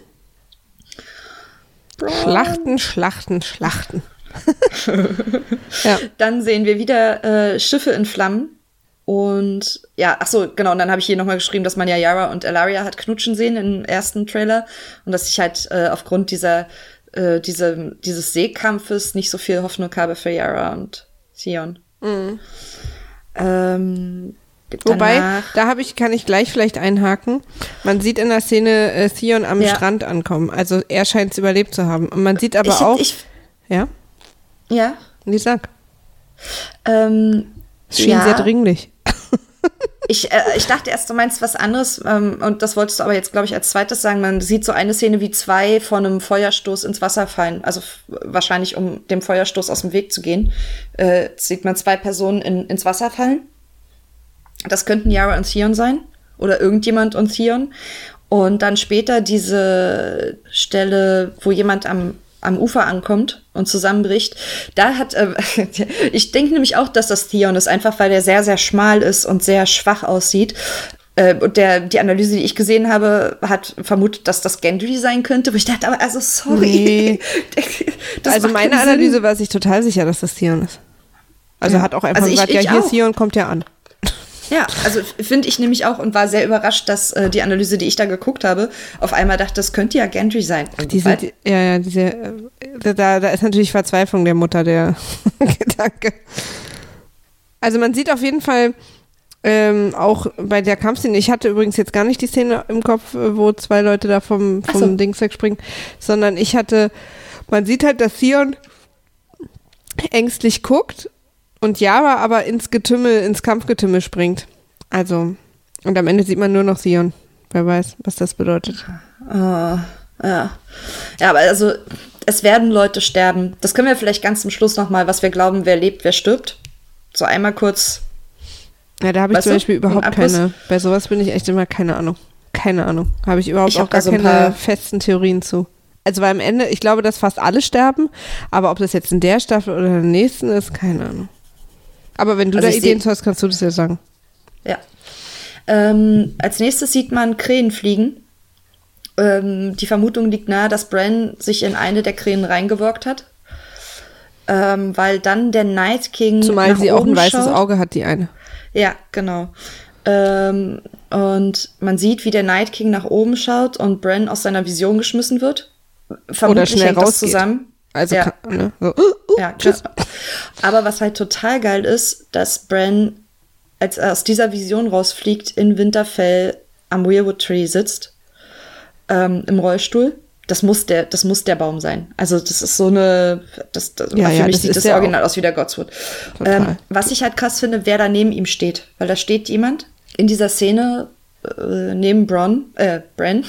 Schlachten, Schlachten, Schlachten. Ja. Dann sehen wir wieder äh, Schiffe in Flammen. Und ja, ach so, genau, und dann habe ich hier nochmal geschrieben, dass man ja Yara und Ellaria hat knutschen sehen im ersten Trailer und dass ich halt äh, aufgrund dieser äh, diese, dieses Seekampfes nicht so viel Hoffnung habe für Yara und Theon. Mhm. Ähm, Wobei, danach, da habe ich, kann ich gleich vielleicht einhaken. Man sieht in der Szene äh, Theon am Ja. Strand ankommen. Also er scheint es überlebt zu haben. Und man sieht aber ich, auch. Ich, ja? ja. Nee, sag. Ähm, Es schien ja. sehr dringlich. Ich, äh, ich dachte erst, du meinst was anderes, ähm, und das wolltest du aber jetzt, glaube ich, als zweites sagen. Man sieht so eine Szene, wie zwei von einem Feuerstoß ins Wasser fallen. Also f- wahrscheinlich, um dem Feuerstoß aus dem Weg zu gehen, äh, sieht man zwei Personen in, ins Wasser fallen. Das könnten Yara und Theon sein. Oder irgendjemand und Theon. Und dann später diese Stelle, wo jemand am am Ufer ankommt und zusammenbricht, da hat, äh, ich denke nämlich auch, dass das Theon ist, einfach weil der sehr, sehr schmal ist und sehr schwach aussieht. Äh, und der, die Analyse, die ich gesehen habe, hat vermutet, dass das Gendry sein könnte, wo ich dachte, aber also sorry. Nee. Das Also macht meine keinen Analyse Sinn. war sich total sicher, dass das Theon ist. Also Ja. hat auch einfach Also ich- gesagt, ich ja, hier auch. Theon kommt ja an. Ja, also finde ich nämlich auch und war sehr überrascht, dass äh, die Analyse, die ich da geguckt habe, auf einmal dachte, das könnte ja Gendry sein. Diese, Weil- die, ja, ja, diese, äh, da, da ist natürlich Verzweiflung der Mutter der Gedanke. Also man sieht auf jeden Fall ähm, auch bei der Kampfszene, ich hatte übrigens jetzt gar nicht die Szene im Kopf, äh, wo zwei Leute da vom, vom Ach so. Dings wegspringen, sondern ich hatte, man sieht halt, dass Theon ängstlich guckt und Yara aber ins Getümmel, ins Kampfgetümmel springt. Also, und am Ende sieht man nur noch Theon. Wer weiß, was das bedeutet. Ah, ja. Ja, aber also, es werden Leute sterben. Das können wir vielleicht ganz zum Schluss nochmal, was wir glauben, wer lebt, wer stirbt. So einmal kurz. Ja, da habe ich Weißt zum du, Beispiel ein überhaupt Abriss? keine, bei sowas bin ich echt immer keine Ahnung. Keine Ahnung. Habe ich überhaupt Ich auch hab gar da so ein keine paar- festen Theorien zu. Also weil am Ende, ich glaube, dass fast alle sterben, aber ob das jetzt in der Staffel oder in der nächsten ist, keine Ahnung. Aber wenn du Also da ich Ideen seh- zu hast, kannst du das ja sagen. Ja. Ähm, als nächstes sieht man Krähen fliegen. Ähm, die Vermutung liegt nahe, dass Bran sich in eine der Krähen reingewirkt hat. Ähm, weil dann der Night King Zumal nach sie auch oben ein weißes schaut. Auge hat, die eine. Ja, genau. Ähm, und man sieht, wie der Night King nach oben schaut und Bran aus seiner Vision geschmissen wird. Vermutlich schnell hängt das rausgeht. zusammen. Also, Ja. kann, ne? so, uh, uh, Ja, tschüss. klar. Aber was halt total geil ist, dass Bran, als er aus dieser Vision rausfliegt, in Winterfell am Weirwood Tree sitzt, ähm, im Rollstuhl. Das muss der, das muss der Baum sein. Also das ist so eine, das, das Ja, für ja, mich das sieht ist das der Original auch. aus wie der Godswood. Total. Ähm, was ich halt krass finde, wer da neben ihm steht, weil da steht jemand in dieser Szene äh, neben Bronn, äh, Bran,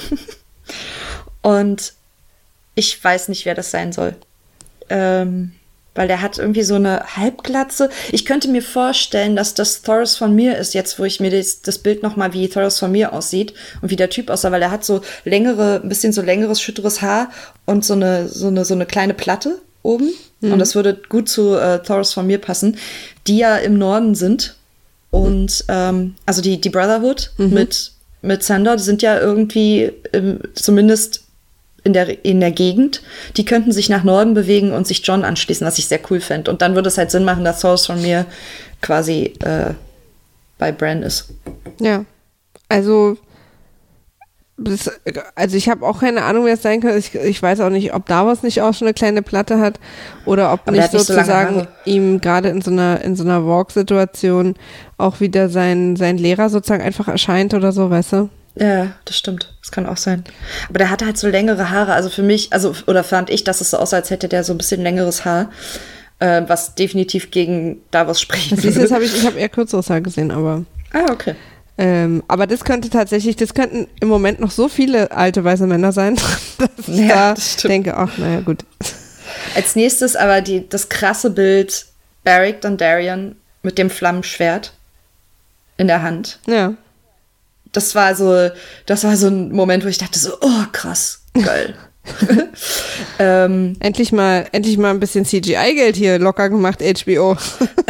und ich weiß nicht, wer das sein soll. Ähm, weil der hat irgendwie so eine Halbglatze. Ich könnte mir vorstellen, dass das Thoros von mir ist, jetzt wo ich mir das, das Bild nochmal, wie Thoros von mir aussieht und wie der Typ aussah, weil er hat so längere, ein bisschen so längeres, schütteres Haar und so eine, so eine, so eine kleine Platte oben. Mhm. Und das würde gut zu äh, Thoros von mir passen, die ja im Norden sind. Und ähm, also die, die Brotherhood mhm. mit, mit Sandor, die sind ja irgendwie ähm, zumindest in der, in der Gegend, die könnten sich nach Norden bewegen und sich Jon anschließen, was ich sehr cool fände. Und dann würde es halt Sinn machen, dass Thoros von mir quasi äh, bei Bran ist. Ja, also das, also ich habe auch keine Ahnung, wer es sein könnte. Ich, ich weiß auch nicht, ob Davos nicht auch schon eine kleine Platte hat oder ob Aber der nicht hat nicht so lange sozusagen Haare. ihm gerade in so einer in so einer Walk-Situation auch wieder sein sein Lehrer sozusagen einfach erscheint oder so, weißt du? Ja, das stimmt. Das kann auch sein. Aber der hatte halt so längere Haare. Also für mich, also oder fand ich, dass es so aussah, als hätte der so ein bisschen längeres Haar, äh, was definitiv gegen Davos sprechen Siehst du, würde. das habe ich, ich habe eher kürzeres Haar gesehen, aber Ah, okay. ähm, aber das könnte tatsächlich, das könnten im Moment noch so viele alte weiße Männer sein, dass ich Ja, da das stimmt. denke, ach, naja, gut. Als nächstes aber die, das krasse Bild Beric Dondarrion mit dem Flammenschwert in der Hand. Ja. Das war so, das war so ein Moment, wo ich dachte so, oh krass, geil. ähm, endlich mal, endlich mal ein bisschen C G I-Geld hier locker gemacht, H B O.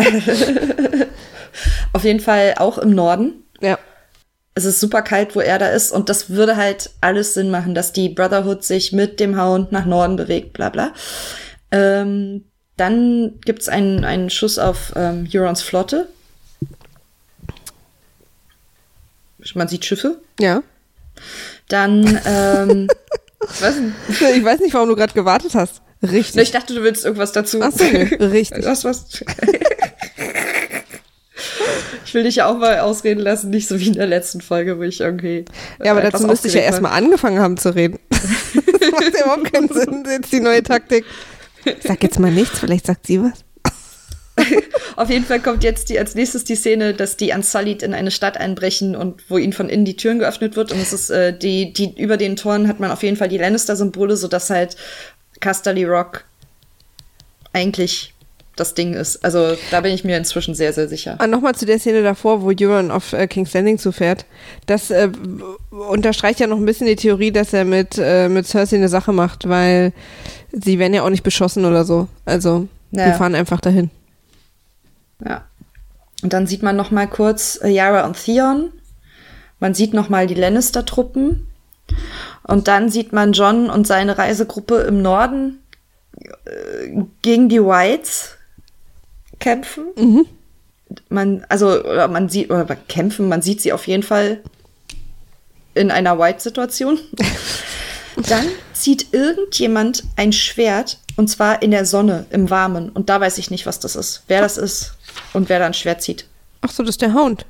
Auf jeden Fall auch im Norden. Ja. Es ist super kalt, wo er da ist. Und das würde halt alles Sinn machen, dass die Brotherhood sich mit dem Hound nach Norden bewegt, bla bla. Ähm, dann gibt's einen, einen Schuss auf ähm, Eurons Flotte. Man sieht Schiffe. Ja. Dann, ähm, was denn? Ich weiß nicht, warum du gerade gewartet hast. Richtig. Ich dachte, du willst irgendwas dazu. Ach so, richtig. Was, was? Ich will dich ja auch mal ausreden lassen, nicht so wie in der letzten Folge, wo ich irgendwie. Ja, aber dazu müsste ich ja erstmal angefangen haben zu reden. Das macht ja überhaupt keinen Sinn, jetzt die neue Taktik. Ich sag jetzt mal nichts, vielleicht sagt sie was. Auf jeden Fall kommt jetzt die, als nächstes die Szene, dass die Unsullied in eine Stadt einbrechen und wo ihnen von innen die Türen geöffnet wird. Und es ist, äh, die, die, über den Toren hat man auf jeden Fall die Lannister-Symbole, sodass halt Casterly Rock eigentlich das Ding ist. Also da bin ich mir inzwischen sehr, sehr sicher. Ah, nochmal zu der Szene davor, wo Euron auf äh, King's Landing zufährt. Das äh, unterstreicht ja noch ein bisschen die Theorie, dass er mit, äh, mit Cersei eine Sache macht, weil sie werden ja auch nicht beschossen oder so. Also ja. Die fahren einfach dahin. Ja. Und dann sieht man noch mal kurz äh, Yara und Theon. Man sieht noch mal die Lannister-Truppen. Und dann sieht man Jon und seine Reisegruppe im Norden äh, gegen die Whites kämpfen. Mhm. Man, also, oder man sieht, oder kämpfen, man sieht sie auf jeden Fall in einer White-Situation. Dann zieht irgendjemand ein Schwert, und zwar in der Sonne, im Warmen. Und da weiß ich nicht, was das ist. Wer das ist und wer da ein Schwert zieht. Ach so, das ist der Hound.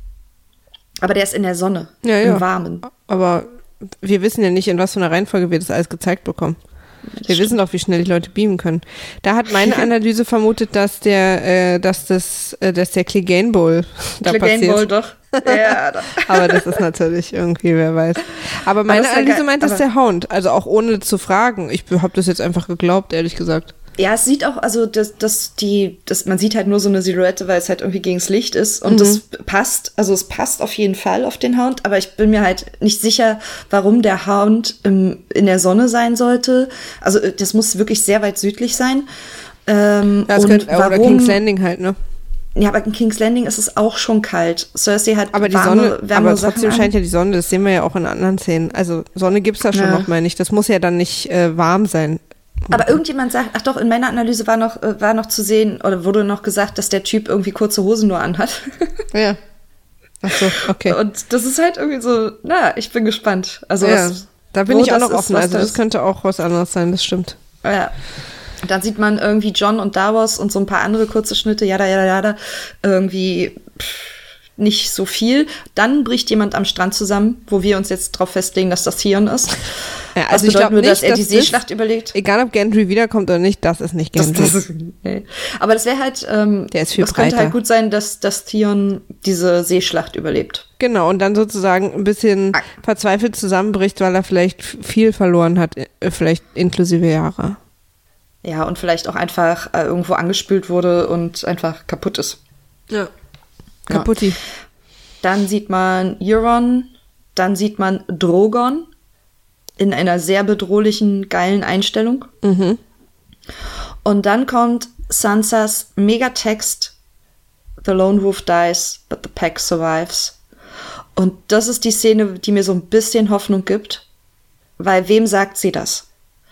Aber der ist in der Sonne, ja, im ja. Warmen. Aber wir wissen ja nicht, in was für einer Reihenfolge wir das alles gezeigt bekommen. Ja, wir stimmt. wissen doch, wie schnell die Leute beamen können. Da hat meine Analyse vermutet, dass der, äh, dass das, äh, dass der Clegane Bowl da Clegane passiert. Bowl, doch. Ja, doch. Aber das ist natürlich irgendwie, wer weiß. Aber meine das ist ja Analyse geil, meint, das ist aber- der Hound. Also auch ohne zu fragen. Ich habe das jetzt einfach geglaubt, ehrlich gesagt. Ja, es sieht auch, also das, das, die, das, man sieht halt nur so eine Silhouette, weil es halt irgendwie gegens Licht ist. Und Mhm. das passt, also es passt auf jeden Fall auf den Hound, aber ich bin mir halt nicht sicher, warum der Hound im, in der Sonne sein sollte. Also das muss wirklich sehr weit südlich sein. Ähm, Ja, es und könnte, oder warum, King's Landing halt, ne? Ja, aber in King's Landing ist es auch schon kalt. Cersei hat Aber die warme, Sonne, wärme aber Sachen trotzdem an. scheint ja die Sonne, das sehen wir ja auch in anderen Szenen. Also Sonne gibt's da schon Ja. noch mal nicht. Das muss ja dann nicht äh, warm sein. Aber irgendjemand sagt, ach doch, in meiner Analyse war noch, äh, war noch zu sehen, oder wurde noch gesagt, dass der Typ irgendwie kurze Hosen nur anhat. Ja. Ach so, okay. Und das ist halt irgendwie so, na, ich bin gespannt. Also ja, was, da bin wo ich auch das noch ist, offen. was Also das das ist. könnte auch was anderes sein, das stimmt. Ja. Dann sieht man irgendwie Jon und Davos und so ein paar andere kurze Schnitte, jada, jada, jada, irgendwie pff, nicht so viel. Dann bricht jemand am Strand zusammen, wo wir uns jetzt drauf festlegen, dass das Theon ist. Ja, Was also ich bedeutet glaube nur, nicht, dass er die dass Seeschlacht überlegt. Egal, ob Gendry wiederkommt oder nicht, das ist nicht Das, Gendry. das ist, nee. Aber das wäre halt, ähm, Der ist viel das könnte breiter. halt gut sein, dass, dass Theon diese Seeschlacht überlebt. Genau, und dann sozusagen ein bisschen Ah. verzweifelt zusammenbricht, weil er vielleicht viel verloren hat, äh, vielleicht inklusive Yara. Ja, und vielleicht auch einfach äh, irgendwo angespült wurde und einfach kaputt ist. Ja. Kaputti. Dann sieht man Euron, dann sieht man Drogon in einer sehr bedrohlichen, geilen Einstellung. Mhm. Und dann kommt Sansas Megatext, The Lone Wolf dies, but the pack survives. Und das ist die Szene, die mir so ein bisschen Hoffnung gibt, weil wem sagt sie das?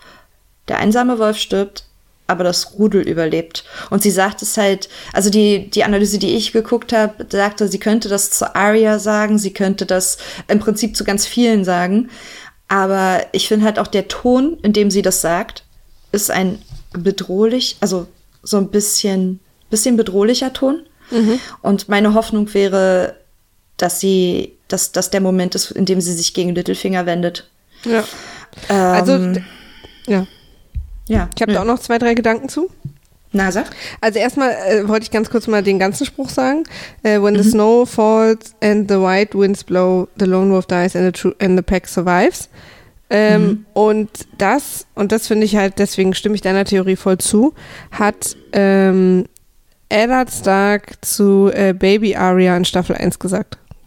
Der einsame Wolf stirbt, aber das Rudel überlebt. Und sie sagt es halt, also die, die Analyse, die ich geguckt habe, sagte, sie könnte das zu Arya sagen, sie könnte das im Prinzip zu ganz vielen sagen. Aber ich finde halt auch der Ton, in dem sie das sagt, ist ein bedrohlich, also so ein bisschen, bisschen bedrohlicher Ton. Mhm. Und meine Hoffnung wäre, dass sie, dass das der Moment ist, in dem sie sich gegen Littlefinger wendet. Ja. Ähm, Also, d- ja. ja. Ich habe da auch noch zwei, drei Gedanken zu. Na, sag. Also erstmal äh, wollte ich ganz kurz mal den ganzen Spruch sagen. Äh, When the snow falls and the white winds blow, the lone wolf dies and the, tru- and the pack survives. Ähm, Mhm. Und das, und das finde ich halt, deswegen stimme ich deiner Theorie voll zu, hat ähm, Eddard Stark zu äh, Baby Arya in Staffel eins gesagt.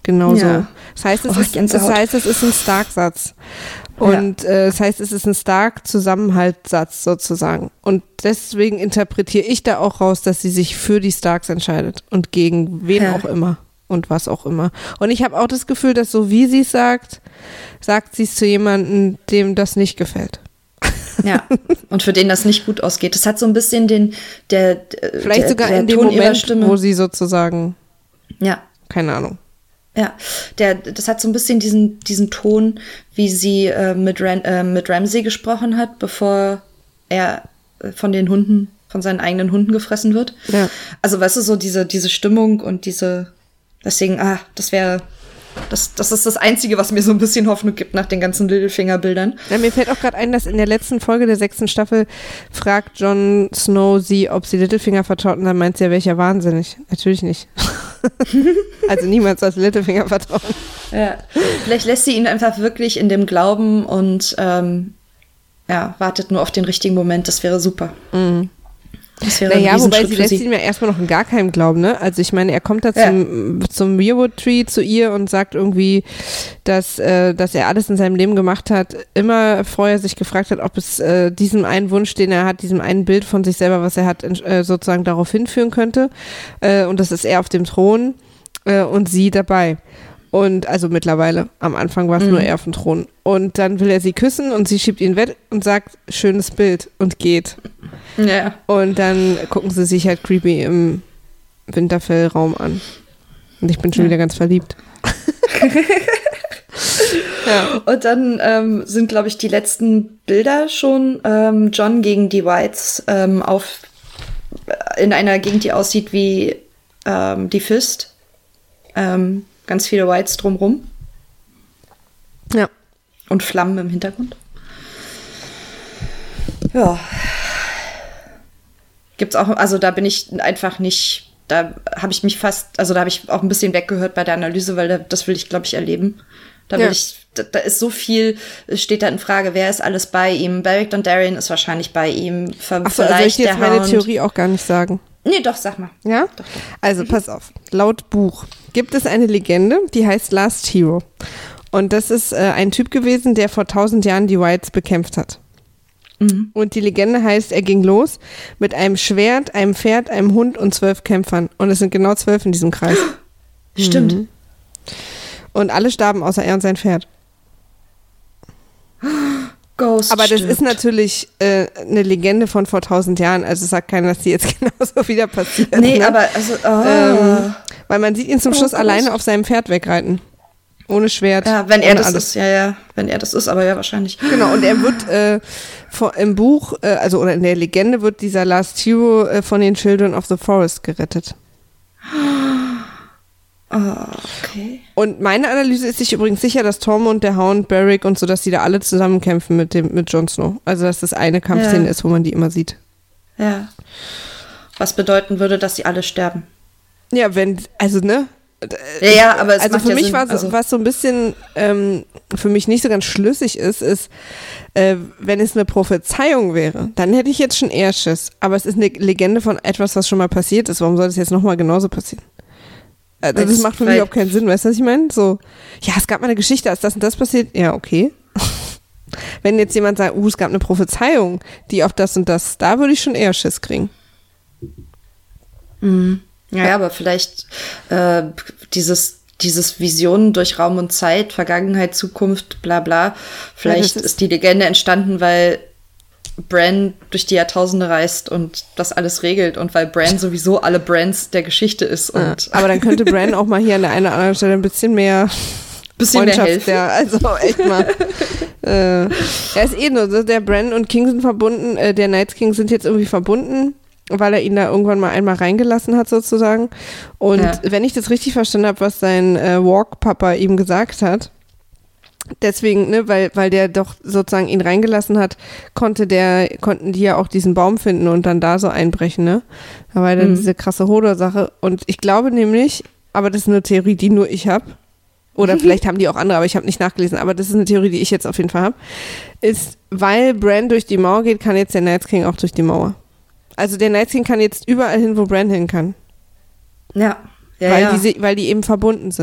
Genauso. Ja. Das heißt, es Oh, ist, das heißt, es ist ein Stark-Satz. Und ja. äh, das heißt, es ist ein Stark-Zusammenhaltssatz sozusagen. Und deswegen interpretiere ich da auch raus, dass sie sich für die Starks entscheidet und gegen wen ja. auch immer und was auch immer. Und ich habe auch das Gefühl, dass so wie sie es sagt, sagt sie es zu jemandem, dem das nicht gefällt. Ja, und für den das nicht gut ausgeht. Das hat so ein bisschen den, der, vielleicht der, sogar der in dem Ton Moment, Stimme. wo sie sozusagen, ja, keine Ahnung. Ja, der, das hat so ein bisschen diesen, diesen Ton, wie sie äh, mit, Ran, äh, mit Ramsay gesprochen hat, bevor er äh, von den Hunden, von seinen eigenen Hunden gefressen wird. Ja. Also, weißt du, so diese, diese Stimmung und diese, deswegen, ah, das wäre, das, das ist das Einzige, was mir so ein bisschen Hoffnung gibt nach den ganzen Littlefinger-Bildern. Ja, mir fällt auch gerade ein, dass in der letzten Folge der sechsten Staffel fragt Jon Snow sie, ob sie Littlefinger vertraut, und dann meint sie ja, welcher wahnsinnig. Natürlich nicht. Also niemals als Littlefinger vertrauen. Ja, vielleicht lässt sie ihn einfach wirklich in dem Glauben und ähm, ja, wartet nur auf den richtigen Moment. Das wäre super. Mhm. Das wäre naja, ein wobei sie für lässt sie. ihm ja erstmal noch in gar keinem Glauben, ne? Also ich meine, er kommt da Ja. zum, zum Weirwood Tree zu ihr und sagt irgendwie, dass, äh, dass er alles in seinem Leben gemacht hat, immer vorher sich gefragt hat, ob es äh, diesem einen Wunsch, den er hat, diesem einen Bild von sich selber, was er hat, äh, sozusagen darauf hinführen könnte. Äh, und das ist er auf dem Thron äh, und sie dabei. Und also mittlerweile, am Anfang war es Mhm. nur er auf dem Thron. Und dann will er sie küssen und sie schiebt ihn weg und sagt, schönes Bild und geht. Ja. Und dann gucken sie sich halt creepy im Winterfellraum an. Und ich bin schon Ja. wieder ganz verliebt. Ja. Und dann ähm, sind, glaube ich, die letzten Bilder schon ähm, Jon gegen die Whites ähm, auf in einer Gegend, die aussieht wie ähm, die Fist. Ähm, ganz viele Whites drumrum. Ja. Und Flammen im Hintergrund. Ja. Gibt's auch, also da bin ich einfach nicht, da habe ich mich fast, also da habe ich auch ein bisschen weggehört bei der Analyse, weil da, das will ich, glaube ich, erleben. Da will Ja. ich, da, da ist so viel, steht da in Frage, wer ist alles bei ihm? Beric Dondarrion ist wahrscheinlich bei ihm. Ver Achso, also ich vielleicht jetzt der meine Hound. Theorie auch gar nicht sagen. Nee, doch, sag mal. Ja? Doch, doch. Also pass auf. Laut Buch gibt es eine Legende, die heißt Last Hero. Und das ist äh, ein Typ gewesen, der vor tausend Jahren die Whites bekämpft hat. Mhm. Und die Legende heißt, er ging los mit einem Schwert, einem Pferd, einem Hund und zwölf Kämpfern. Und es sind genau zwölf in diesem Kreis. Stimmt. Mhm. Und alle starben außer er und sein Pferd. Ghost. Aber das stimmt. ist natürlich äh, eine Legende von vor tausend Jahren. Also sagt keiner, dass die jetzt genauso wieder passiert. Nee, ne? aber also, oh. ähm, weil man sieht ihn zum Oh, Schluss Ghost. alleine auf seinem Pferd wegreiten. Ohne Schwert. Ja, wenn er ohne das alles. ist, ja, ja, wenn er das ist, aber ja, wahrscheinlich. Genau, und er wird äh, vor, im Buch, äh, also oder in der Legende wird dieser Last Hero äh, von den Children of the Forest gerettet. Oh, okay. Und meine Analyse ist sich übrigens sicher, dass Tormund, der Hound, Beric und so, dass die da alle zusammenkämpfen mit dem mit Jon Snow. Also dass das eine Kampfszene Ja. ist, wo man die immer sieht. Ja. Was bedeuten würde, dass sie alle sterben. Ja, wenn, also ne? Ja, ja, aber es also macht für ja mich Sinn. war so, Also- was so ein bisschen ähm, für mich nicht so ganz schlüssig ist, ist, äh, wenn es eine Prophezeiung wäre, dann hätte ich jetzt schon eher Schiss. Aber es ist eine Legende von etwas, was schon mal passiert ist. Warum soll das jetzt nochmal genauso passieren? Also das Weil's- macht für weil- mich überhaupt keinen Sinn. Weißt du, was ich meine? So, ja, es gab mal eine Geschichte, als das und das passiert. Ja, okay. Wenn jetzt jemand sagt, uh, es gab eine Prophezeiung, die auf das und das, da würde ich schon eher Schiss kriegen. Mhm. Ja, ja, aber vielleicht äh, dieses, dieses Visionen durch Raum und Zeit, Vergangenheit, Zukunft, bla bla. Vielleicht Ja, das ist- ist die Legende entstanden, weil Bran durch die Jahrtausende reist und das alles regelt und weil Bran sowieso alle Brands der Geschichte ist Ja, und aber dann könnte Bran auch mal hier an der einen oder anderen Stelle ein bisschen mehr bisschen mehr Freundschafts- helfen. Ja, also echt mal. äh, er ist eh nur so, der Bran und King sind verbunden, äh, der Night King sind jetzt irgendwie verbunden, weil er ihn da irgendwann mal einmal reingelassen hat sozusagen. Und Ja. wenn ich das richtig verstanden habe, was sein äh, Walk-Papa ihm gesagt hat, deswegen, ne, weil, weil der doch sozusagen ihn reingelassen hat, konnte der, konnten die ja auch diesen Baum finden und dann da so einbrechen, ne? Da war dann Mhm. diese krasse Hodor-Sache. Und ich glaube nämlich, aber das ist eine Theorie, die nur ich habe, oder vielleicht haben die auch andere, aber ich habe nicht nachgelesen, aber das ist eine Theorie, die ich jetzt auf jeden Fall habe, ist, weil Bran durch die Mauer geht, kann jetzt der Night King auch durch die Mauer. Also der Night King kann jetzt überall hin, wo Bran hin kann, Ja, ja, weil, ja. Die, se- weil die eben verbunden sind.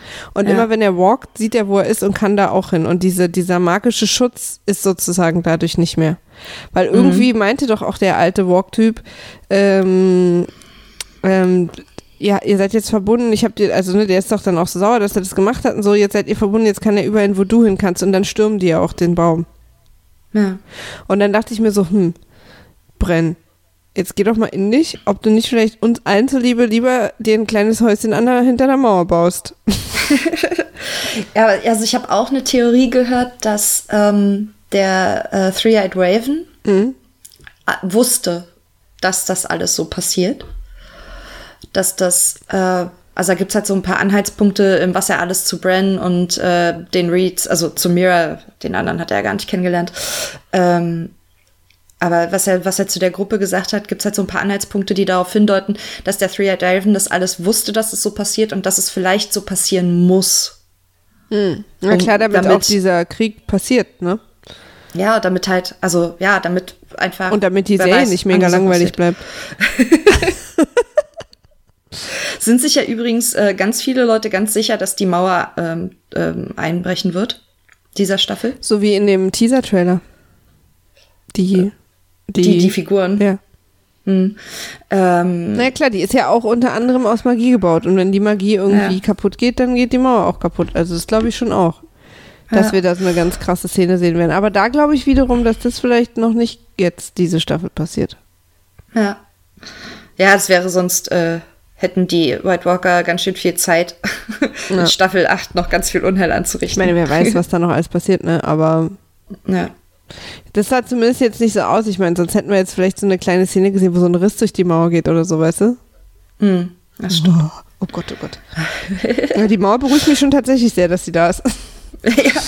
Und Ja. immer wenn er walkt, sieht er, wo er ist und kann da auch hin. Und diese, dieser magische Schutz ist sozusagen dadurch nicht mehr. Weil irgendwie Mhm. meinte doch auch der alte Walk-Typ, ähm, ähm, ja, ihr seid jetzt verbunden, ich hab dir, also ne, der ist doch dann auch so sauer, dass er das gemacht hat und so, jetzt seid ihr verbunden, jetzt kann er überall hin, wo du hin kannst und dann stürmen die ja auch den Baum. Ja. Und dann dachte ich mir so, hm, Brenn, jetzt geh doch mal in dich, ob du nicht vielleicht uns allen zuliebe lieber dir ein kleines Häuschen an der, hinter der Mauer baust. Ja, also ich habe auch eine Theorie gehört, dass ähm, der äh, Three-Eyed Raven Mhm. äh, wusste, dass das alles so passiert. Dass das, äh, also da gibt es halt so ein paar Anhaltspunkte, in was er alles zu Bran und äh, den Reeds, also zu Mira, den anderen hat er ja gar nicht kennengelernt, ähm, aber was er, was er zu der Gruppe gesagt hat, gibt es halt so ein paar Anhaltspunkte, die darauf hindeuten, dass der Three-Eyed Raven das alles wusste, dass es so passiert und dass es vielleicht so passieren muss. Na klar, damit, damit- auch dieser Krieg passiert, ne? Ja, damit halt, also ja, damit einfach. Und damit die wer Serie weiß, nicht mega anders langweilig passiert. bleibt. Sind sich ja übrigens äh, ganz viele Leute ganz sicher, dass die Mauer ähm, ähm, einbrechen wird, dieser Staffel. So wie in dem Teaser-Trailer. Die, die, Die, die Figuren. ja. Hm. Ähm, Na ja, klar, die ist ja auch unter anderem aus Magie gebaut. Und wenn die Magie irgendwie Ja. kaputt geht, dann geht die Mauer auch kaputt. Also das glaube ich schon auch. Dass Ja. wir da so eine ganz krasse Szene sehen werden. Aber da glaube ich wiederum, dass das vielleicht noch nicht jetzt diese Staffel passiert. ja. Ja, es wäre sonst, äh, hätten die White Walker ganz schön viel Zeit, Ja. in Staffel acht noch ganz viel Unheil anzurichten. Ich meine, wer weiß, was da noch alles passiert, ne? Aber Ja. das sah zumindest jetzt nicht so aus. Ich meine, sonst hätten wir jetzt vielleicht so eine kleine Szene gesehen, wo so ein Riss durch die Mauer geht oder so, weißt du? Hm, das stimmt. Oh, oh Gott, oh Gott. Ja, die Mauer beruhigt mich schon tatsächlich sehr, dass sie da ist. Ja.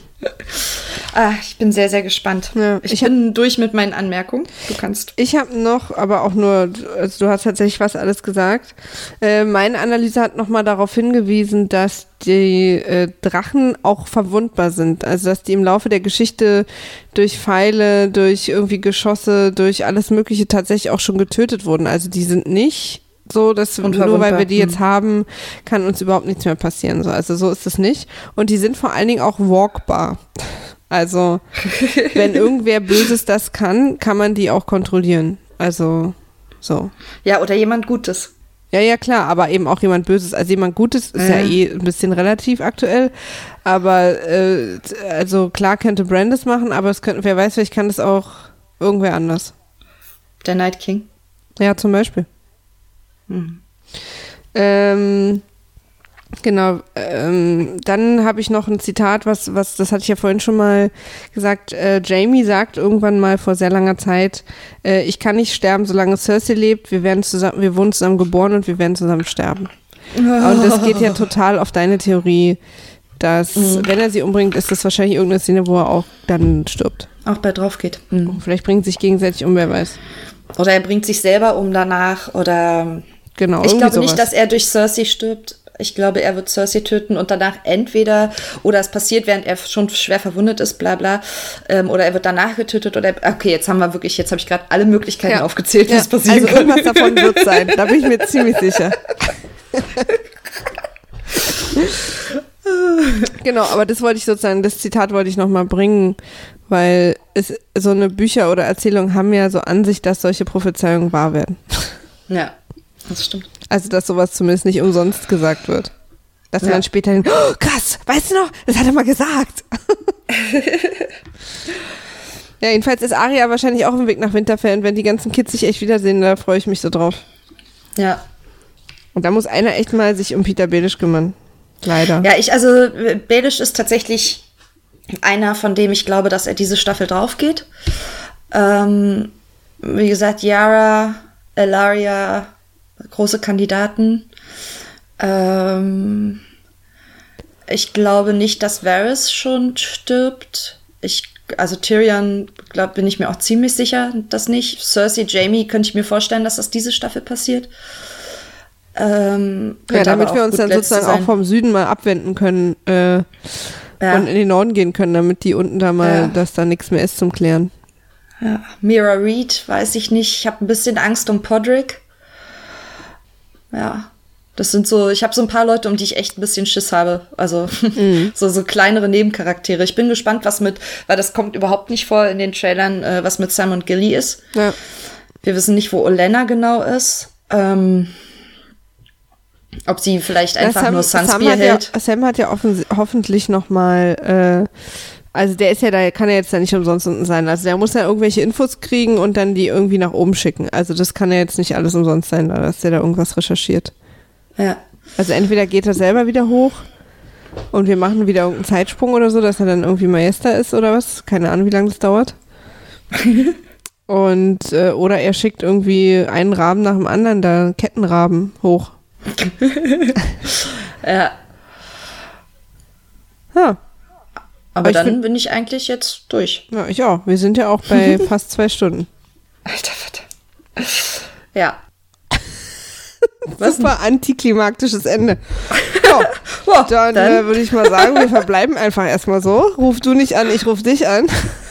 Ah, ich bin sehr, sehr gespannt. Ja, ich, ich bin durch mit meinen Anmerkungen. Du kannst. Ich habe noch, aber auch nur, also du hast tatsächlich fast alles gesagt. Äh, meine Analyse hat nochmal darauf hingewiesen, dass die äh, Drachen auch verwundbar sind. Also dass die im Laufe der Geschichte durch Pfeile, durch irgendwie Geschosse, durch alles Mögliche tatsächlich auch schon getötet wurden. Also die sind nicht so, dass nur Unverwundbar. weil wir die jetzt Hm. haben, kann uns überhaupt nichts mehr passieren. So, also so ist es nicht. Und die sind vor allen Dingen auch walkbar. Also, wenn irgendwer Böses das kann, kann man die auch kontrollieren. Also, so. Ja, oder jemand Gutes. Ja, ja, klar, aber eben auch jemand Böses. Also jemand Gutes ist ja, Ja. eh ein bisschen relativ aktuell. Aber, äh, also klar könnte Bran das machen, aber es könnte, wer weiß, vielleicht kann das auch irgendwer anders. Der Night King. Ja, zum Beispiel. Hm. Ähm, genau. Ähm, dann habe ich noch ein Zitat, was, was, das hatte ich ja vorhin schon mal gesagt. Äh, Jaime sagt irgendwann mal vor sehr langer Zeit: äh, Ich kann nicht sterben, solange Cersei lebt. Wir werden zusammen, wir wurden zusammen geboren und wir werden zusammen sterben. Und das geht ja total auf deine Theorie, dass Mhm. wenn er sie umbringt, ist das wahrscheinlich irgendeine Szene, wo er auch dann stirbt. Auch bei drauf geht. Hm. Vielleicht bringen sie sich gegenseitig um, wer weiß. Oder er bringt sich selber um danach. Oder Genau. ich irgendwie glaube sowas. nicht, dass er durch Cersei stirbt. Ich glaube, er wird Cersei töten und danach entweder, oder es passiert, während er schon schwer verwundet ist, bla bla, ähm, oder er wird danach getötet, oder, okay, jetzt haben wir wirklich, jetzt habe ich gerade alle Möglichkeiten Ja. aufgezählt, Ja, was passieren also kann. irgendwas davon wird sein, da bin ich mir ziemlich sicher. Genau, aber das wollte ich sozusagen, das Zitat wollte ich nochmal bringen, weil es, so eine Bücher oder Erzählungen haben ja so an sich, dass solche Prophezeiungen wahr werden. Ja, das stimmt. Also, dass sowas zumindest nicht umsonst gesagt wird. Dass Ja. man später denkt, oh, krass, weißt du noch, das hat er mal gesagt. Ja, jedenfalls ist Arya wahrscheinlich auch im Weg nach Winterfell und wenn die ganzen Kids sich echt wiedersehen, da freue ich mich so drauf. Ja. Und da muss einer echt mal sich um Peter Baelish kümmern. Leider. Ja, ich, also, Baelish ist tatsächlich einer, von dem ich glaube, dass er diese Staffel drauf geht. Ähm, wie gesagt, Yara, Elaria, große Kandidaten. Ähm, ich glaube nicht, dass Varys schon stirbt. Ich, also Tyrion, glaub, bin ich mir auch ziemlich sicher, dass nicht. Cersei, Jaime könnte ich mir vorstellen, dass das diese Staffel passiert. Ähm, Ja, könnte damit aber wir auch uns gut dann letzte sozusagen auch sein. vom Süden mal abwenden können äh, Ja. und in den Norden gehen können, damit die unten da mal, Ja. dass da nichts mehr ist zum Klären. Ja. Mira Reed, weiß ich nicht. Ich habe ein bisschen Angst um Podrick. Ja. Das sind so, ich habe so ein paar Leute, um die ich echt ein bisschen Schiss habe. Also mhm. so, so kleinere Nebencharaktere. Ich bin gespannt, was mit, weil das kommt überhaupt nicht vor in den Trailern, äh, was mit Sam und Gilly ist. Ja. Wir wissen nicht, wo Olenna genau ist. Ähm, ob sie vielleicht einfach ja, Sam, nur Sunspear hält. Ja, Sam hat ja offen, hoffentlich noch mal, äh, also der ist ja da, kann er jetzt ja nicht umsonst unten sein. Also der muss ja irgendwelche Infos kriegen und dann die irgendwie nach oben schicken. Also das kann ja jetzt nicht alles umsonst sein, dass der da irgendwas recherchiert. Ja. Also entweder geht er selber wieder hoch und wir machen wieder irgendeinen Zeitsprung oder so, dass er dann irgendwie Meister ist oder was. Keine Ahnung, wie lange das dauert. Und äh, oder er schickt irgendwie einen Raben nach dem anderen, da Kettenraben hoch. Ja. Ja. Aber dann find, bin ich eigentlich jetzt durch. Ja, ich auch. Wir sind ja auch bei fast zwei Stunden. Alter, Vater. Ja. Super antiklimaktisches Ende. So, dann, dann. Äh, würde ich mal sagen, wir verbleiben einfach erstmal so. Ruf du nicht an, ich ruf dich an.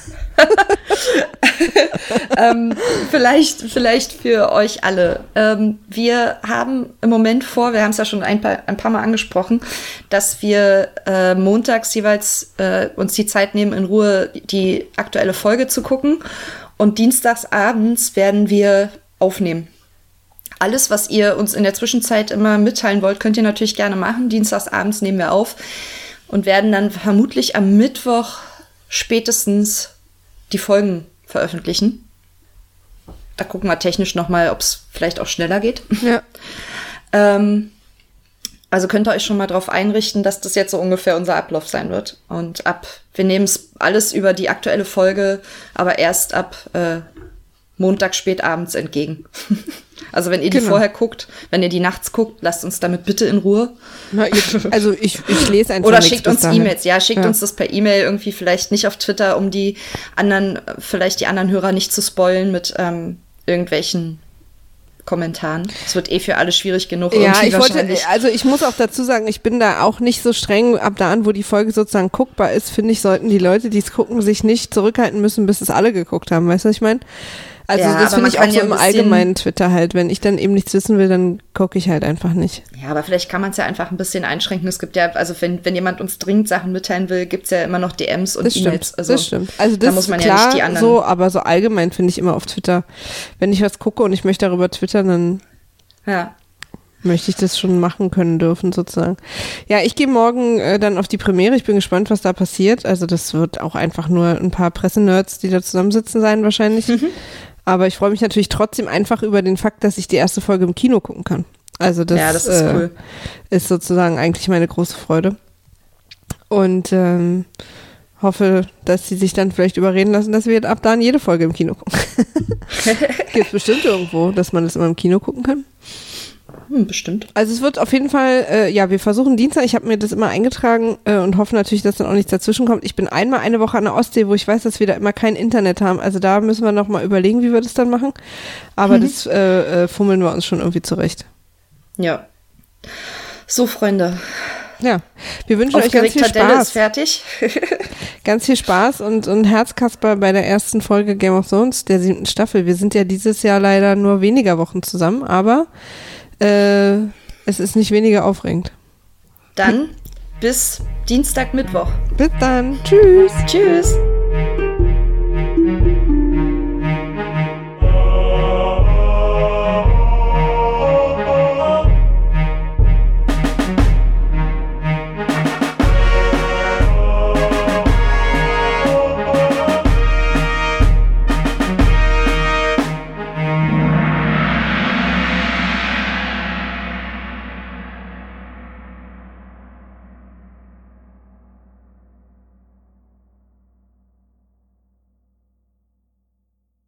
ähm, vielleicht, vielleicht für euch alle. Ähm, wir haben im Moment vor, wir haben es ja schon ein paar, ein paar Mal angesprochen, dass wir äh, montags jeweils äh, uns die Zeit nehmen, in Ruhe die aktuelle Folge zu gucken. Und dienstags abends werden wir aufnehmen. Alles, was ihr uns in der Zwischenzeit immer mitteilen wollt, könnt ihr natürlich gerne machen. Dienstags abends nehmen wir auf und werden dann vermutlich am Mittwoch spätestens die Folgen veröffentlichen. Da gucken wir technisch nochmal, ob es vielleicht auch schneller geht. Ja. ähm, also könnt ihr euch schon mal darauf einrichten, dass das jetzt so ungefähr unser Ablauf sein wird. Und ab, wir nehmen es alles über die aktuelle Folge, aber erst ab äh, Montag spätabends entgegen. Also wenn ihr die genau. vorher guckt, wenn ihr die nachts guckt, lasst uns damit bitte in Ruhe. Na, ihr, also ich, ich lese einfach Oder schickt uns E-Mails. Ja, schickt ja. uns das per E-Mail irgendwie, vielleicht nicht auf Twitter, um die anderen, vielleicht die anderen Hörer nicht zu spoilen mit ähm, irgendwelchen Kommentaren. Es wird eh für alle schwierig genug. Ja, ich wollte, also ich muss auch dazu sagen, ich bin da auch nicht so streng. Ab da an, wo die Folge sozusagen guckbar ist, finde ich, sollten die Leute, die es gucken, sich nicht zurückhalten müssen, bis es alle geguckt haben. Weißt du, was ich meine? Also ja, das finde ich auch so ja im allgemeinen Twitter halt. Wenn ich dann eben nichts wissen will, dann gucke ich halt einfach nicht. Ja, aber vielleicht kann man es ja einfach ein bisschen einschränken. Es gibt ja, also wenn, wenn jemand uns dringend Sachen mitteilen will, gibt es ja immer noch D Ms und E-Mails. Also, das stimmt. Also das da muss man ist klar ja nicht die anderen. So, aber so allgemein finde ich immer auf Twitter, wenn ich was gucke und ich möchte darüber twittern, dann ja. möchte ich das schon machen können dürfen sozusagen. Ja, ich gehe morgen äh, dann auf die Premiere. Ich bin gespannt, was da passiert. Also das wird auch einfach nur ein paar Pressenerds, die da zusammensitzen sein wahrscheinlich. Mhm. Aber ich freue mich natürlich trotzdem einfach über den Fakt, dass ich die erste Folge im Kino gucken kann. Also das, ja, das ist, äh, cool. ist sozusagen eigentlich meine große Freude. Und ähm, hoffe, dass sie sich dann vielleicht überreden lassen, dass wir ab dann jede Folge im Kino gucken. Gibt es bestimmt irgendwo, dass man das immer im Kino gucken kann? Hm, bestimmt. Also es wird auf jeden Fall, äh, ja, wir versuchen Dienstag, ich habe mir das immer eingetragen äh, und hoffe natürlich, dass dann auch nichts dazwischen kommt. Ich bin einmal eine Woche an der Ostsee, wo ich weiß, dass wir da immer kein Internet haben. Also da müssen wir nochmal überlegen, wie wir das dann machen. Aber mhm. das äh, äh, fummeln wir uns schon irgendwie zurecht. Ja. So, Freunde. Ja, wir wünschen euch ganz viel Spaß. Ist fertig. Ganz viel Spaß und, und Herzkasper bei der ersten Folge Game of Thrones, der siebten Staffel. Wir sind ja dieses Jahr leider nur weniger Wochen zusammen, aber äh, es ist nicht weniger aufregend. Dann bis Dienstag, Mittwoch. Bis dann. Tschüss. Tschüss.